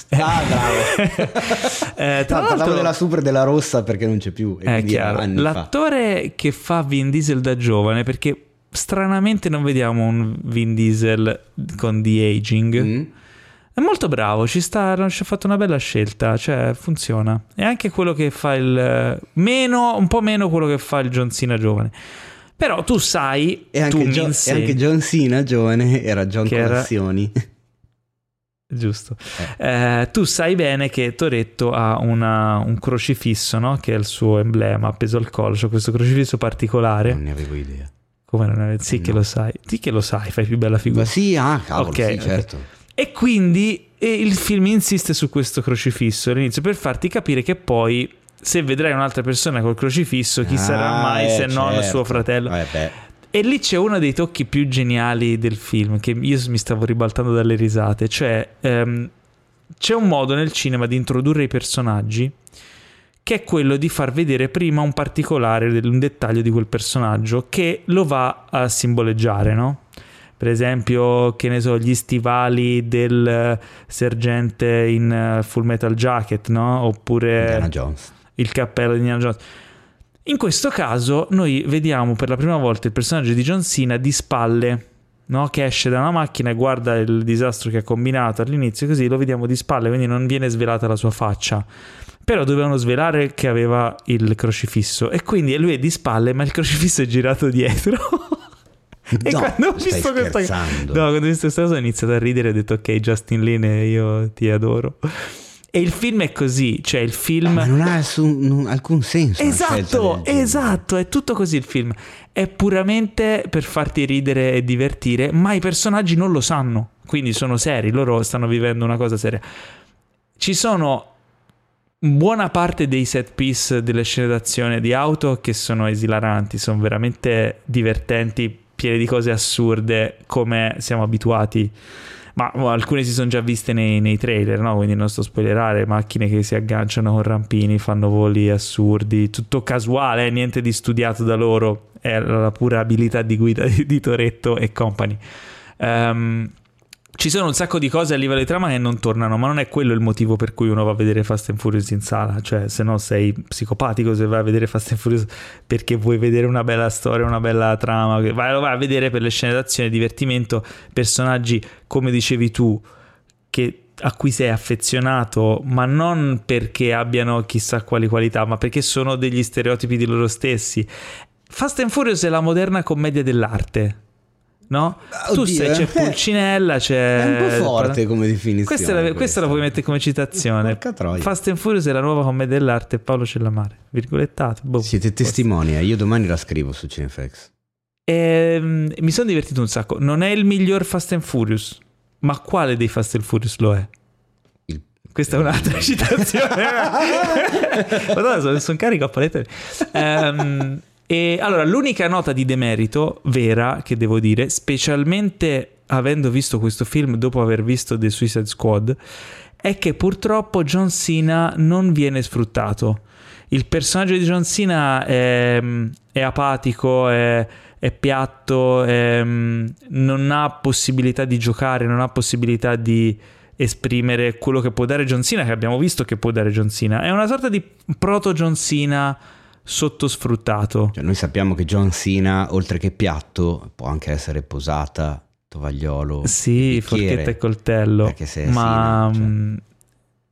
Bravo. Parlavo della Super e della rossa perché non c'è più.
È chiaro. L'attore che fa Vin Diesel da giovane, perché stranamente non vediamo un Vin Diesel con de-aging, è molto bravo, ci ha fatto una bella scelta, cioè funziona. E anche quello che fa un po' meno quello che fa il John Cena giovane. Però tu sai,
e anche John Cena giovane era John Colazioni.
Giusto. Tu sai bene che Toretto ha un crocifisso, no? Che è il suo emblema appeso al collo, cioè questo crocifisso particolare.
Non ne avevo idea.
Come non avevo? Sì, no. Che lo sai. Sì che lo sai, fai più bella figura.
Ma sì, cavolo, sì, certo.
E quindi il film insiste su questo crocifisso all'inizio per farti capire che poi, se vedrai un'altra persona col crocifisso, chi sarà mai se non il suo fratello. E lì c'è uno dei tocchi più geniali del film, che io mi stavo ribaltando dalle risate. Cioè c'è un modo nel cinema di introdurre i personaggi, che è quello di far vedere prima un particolare, un dettaglio di quel personaggio che lo va a simboleggiare, no? Per esempio, che ne so, gli stivali del sergente in Full Metal Jacket, no? Oppure
Indiana Jones.
Il cappello di Indiana Jones. In questo caso noi vediamo per la prima volta il personaggio di John Cena di spalle, no? Che esce da una macchina e guarda il disastro che ha combinato all'inizio, così lo vediamo di spalle, quindi non viene svelata la sua faccia. Però dovevano svelare che aveva il crocifisso, e quindi lui è di spalle ma il crocifisso è girato dietro. E
no,
quando ho visto questa cosa ho iniziato a ridere e ho detto ok, Justin Lin, io ti adoro. E il film è così, cioè il film
ma non ha alcun senso.
Esatto, è tutto così il film. È puramente per farti ridere e divertire, ma i personaggi non lo sanno, quindi sono seri, loro stanno vivendo una cosa seria. Ci sono buona parte dei set piece delle scene d'azione di auto che sono esilaranti, sono veramente divertenti, piene di cose assurde come siamo abituati, ma alcune si sono già viste nei trailer, no? Quindi non sto a spoilerare, macchine che si agganciano con rampini, fanno voli assurdi, tutto casuale, niente di studiato da loro, è la pura abilità di guida di Toretto e company. Ci sono un sacco di cose a livello di trama che non tornano, ma non è quello il motivo per cui uno va a vedere Fast and Furious in sala. Cioè, se no sei psicopatico se vai a vedere Fast and Furious perché vuoi vedere una bella storia, una bella trama. Lo vai a vedere per le scene d'azione, divertimento, personaggi, come dicevi tu, a cui sei affezionato, ma non perché abbiano chissà quali qualità, ma perché sono degli stereotipi di loro stessi. Fast and Furious è la moderna commedia dell'arte, no? C'è Pulcinella, c'è...
È un po' forte come definizione.
Questa la puoi mettere come citazione. Fast and Furious è la nuova commedia dell'arte, Paolo Cellamare, virgolettato.
Siete testimoni, io domani la scrivo su Cinefx.
Mi sono divertito un sacco. Non è il miglior Fast and Furious, ma quale dei Fast and Furious lo è? Questa è un'altra citazione. Madonna, sono carico a palette. E allora, l'unica nota di demerito vera che devo dire, specialmente avendo visto questo film dopo aver visto The Suicide Squad, è che purtroppo John Cena non viene sfruttato. Il personaggio di John Cena è apatico, è piatto, non ha possibilità di giocare, non ha possibilità di esprimere quello che può dare John Cena, che abbiamo visto che può dare John Cena. È una sorta di proto John Cena sottosfruttato.
Cioè, noi sappiamo che John Cena, oltre che piatto, può anche essere posata, tovagliolo,
sì, forchetta e coltello,
perché se
ma
Cena, cioè,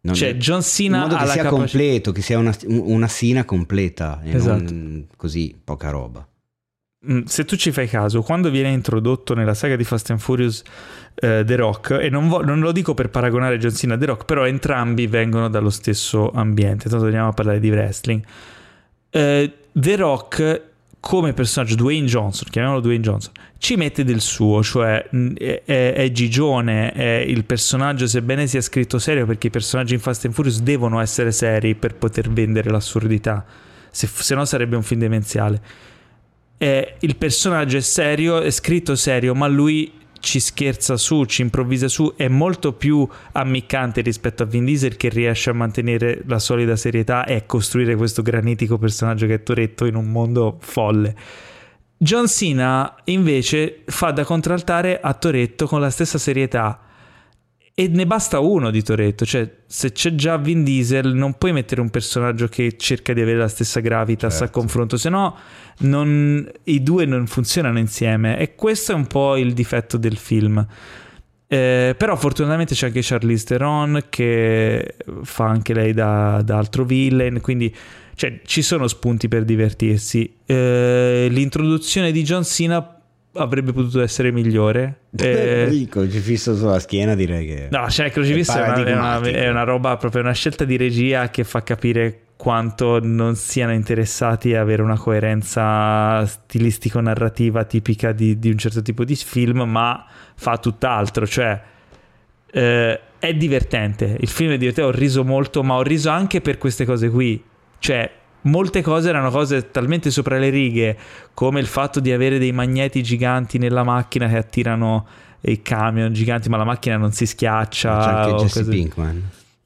Cioè John Cena
in modo che
ha
sia
la
completo, che sia una scena completa e
esatto.
non così poca roba.
Se tu ci fai caso, quando viene introdotto nella saga di Fast and Furious The Rock, e non lo dico per paragonare John Cena a The Rock, però entrambi vengono dallo stesso ambiente, tanto andiamo a parlare di wrestling. The Rock come personaggio, Dwayne Johnson, chiamiamolo Dwayne Johnson, ci mette del suo, cioè è gigione, è il personaggio, sebbene sia scritto serio, perché i personaggi in Fast and Furious devono essere seri per poter vendere l'assurdità, se no sarebbe un film demenziale. Il personaggio è serio, è scritto serio, ma lui ci scherza su, ci improvvisa su, è molto più ammiccante rispetto a Vin Diesel, che riesce a mantenere la solida serietà e a costruire questo granitico personaggio che è Toretto in un mondo folle. John Cena invece fa da contraltare a Toretto con la stessa serietà, e ne basta uno di Toretto, cioè se c'è già Vin Diesel non puoi mettere un personaggio che cerca di avere la stessa gravitas a confronto, se no i due non funzionano insieme, e questo è un po' il difetto del film. Però fortunatamente c'è anche Charlize Theron che fa anche lei da altro villain, quindi cioè, ci sono spunti per divertirsi. L'introduzione di John Cena avrebbe potuto essere migliore.
Crocifisso sulla schiena, direi che
no, cioè crocifisso è una roba, proprio una scelta di regia che fa capire quanto non siano interessati a avere una coerenza stilistico-narrativa tipica di un certo tipo di film, ma fa tutt'altro, cioè è divertente, il film è divertente, ho riso molto, ma ho riso anche per queste cose qui, cioè molte cose erano cose talmente sopra le righe, come il fatto di avere dei magneti giganti nella macchina che attirano i camion giganti, ma la macchina non si schiaccia.
C'è anche Jesse Pinkman.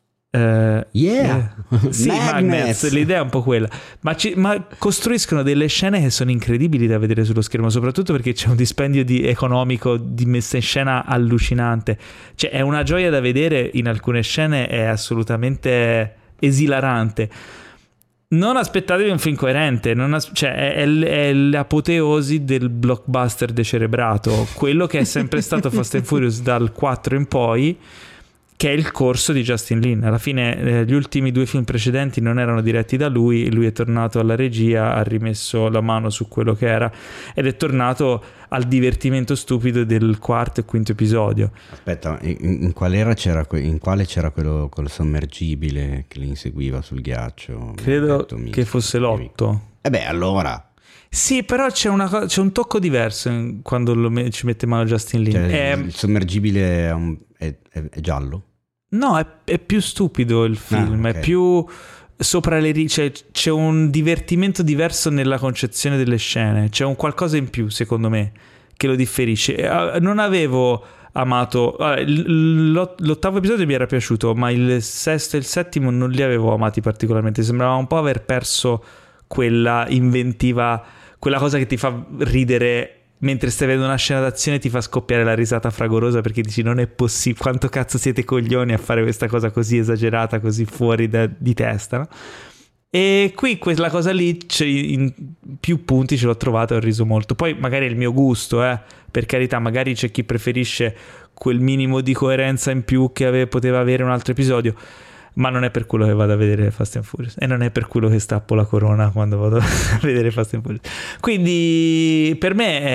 Sì, Magnets, l'idea è un po' quella, ma costruiscono delle scene che sono incredibili da vedere sullo schermo, soprattutto perché c'è un dispendio economico di messa in scena allucinante, cioè è una gioia da vedere in alcune scene, è assolutamente esilarante. Non aspettatevi un film coerente, cioè è l'apoteosi del blockbuster decerebrato, quello che è sempre stato Fast and Furious dal 4 in poi, che è il corso di Justin Lin. Alla fine gli ultimi due film precedenti non erano diretti da lui è tornato alla regia, ha rimesso la mano su quello che era ed è tornato al divertimento stupido del quarto e quinto episodio.
Aspetta, in quale c'era quello col sommergibile che li inseguiva sul ghiaccio?
Credo che fosse l'8.
Allora
sì, però c'è un tocco diverso quando ci mette mano Justin Lin.
Cioè, il sommergibile è giallo?
No, è più stupido il film,
okay.
È più sopra le righe, cioè, c'è un divertimento diverso nella concezione delle scene, c'è un qualcosa in più secondo me che lo differisce. Non avevo amato l'ottavo episodio, mi era piaciuto, ma il sesto e il settimo non li avevo amati particolarmente, sembrava un po' aver perso quella inventiva, quella cosa che ti fa ridere mentre stai vedendo una scena d'azione, ti fa scoppiare la risata fragorosa perché dici non è possibile, quanto cazzo siete coglioni a fare questa cosa così esagerata, così fuori di testa, no? E qui quella cosa lì in più punti ce l'ho trovata e ho riso molto. Poi magari è il mio gusto, per carità, magari c'è chi preferisce quel minimo di coerenza in più che poteva avere un altro episodio, ma non è per quello che vado a vedere Fast and Furious, e non è per quello che stappo la corona quando vado a vedere Fast and Furious. Quindi per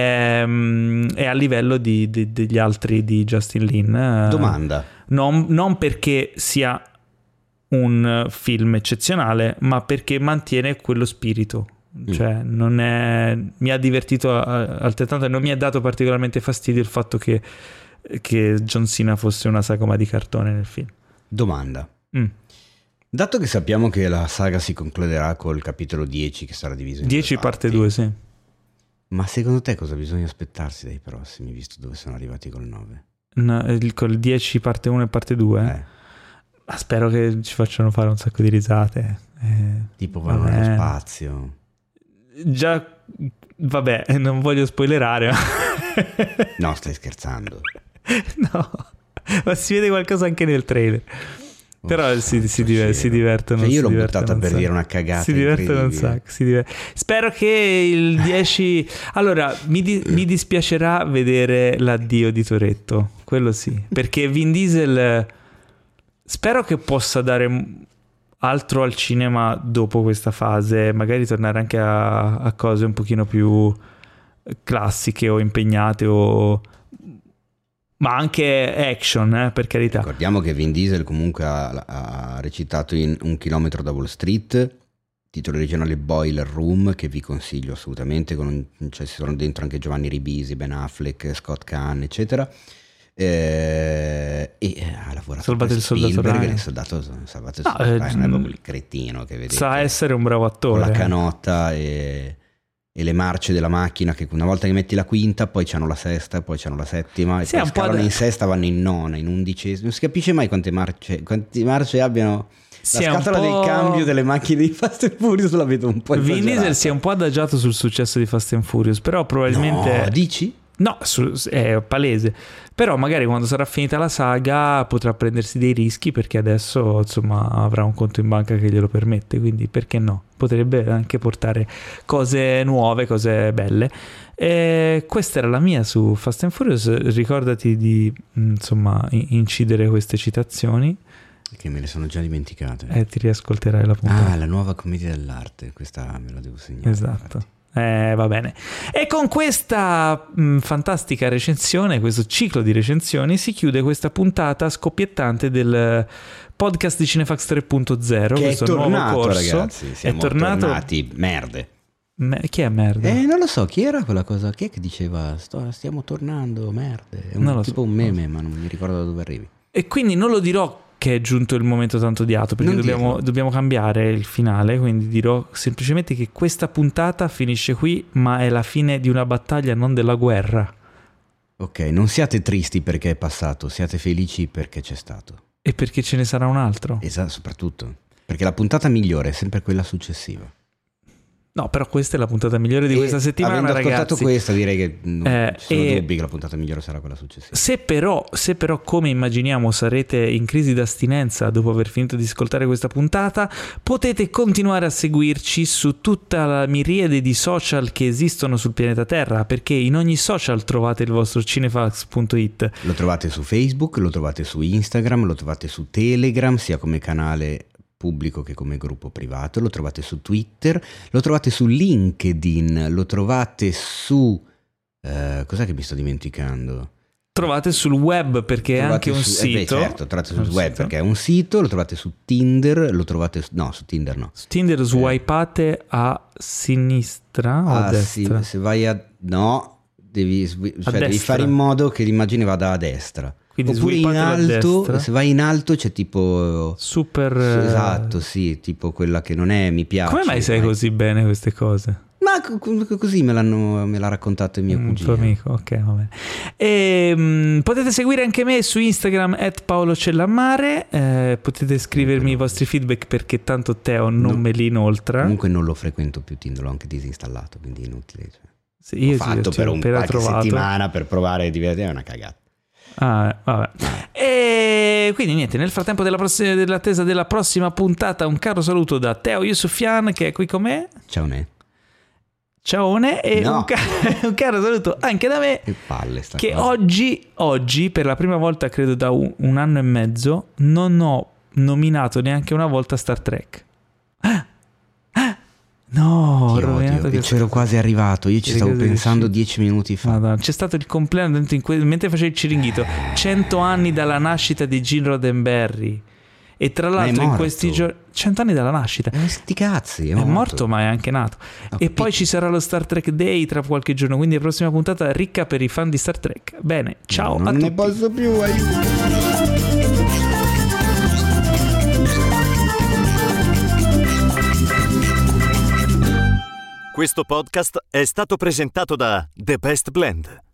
me è a livello degli altri di Justin Lin.
Domanda.
Non perché sia un film eccezionale, ma perché mantiene quello spirito. Cioè mi ha divertito altrettanto, e non mi ha dato particolarmente fastidio il fatto che John Cena fosse una sagoma di cartone nel film.
Domanda. Dato che sappiamo che la saga si concluderà col capitolo 10 che sarà diviso in
10 parte 2, sì.
Ma secondo te cosa bisogna aspettarsi dai prossimi, visto dove sono arrivati col 9?
Col 10 parte 1 e parte 2? Spero che ci facciano fare un sacco di risate.
Tipo vanno nello spazio.
Già, vabbè, non voglio spoilerare.
No, stai scherzando.
No, ma si vede qualcosa anche nel trailer. Però si divertono.
Cioè io l'ho buttata per dire una cagata.
Si divertono un sacco. Spero che il 10. Allora, mi dispiacerà vedere l'addio di Toretto. Quello sì. Perché Vin Diesel spero che possa dare altro al cinema dopo questa fase, magari tornare anche a cose un pochino più classiche o impegnate ma anche action, per carità.
Ricordiamo che Vin Diesel comunque ha recitato in Un chilometro da Wall Street, titolo originale Boiler Room, che vi consiglio assolutamente, ci sono dentro anche Giovanni Ribisi, Ben Affleck, Scott Caan, eccetera. E ha lavorato
Salvate
per
il soldato
Spielberg,
Ryan.
Salvate il soldato Ryan, non è proprio il cretino che vedete,
sa essere un bravo attore,
con la canotta e le marce della macchina, che una volta che metti la quinta poi c'hanno la sesta, poi c'hanno la settima, e poi scalano in sesta, vanno in nona, in 11, non si capisce mai quante marce abbiano. La scatola del cambio delle macchine di Fast and Furious la vedo un po' esagerata.
Vin Diesel si è un po' adagiato sul successo di Fast and Furious, però probabilmente...
No, dici?
No, è palese. Però magari quando sarà finita la saga potrà prendersi dei rischi, perché adesso insomma avrà un conto in banca che glielo permette, quindi perché no? Potrebbe anche portare cose nuove, cose belle. E questa era la mia su Fast and Furious. Ricordati di insomma incidere queste citazioni,
che me le sono già dimenticate.
Ti riascolterai la puntata.
La nuova commedia dell'arte, questa me la devo segnare.
Esatto.
Infatti.
Va bene. E con questa fantastica recensione, questo ciclo di recensioni, si chiude questa puntata scoppiettante del podcast di Cinefax 3.0,
che
questo
è tornato,
nuovo corso.
Ragazzi, siamo
è tornato.
Tornati, merde.
Chi è merda?
Non lo so, chi era quella cosa? Chi è che diceva stiamo tornando, merde? È un meme, ma non mi ricordo da dove arrivi.
E quindi non lo dirò che è giunto il momento tanto odiato, perché dobbiamo cambiare il finale, quindi dirò semplicemente che questa puntata finisce qui, ma è la fine di una battaglia, non della guerra.
Ok, non siate tristi perché è passato, siate felici perché c'è stato.
E perché ce ne sarà un altro.
Esatto, soprattutto. Perché la puntata migliore è sempre quella successiva.
No, però questa è la puntata migliore di questa settimana,
avendo
ragazzi.
ascoltato questa, direi che non ci sono dubbi che la puntata migliore sarà quella successiva. Se
però, come immaginiamo, sarete in crisi d'astinenza dopo aver finito di ascoltare questa puntata, potete continuare a seguirci su tutta la miriade di social che esistono sul pianeta Terra, perché in ogni social trovate il vostro cinefax.it.
Lo trovate su Facebook, lo trovate su Instagram, lo trovate su Telegram, sia come canale pubblico che come gruppo privato, lo trovate su Twitter, lo trovate su LinkedIn, lo trovate su cos'è che mi sto dimenticando?
Trovate sul web, perché è anche un sito.
Certo, trovate sul web perché è un sito, lo trovate su Tinder, lo trovate su Tinder no.
Su Tinder swipate a sinistra o a destra?
Sì, se vai devi fare in modo che l'immagine vada a destra.
Quindi
oppure in alto, se vai in alto c'è tipo
super
esatto, sì, tipo quella che non è mi piace.
Come mai sai così bene queste cose?
Ma così me l'ha raccontato il mio cugino.
Tuo amico, ok, va bene. E, potete seguire anche me su Instagram @paolocellammare, potete scrivermi i vostri feedback, perché tanto Teo non me li inoltra.
Comunque non lo frequento più Tinder, l'ho anche disinstallato, quindi è inutile. Cioè.
Sì, io
l'ho fatto per qualche settimana per provare, è una cagata.
Vabbè. E quindi niente, nel frattempo dell'attesa della prossima puntata, un caro saluto da Teo Yusufian, che è qui con me. Ciaone, e un caro saluto anche da me, che oggi per la prima volta credo da un anno e mezzo non ho nominato neanche una volta Star Trek. No,
io c'ero quasi arrivato. Io ci stavo pensando 10 minuti fa.
Madonna, c'è stato il compleanno mentre facevo il Ciringhito, 100 anni dalla nascita di Gene Roddenberry. E tra l'altro in questi giorni 100 anni dalla nascita.
Sti cazzi,
è morto, ma è anche nato. E poi ci sarà lo Star Trek Day tra qualche giorno, quindi la prossima puntata ricca per i fan di Star Trek. Bene, ciao a tutti.
Non ne posso più,
Questo podcast è stato presentato da The Best Blend.